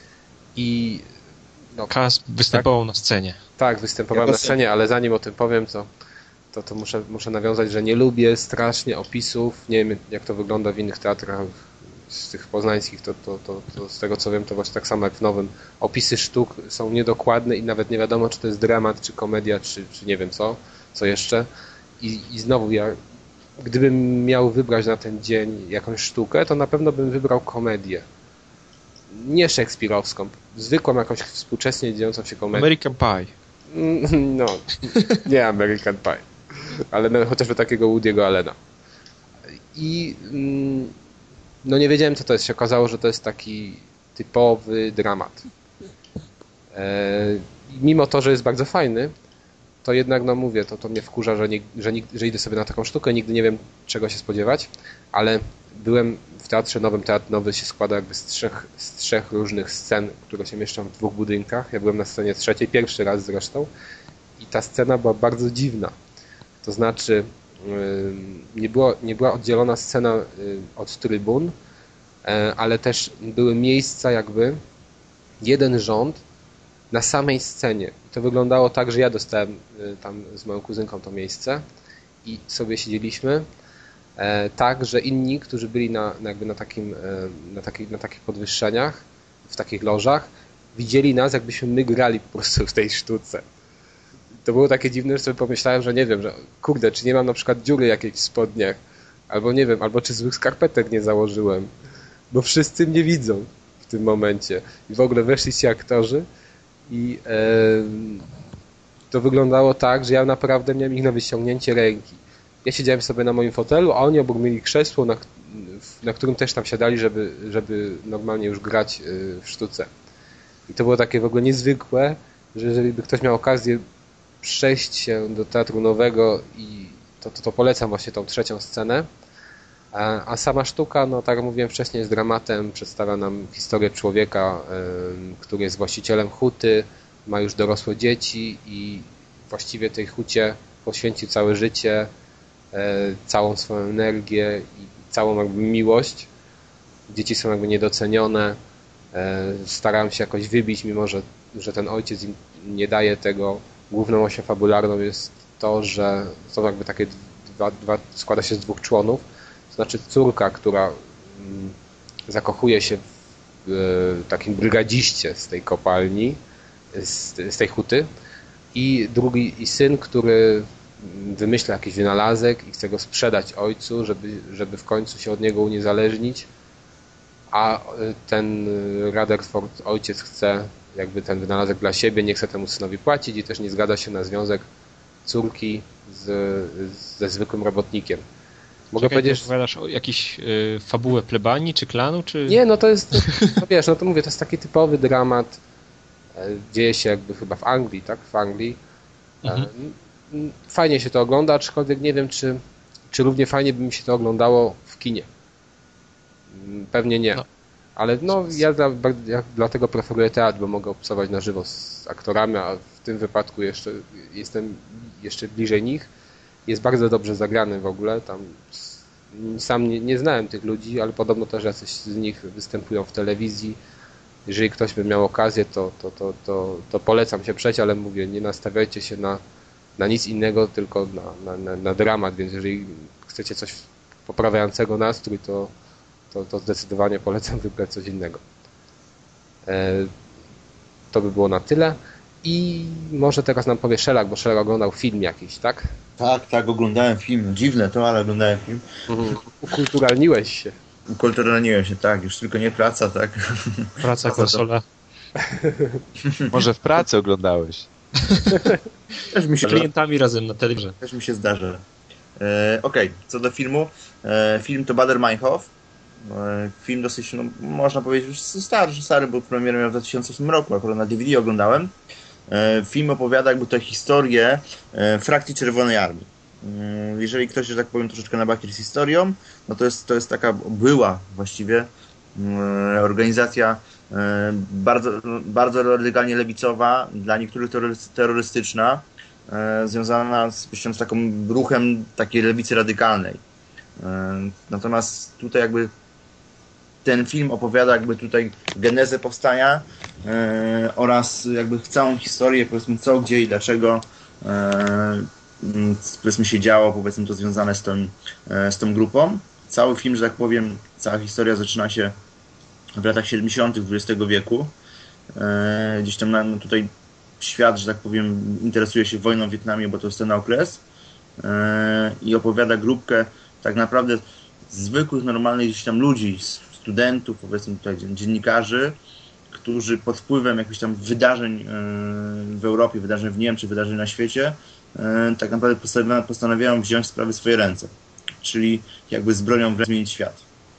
I no, Kas występował na scenie. tak, występowałem Jako na scenie, ale zanim o tym powiem, to muszę nawiązać, że nie lubię strasznie opisów. Nie wiem, jak to wygląda w innych teatrach z tych poznańskich, to z tego co wiem, to właśnie tak samo jak w Nowym. Opisy sztuk są niedokładne i nawet nie wiadomo, czy to jest dramat, czy komedia, czy nie wiem co jeszcze. I znowu ja, gdybym miał wybrać na ten dzień jakąś sztukę, to na pewno bym wybrał komedię. Nie szekspirowską, zwykłą jakąś współcześnie dziejącą się komedię. American Pie. No, nie American Pie, ale no, chociażby takiego Woody'ego Allena. I no nie wiedziałem, co to jest. Się okazało, że to jest taki typowy dramat. Mimo to, że jest bardzo fajny, to jednak, no mówię, to mnie wkurza, że idę sobie na taką sztukę, nigdy nie wiem, czego się spodziewać, ale byłem w Teatrze Nowym. Teatr Nowy się składa jakby z trzech różnych scen, które się mieszczą w 2 budynkach. Ja byłem na scenie 3, pierwszy raz zresztą, i ta scena była bardzo dziwna. To znaczy, nie była oddzielona scena od trybun, ale też były miejsca jakby, jeden rząd na samej scenie. I to wyglądało tak, że ja dostałem tam z moją kuzynką to miejsce i sobie siedzieliśmy tak, że inni, którzy byli na takich podwyższeniach, w takich lożach, widzieli nas, jakbyśmy my grali po prostu w tej sztuce. To było takie dziwne, że sobie pomyślałem, że nie wiem, że kurde, czy nie mam na przykład dziury jakiejś w spodniach, albo nie wiem, albo czy złych skarpetek nie założyłem, bo wszyscy mnie widzą w tym momencie. I w ogóle weszli ci aktorzy i to wyglądało tak, że ja naprawdę miałem ich na wyciągnięcie ręki. Ja siedziałem sobie na moim fotelu, a oni obok mieli krzesło, na którym też tam siadali, żeby normalnie już grać w sztuce. I to było takie w ogóle niezwykłe, że jeżeli by ktoś miał okazję przejść się do Teatru Nowego, i to polecam właśnie tą 3. scenę. A sama sztuka, no tak jak mówiłem wcześniej, jest dramatem. Przedstawia nam historię człowieka, który jest właścicielem huty, ma już dorosłe dzieci i właściwie tej hucie poświęcił całe życie, całą swoją energię i całą jakby miłość. Dzieci są jakby niedocenione, starają się jakoś wybić, mimo że ten ojciec im nie daje tego. Główną osią fabularną jest to, że są jakby takie składa się z 2 członów. To znaczy córka, która zakochuje się w takim brygadziście z tej kopalni, z tej huty, i drugi syn, który wymyśla jakiś wynalazek i chce go sprzedać ojcu, żeby w końcu się od niego uniezależnić, a ten Rutherford, ojciec, chce jakby ten wynalazek dla siebie, nie chce temu synowi płacić i też nie zgadza się na związek córki ze zwykłym robotnikiem. Mogę powiedzieć, że... Opowiadasz o jakiejś fabułę plebanii czy klanu, czy... Nie, no to jest, no wiesz, no to mówię, to jest taki typowy dramat. Dzieje się jakby chyba w Anglii, tak? W Anglii. Fajnie się to ogląda, aczkolwiek nie wiem, czy równie fajnie by mi się to oglądało w kinie? Pewnie nie. No. Ale ja dlatego preferuję teatr, bo mogę obcować na żywo z aktorami, a w tym wypadku jestem jeszcze bliżej nich. Jest bardzo dobrze zagrany w ogóle. Tam sam nie znałem tych ludzi, ale podobno też jacyś z nich występują w telewizji. Jeżeli ktoś by miał okazję, to polecam się przejść, ale mówię, nie nastawiajcie się na nic innego, tylko na dramat, więc jeżeli chcecie coś poprawiającego nastrój, to zdecydowanie polecam wybrać coś innego. To by było na tyle. I może teraz nam powie Szelak, bo Szelak oglądał film jakiś, tak? Tak, oglądałem film. Dziwne to, ale oglądałem film. Ukulturalniłeś się. Ukulturalniłem się, tak. Już tylko nie praca, tak. Praca, konsola. Może w pracy oglądałeś. Też mi Z się, klientami razem na telewizorze. też mi się zdarza. Okej, co do filmu. Film to Bader Meinhof. Film dosyć, no, można powiedzieć, już stary, bo premierę miał w 2008 roku, akurat na DVD oglądałem. Film opowiada jakby tę historię frakcji Czerwonej Armii. Jeżeli ktoś, że tak powiem, troszeczkę na bakier z historią, no to jest taka była właściwie organizacja bardzo, bardzo radykalnie lewicowa, dla niektórych terrorystyczna, związana z takim ruchem takiej lewicy radykalnej. Natomiast tutaj jakby ten film opowiada jakby tutaj genezę powstania oraz jakby całą historię, powiedzmy co, gdzie i dlaczego powiedzmy się działo, powiedzmy to związane z tą grupą. Cały film, że tak powiem, cała historia zaczyna się w latach 70. XX wieku. Gdzieś tam tutaj świat, że tak powiem, interesuje się wojną w Wietnamie, bo to jest ten okres i opowiada grupkę tak naprawdę zwykłych, normalnych gdzieś tam ludzi, studentów, powiedzmy tutaj dziennikarzy, którzy pod wpływem jakichś tam wydarzeń w Europie, wydarzeń w Niemczech, wydarzeń na świecie, tak naprawdę postanawiają wziąć sprawy w swoje ręce, czyli jakby z bronią w ręce zmienić świat.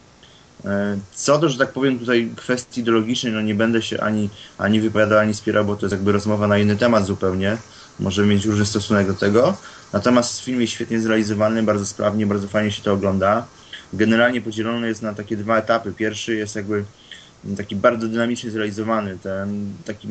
Co do, że tak powiem, tutaj kwestii ideologicznej, no nie będę się ani wypowiadał, ani spierał, bo to jest jakby rozmowa na inny temat zupełnie. Możemy mieć różny stosunek do tego. Natomiast film jest świetnie zrealizowany, bardzo sprawnie, bardzo fajnie się to ogląda. Generalnie podzielony jest na takie dwa etapy. Pierwszy jest jakby taki bardzo dynamicznie zrealizowany, ten taki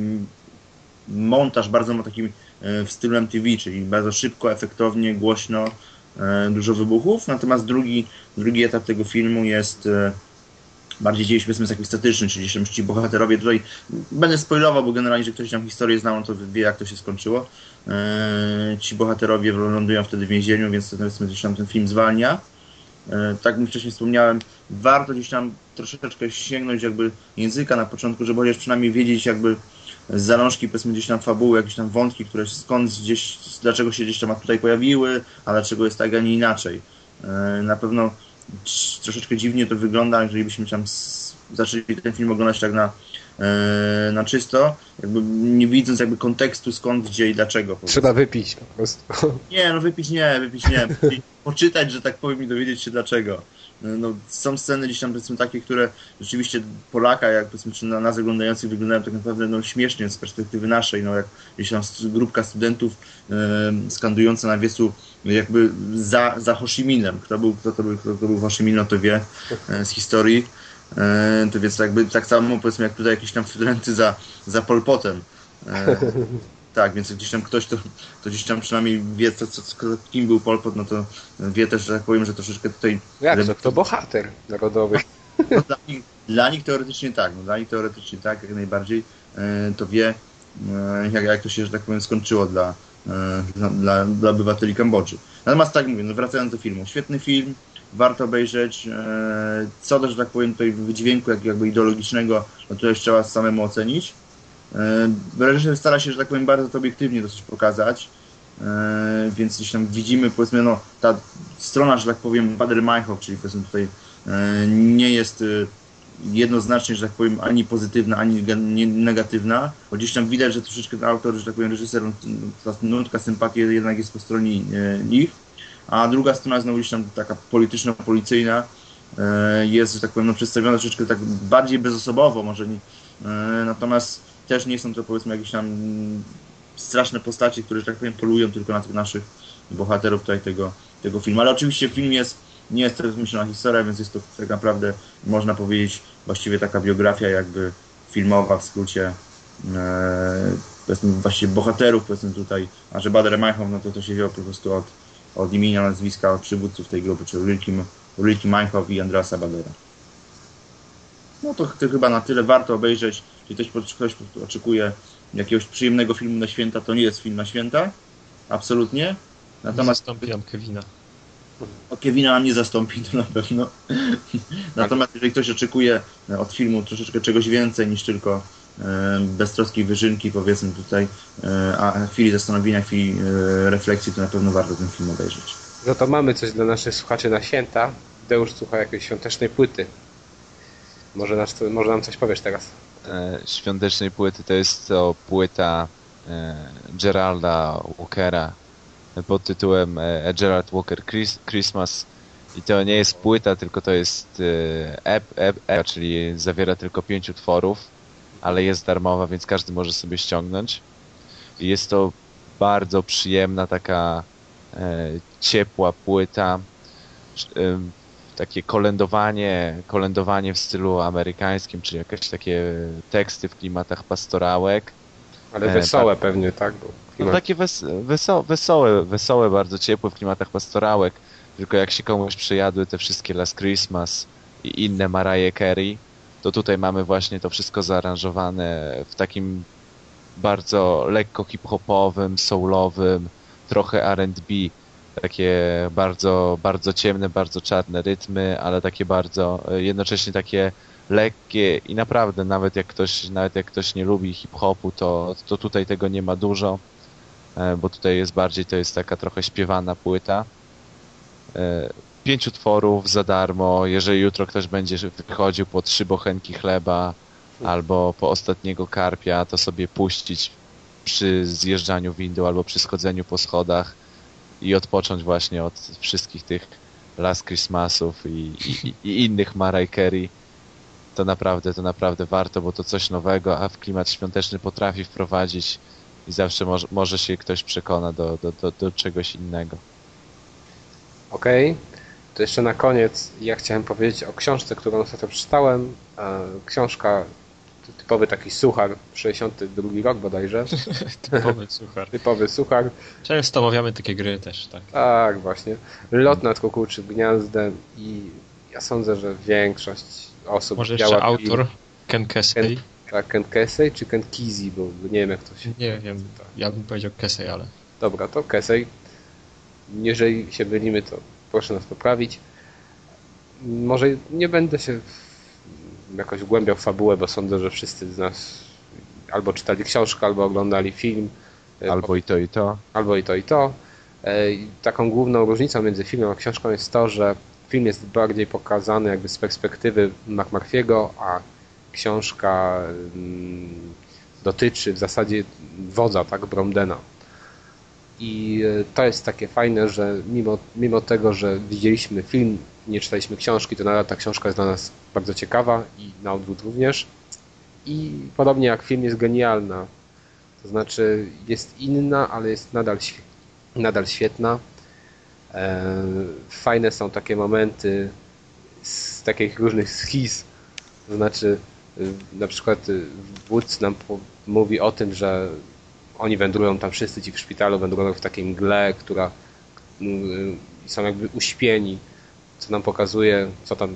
montaż bardzo taki w stylu MTV, czyli bardzo szybko, efektownie, głośno, dużo wybuchów. Natomiast drugi etap tego filmu jest bardziej dzieje się powiedzmy taki statyczny, czyli ci bohaterowie tutaj, będę spoilował, bo generalnie, że ktoś tam historię znał, no to wie jak to się skończyło. Ci bohaterowie lądują wtedy w więzieniu, więc powiedzmy gdzieś tam ten film zwalnia. Tak jak wcześniej wspomniałem, warto gdzieś tam troszeczkę sięgnąć jakby języka na początku, żeby chociaż przynajmniej wiedzieć jakby zalążki, powiedzmy gdzieś tam fabuły, jakieś tam wątki, które skąd gdzieś, dlaczego się gdzieś tam tutaj pojawiły, a dlaczego jest tak, a nie inaczej. Na pewno troszeczkę dziwnie to wygląda, jeżeli byśmy tam zaczęli ten film oglądać tak na czysto, jakby nie widząc jakby kontekstu skąd, gdzie i dlaczego. Trzeba wypić po prostu. Nie, no wypić nie. Poczytać, że tak powiem, i dowiedzieć się dlaczego. No, są sceny gdzieś tam powiedzmy takie, które rzeczywiście Polaka, jak powiedzmy, czy na nas oglądających wyglądają tak naprawdę no, śmiesznie z perspektywy naszej, no jak gdzieś tam grupka studentów skandująca na wiecu jakby za Ho Chi Minh. Kto był Ho Chi Minh, no to wie z historii. To więc jakby tak samo powiedzmy jak tutaj jakieś tam studenty za Pol Potem. Tak, więc gdzieś tam ktoś to gdzieś tam przynajmniej wie, kim był Pol Pot, no to wie też, że tak powiem, że troszeczkę tutaj... Jak to bohater narodowy. No, dla nich teoretycznie tak, jak najbardziej to wie, jak to się, że tak powiem, skończyło dla obywateli Kambodży. Natomiast tak mówię, no wracając do filmu, świetny film, warto obejrzeć. Co do, że tak powiem, tutaj wydźwięku jakby ideologicznego, no to jeszcze trzeba samemu ocenić. Reżyser stara się, że tak powiem, bardzo to obiektywnie dosyć pokazać, więc gdzieś tam widzimy, powiedzmy, no ta strona, że tak powiem, Bader Meinhof, czyli powiedzmy tutaj nie jest jednoznacznie, że tak powiem, ani pozytywna, ani negatywna, bo gdzieś tam widać, że troszeczkę autor, że tak powiem, reżyser, ta nutka sympatii jednak jest po stronie nich, a druga strona znowu gdzieś tam taka polityczno-policyjna jest, że tak powiem, no, przedstawiona troszeczkę tak bardziej bezosobowo, może nie, natomiast też nie są to, powiedzmy, jakieś tam straszne postacie, które, że tak powiem, polują tylko na tych naszych bohaterów tutaj tego filmu. Ale oczywiście film nie jest teraz wymyślona historia, więc jest to tak naprawdę, można powiedzieć, właściwie taka biografia jakby filmowa w skrócie, powiedzmy właściwie bohaterów, powiedzmy tutaj, a że Bader Meinhof, no to się wziął po prostu od imienia, nazwiska przywódców tej grupy, czyli Ulriki Meinhof i Andreasa Badera. No to chyba na tyle, warto obejrzeć. Jeśli ktoś oczekuje jakiegoś przyjemnego filmu na święta, to nie jest film na święta, absolutnie. Natomiast zastąpi nam Kevina. Kevina nam nie zastąpi, to na pewno. Natomiast jeżeli ktoś oczekuje od filmu troszeczkę czegoś więcej niż tylko beztroskiej wyżynki, powiedzmy tutaj, a chwili zastanowienia, chwili refleksji, to na pewno warto ten film obejrzeć. No to mamy coś dla naszych słuchaczy na święta. Deusz słucha jakiejś świątecznej płyty. Może nam coś powiesz teraz? Świątecznej płyty to jest to płyta Geralda Walkera pod tytułem A Gerald Walker Christmas. I to nie jest płyta, tylko to jest EP, czyli zawiera tylko 5 utworów, ale jest darmowa, więc każdy może sobie ściągnąć. I jest to bardzo przyjemna, taka ciepła płyta, takie kolędowanie w stylu amerykańskim, czyli jakieś takie teksty w klimatach pastorałek. Ale wesołe pewnie, tak? No takie wesołe, bardzo ciepłe w klimatach pastorałek, tylko jak się komuś przejadły te wszystkie Last Christmas i inne Mariah Carey, to tutaj mamy właśnie to wszystko zaaranżowane w takim bardzo lekko hip-hopowym, soulowym, trochę R&B, takie bardzo, bardzo ciemne, bardzo czarne rytmy, ale takie bardzo, jednocześnie takie lekkie i naprawdę nawet jak ktoś nie lubi hip-hopu, to tutaj tego nie ma dużo, bo tutaj jest bardziej, to jest taka trochę śpiewana płyta. 5 utworów za darmo, jeżeli jutro ktoś będzie wychodził po 3 bochenki chleba albo po ostatniego karpia, to sobie puścić przy zjeżdżaniu windą albo przy schodzeniu po schodach i odpocząć właśnie od wszystkich tych Last Christmasów i innych Mariah Carey. To naprawdę warto, bo to coś nowego, a w klimat świąteczny potrafi wprowadzić i zawsze może się ktoś przekona do czegoś innego. Okej. To jeszcze na koniec ja chciałem powiedzieć o książce, którą ostatnio przeczytałem. Książka, typowy taki suchar, 62 rok bodajże. Typowy suchar. Często omawiamy takie gry też, tak. Tak, właśnie. Lot nad kukułczym gniazdem i ja sądzę, że większość osób... Może jeszcze autor, Ken Kesey. Ken Kesey czy Ken Kesey, bo nie wiem jak to się... Nie wiem, ja bym powiedział Kesey, ale... Dobra, to Kesey. Jeżeli się mylimy, to proszę nas poprawić. Może nie będę się jakoś wgłębiał w fabułę, bo sądzę, że wszyscy z nas albo czytali książkę, albo oglądali film. Albo i to, i to. Albo i to, i to. Taką główną różnicą między filmem a książką jest to, że film jest bardziej pokazany jakby z perspektywy McMurphy'ego, a książka dotyczy w zasadzie wodza, tak, Bromdena. I to jest takie fajne, że mimo tego, że widzieliśmy film, nie czytaliśmy książki, to nadal ta książka jest dla nas bardzo ciekawa i na odwrót również. I podobnie jak film jest genialna. To znaczy jest inna, ale jest nadal świetna. Fajne są takie momenty z takich różnych schiz. To znaczy na przykład Woods nam mówi o tym, że oni wędrują tam wszyscy ci w szpitalu, wędrują w takiej mgle, która są jakby uśpieni, co nam pokazuje,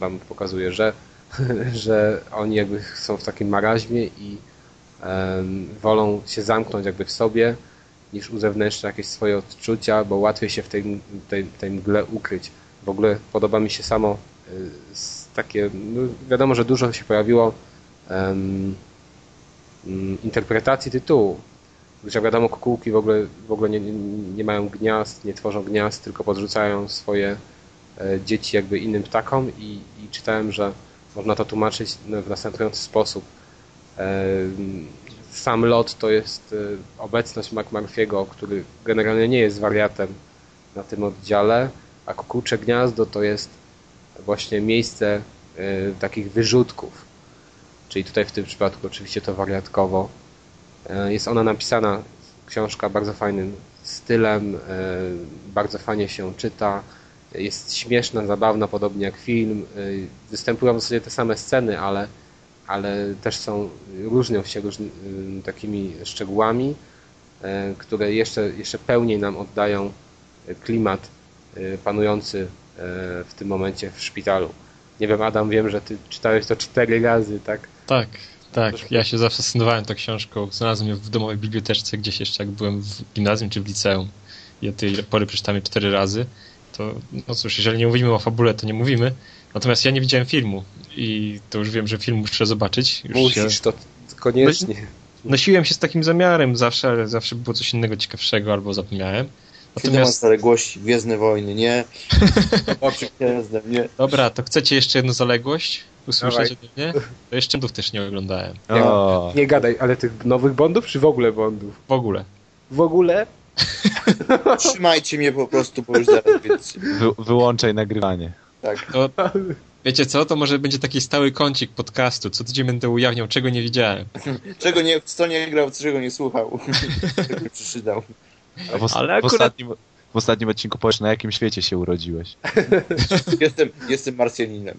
że oni jakby są w takim maraźmie i wolą się zamknąć jakby w sobie, niż uzewnętrzniać jakieś swoje odczucia, bo łatwiej się w tej mgle ukryć. W ogóle podoba mi się samo takie, no wiadomo, że dużo się pojawiło interpretacji tytułu. Jak wiadomo, kukułki w ogóle nie mają gniazd, nie tworzą gniazd, tylko podrzucają swoje dzieci jakby innym ptakom i czytałem, że można to tłumaczyć w następujący sposób. Sam lot to jest obecność McMurphy'ego, który generalnie nie jest wariatem na tym oddziale, a kukułcze gniazdo to jest właśnie miejsce takich wyrzutków. Czyli tutaj w tym przypadku oczywiście to wariatkowo. Jest ona napisana książka bardzo fajnym stylem, bardzo fajnie się czyta, jest śmieszna, zabawna, podobnie jak film. Występują w zasadzie te same sceny, ale też różnią się takimi szczegółami, które jeszcze pełniej nam oddają klimat panujący w tym momencie w szpitalu. Nie wiem, Adam, wiem, że ty czytałeś to 4 razy, tak? Tak. Ja się zafascynowałem tą książką. Znalazłem ją w domowej biblioteczce gdzieś jeszcze, jak byłem w gimnazjum czy w liceum. I od tej pory przeczytałem je 4 razy. To, no cóż, jeżeli nie mówimy o fabule, to nie mówimy. Natomiast ja nie widziałem filmu i to już wiem, że film muszę zobaczyć. Musisz, to koniecznie. Nosiłem się z takim zamiarem zawsze, ale zawsze było coś innego ciekawszego albo zapomniałem. Natomiast zaległości, Gwiezdne Wojny, nie? Oczy gwiazdem, nie? Dobra, to chcecie jeszcze jedną zaległość usłyszeć ode mnie? To jeszcze Bondów też nie oglądałem. Nie gadaj, ale tych nowych Bondów, czy w ogóle Bondów? W ogóle. W ogóle? Trzymajcie mnie po prostu, bo już zaraz więc... Wyłączaj nagrywanie. Tak. To, wiecie co? To może będzie taki stały kącik podcastu. Co tydzień będę ujawniał, czego nie widziałem. Co nie grał, czego nie słuchał. Czego nie przeczytał. A w ostatnim odcinku powiesz, na jakim świecie się urodziłeś. Jestem Marsjaninem.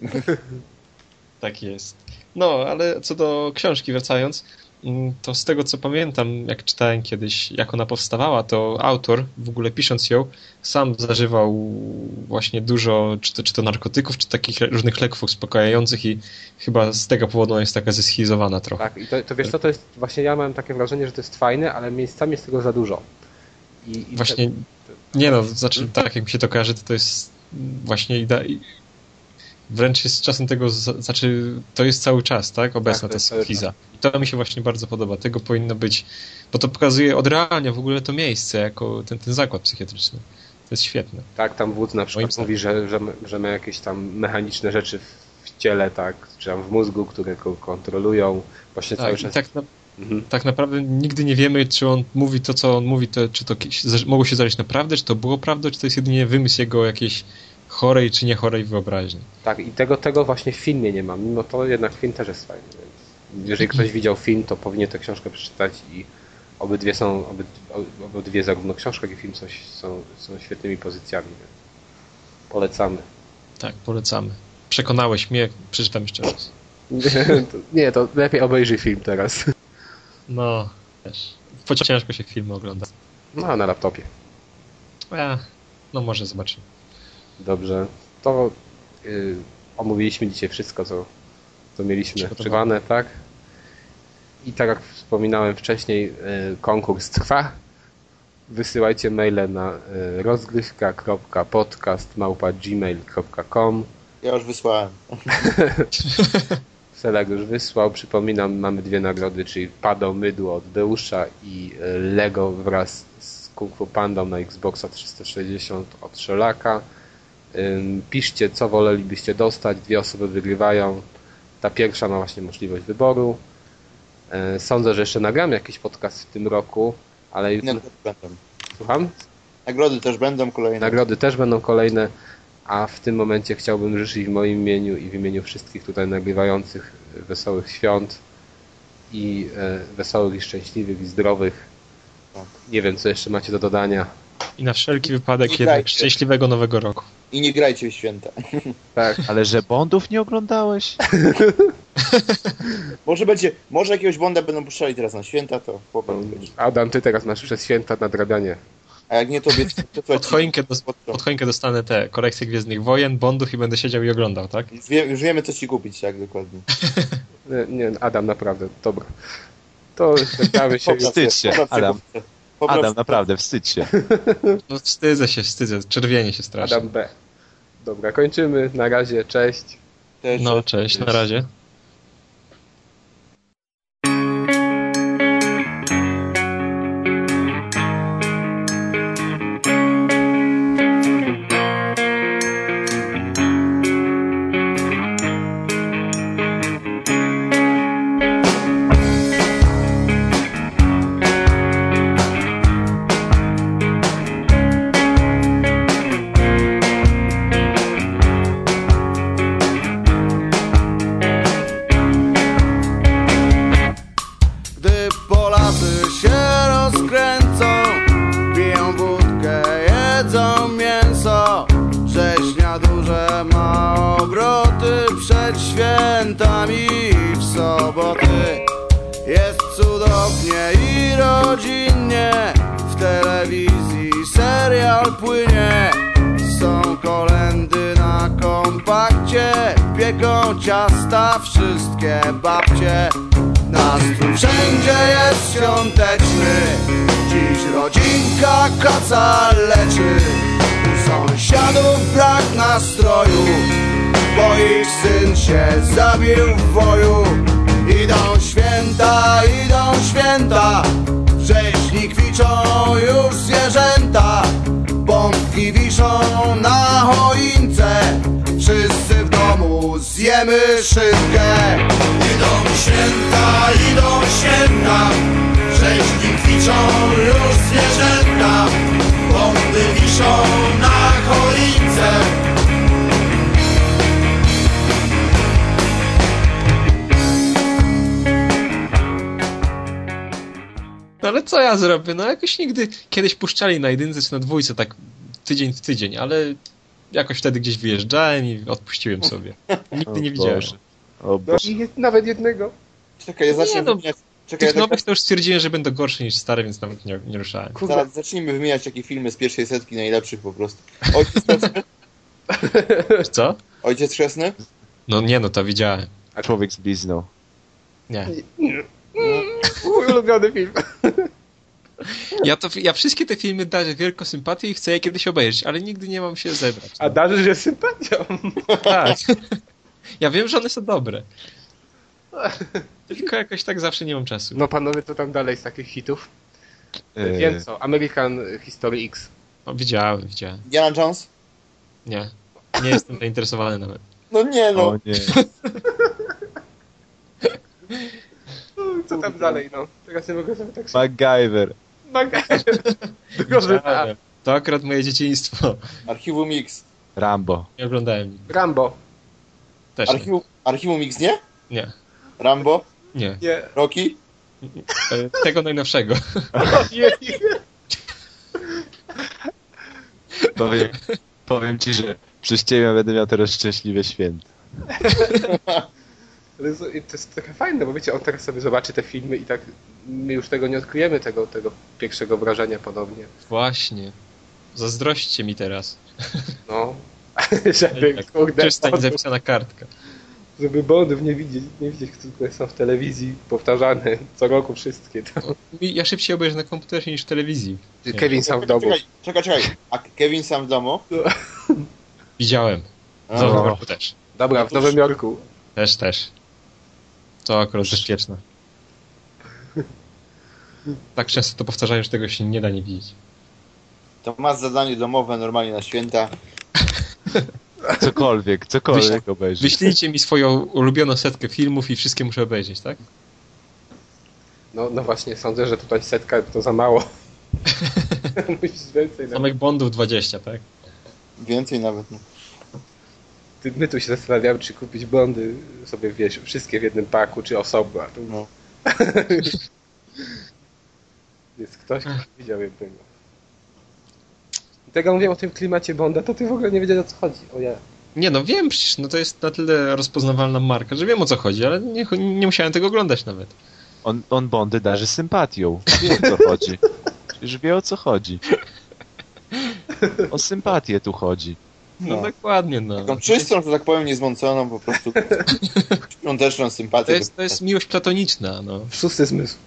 Tak jest. No, ale co do książki wracając, to z tego co pamiętam, jak czytałem kiedyś, jak ona powstawała, to autor, w ogóle pisząc ją, sam zażywał właśnie dużo, czy to narkotyków, czy takich różnych leków uspokajających i chyba z tego powodu ona jest taka zeschizowana trochę. Tak, i to wiesz co, to jest, właśnie ja mam takie wrażenie, że to jest fajne, ale miejscami jest tego za dużo. Właśnie, nie no, znaczy tak jak mi się to kojarzy, to jest właśnie wręcz jest czasem tego, znaczy to jest cały czas, tak? Obecna ta schiza. I to mi się właśnie bardzo podoba. Tego powinno być, bo to pokazuje, odrealnia w ogóle to miejsce, jako ten zakład psychiatryczny. To jest świetne. Tak, tam wódz na przykład mówi, że ma jakieś tam mechaniczne rzeczy w ciele, tak? Czy tam w mózgu, które go kontrolują. Właśnie tak, cały czas... Tak naprawdę nigdy nie wiemy, czy on mówi to, co on mówi, to, czy to mogło się zdarzyć naprawdę, czy to było prawdą, czy to jest jedynie wymysł jego jakiejś chorej czy nie chorej wyobraźni. Tak, i tego właśnie w filmie nie ma. Mimo to jednak film też jest fajny. Więc jeżeli ktoś widział film, to powinien tę książkę przeczytać i obydwie zarówno książka, jak i film są świetnymi pozycjami. Więc polecamy. Tak, polecamy. Przekonałeś mnie, przeczytam jeszcze raz. Nie, to lepiej obejrzyj film teraz. No, też. Ciężko się filmy ogląda. No, na laptopie. No może zobaczymy. Dobrze. To omówiliśmy dzisiaj wszystko, co mieliśmy przygotowane, tak? I tak jak wspominałem wcześniej, konkurs trwa. Wysyłajcie maile na rozgrywka.podcast@gmail.com. Ja już wysłałem. Selak już wysłał. Przypominam, mamy 2 nagrody, czyli Pado Mydło od Deusza i Lego wraz z Kung Fu Pandą na Xboxa 360 od Szelaka. Piszcie, co wolelibyście dostać. 2 osoby wygrywają. Ta pierwsza ma właśnie możliwość wyboru. Sądzę, że jeszcze nagramy jakiś podcast w tym roku, ale... Nagrody będą. Słucham? Nagrody też będą kolejne. Nagrody też będą kolejne, a w tym momencie chciałbym życzyć w moim imieniu i w imieniu wszystkich tutaj nagrywających wesołych świąt i wesołych i szczęśliwych i zdrowych. Nie wiem, co jeszcze macie do dodania. I na wszelki wypadek jednak szczęśliwego nowego roku. I nie grajcie w święta. Tak. Ale że Bondów nie oglądałeś? Może jakiegoś Bonda będą puszczali teraz na święta, to popatrz. Adam, ty teraz masz przez święta nadrabianie. A jak nie, to pod choinkę dostanę te kolekcje Gwiezdnych Wojen, Bondów i będę siedział i oglądał, tak? Już wiemy, co ci kupić, tak, dokładnie. Nie, Adam, naprawdę, dobra. To czekamy się. Wstydź się, Adam. Adam, naprawdę, wstydź się. No wstydzę, czerwienie się strasznie. Adam B. Dobra, kończymy. Na razie, cześć. No, cześć, na razie. świętami i w soboty. Jest cudownie i rodzinnie, w telewizji serial płynie. Są kolędy na kompakcie, pieką ciasta wszystkie babcie. Nastrój wszędzie jest świąteczny, dziś rodzinka kaca leczy. U sąsiadów brak nastroju, bo ich syn się zabił w boju. Idą święta, wrześni kwiczą już zwierzęta. Bombki wiszą na choince, wszyscy w domu zjemy szynkę. Idą święta, wrześni kwiczą już zwierzęta. Bomby wiszą na choince. No ale co ja zrobię? No jakoś nigdy... Kiedyś puszczali na jedynce czy na dwójce tak tydzień w tydzień, ale jakoś wtedy gdzieś wyjeżdżałem i odpuściłem sobie. Nigdy nie widziałem. O No Boże. i nawet jednego. Czekaj, ja zacznę no, wymieniać. Czekaj, Tych ja tak, nowych to już stwierdziłem, że będą gorsze niż stare, więc nawet nie ruszałem. zaraz zacznijmy wymieniać takie filmy z pierwszej setki najlepszych po prostu. Ojciec Chrzestny? Co? Ojciec Chrzestny? No nie, no to widziałem. A człowiek z blizną. Nie. Mój ulubiony film. Ja wszystkie te filmy darzę wielką sympatię i chcę je kiedyś obejrzeć, ale nigdy nie mam się zebrać. A darzysz je sympatią. Tak. Ja wiem, że one są dobre. Tylko jakoś tak zawsze nie mam czasu. No panowie, co tam dalej z takich hitów? Wiem co, American History X. O, widziałem. Indiana Jones? Nie. Nie jestem zainteresowany nawet. No nie no. O nie. Co tam dalej, no? Teraz nie mogę sobie tak MacGyver. Widziałem. To akurat moje dzieciństwo. Archiwum X. Rambo. Nie oglądałem. Rambo. Też nie. Archiwum X nie? Nie. Rambo? Nie. Nie. Rocky? Tego najnowszego. Ojej. Powiem ci, że przez ciebie będę miał teraz szczęśliwe święta. Ale to jest trochę fajne, bo wiecie, on teraz sobie zobaczy te filmy i tak my już tego nie odkryjemy, tego pierwszego wrażenia podobnie. Właśnie. Zazdrośćcie mi teraz. No. Żeby, kurde, Czysta niezapisana kartka. żeby Bondów nie widzieć, które są w telewizji powtarzane co roku wszystkie. To. Ja szybciej obejrzę na komputerze niż w telewizji. Kevin sam w domu. Czekaj. A Kevin sam w domu? Widziałem. W Nowym Jorku też. Dobra, w Nowym Jorku. Też. To akurat bezpieczne. Tak często to powtarzają, że tego się nie da nie widzieć. To masz zadanie domowe normalnie na święta. Cokolwiek obejrzyj. Wyślijcie mi swoją ulubioną setkę filmów i wszystkie muszę obejrzeć, tak? No właśnie, sądzę, że tutaj setka to za mało. Musisz więcej. Samych Bondów 20, tak? Więcej nawet. No. My tu się zastanawiamy, czy kupić Bondy sobie, wiesz, wszystkie w jednym paku, czy osobno. A tu... No. Jest ktoś, kto widział jednego. Tego mówię o tym klimacie Bonda, to ty w ogóle nie wiedziałeś, o co chodzi. O ja. Nie no, wiem przecież, no to jest na tyle rozpoznawalna marka, że wiem o co chodzi, ale nie musiałem tego oglądać nawet. On Bondy darzy sympatią. Wie o co chodzi. Przecież wie o co chodzi. O sympatię tu chodzi. No dokładnie, no. Taką czystą, że tak powiem, niezmąconą, po prostu świąteczną sympatię. To jest miłość platoniczna, no. Szósty zmysł.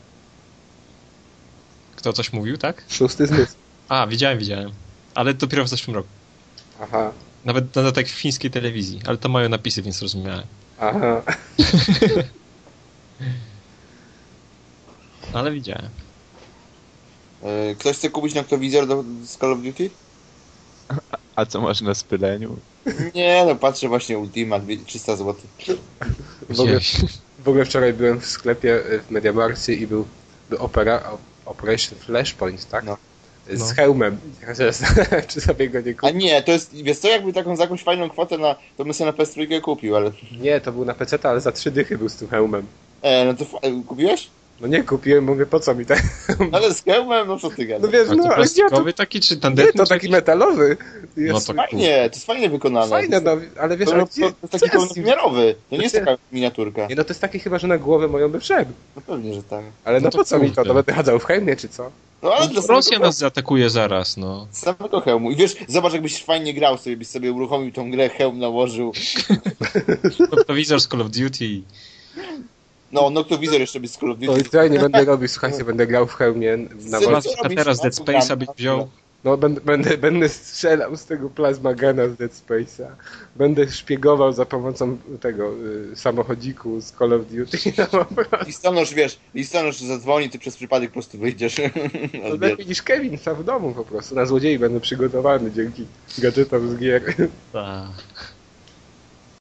Kto coś mówił, tak? Szósty zmysł. A, widziałem. Ale dopiero w zeszłym roku. Aha. Nawet tak w fińskiej telewizji, ale to mają napisy, więc rozumiałem. Aha. Ale widziałem. Ktoś chce kupić noktowizor z Call of Duty? A co masz na spyleniu? Nie, no patrzę właśnie Ultima, 300 zł. W ogóle wczoraj byłem w sklepie w Mediamarkcie i był Operation Flashpoint, tak? No. Z hełmem. Czy sobie go nie A kupił? nie, to jest, wiesz co, jakby taką za jakąś fajną kwotę to bym sobie na PS3 kupił, ale... Nie, to był na PC, ale za 3 dychy był z tym hełmem. No to kupiłeś? No nie kupiłem, mówię, po co mi tak? Ale z hełmem, no co ty gadasz? No wiesz, A to no, ale nie, to, plastikowy taki, czy nie, tandetny? to taki metalowy. No Jest to Fajnie, to jest fajnie wykonane. fajne, no, ale wiesz, To, ale to, gdzie, to jest taki co jest? pełnowymiarowy. To nie jest Znaczy- taka miniaturka. Nie, no to jest takie chyba, że na głowę moją by wszedł. No pewnie, że tak. Ale no, No to po co mi to? kurde. To będę chadzał w hełmie, czy co? No ale dla Rosja samego, nas zaatakuje zaraz, no. samego hełmu. I wiesz, zobacz jakbyś fajnie grał sobie, byś sobie uruchomił tą grę, hełm nałożył. Noctowizor z Call of Duty. No, Noctowizor jeszcze byś z Call of No Duty. i co ja nie będę robił, słuchajcie, będę grał w hełmie na Synu, was. co A robisz? teraz Dead No, Space'a byś wziął. No będę strzelał z tego plazmagena z Dead Space'a. Będę szpiegował za pomocą tego samochodziku z Call of Duty. No, po prostu. Listonosz zadzwoni, ty przez przypadek po prostu wyjdziesz. No lepiej niż Kevin sam w domu po prostu. Na złodziei będę przygotowany dzięki gadżetom z gier. Tak.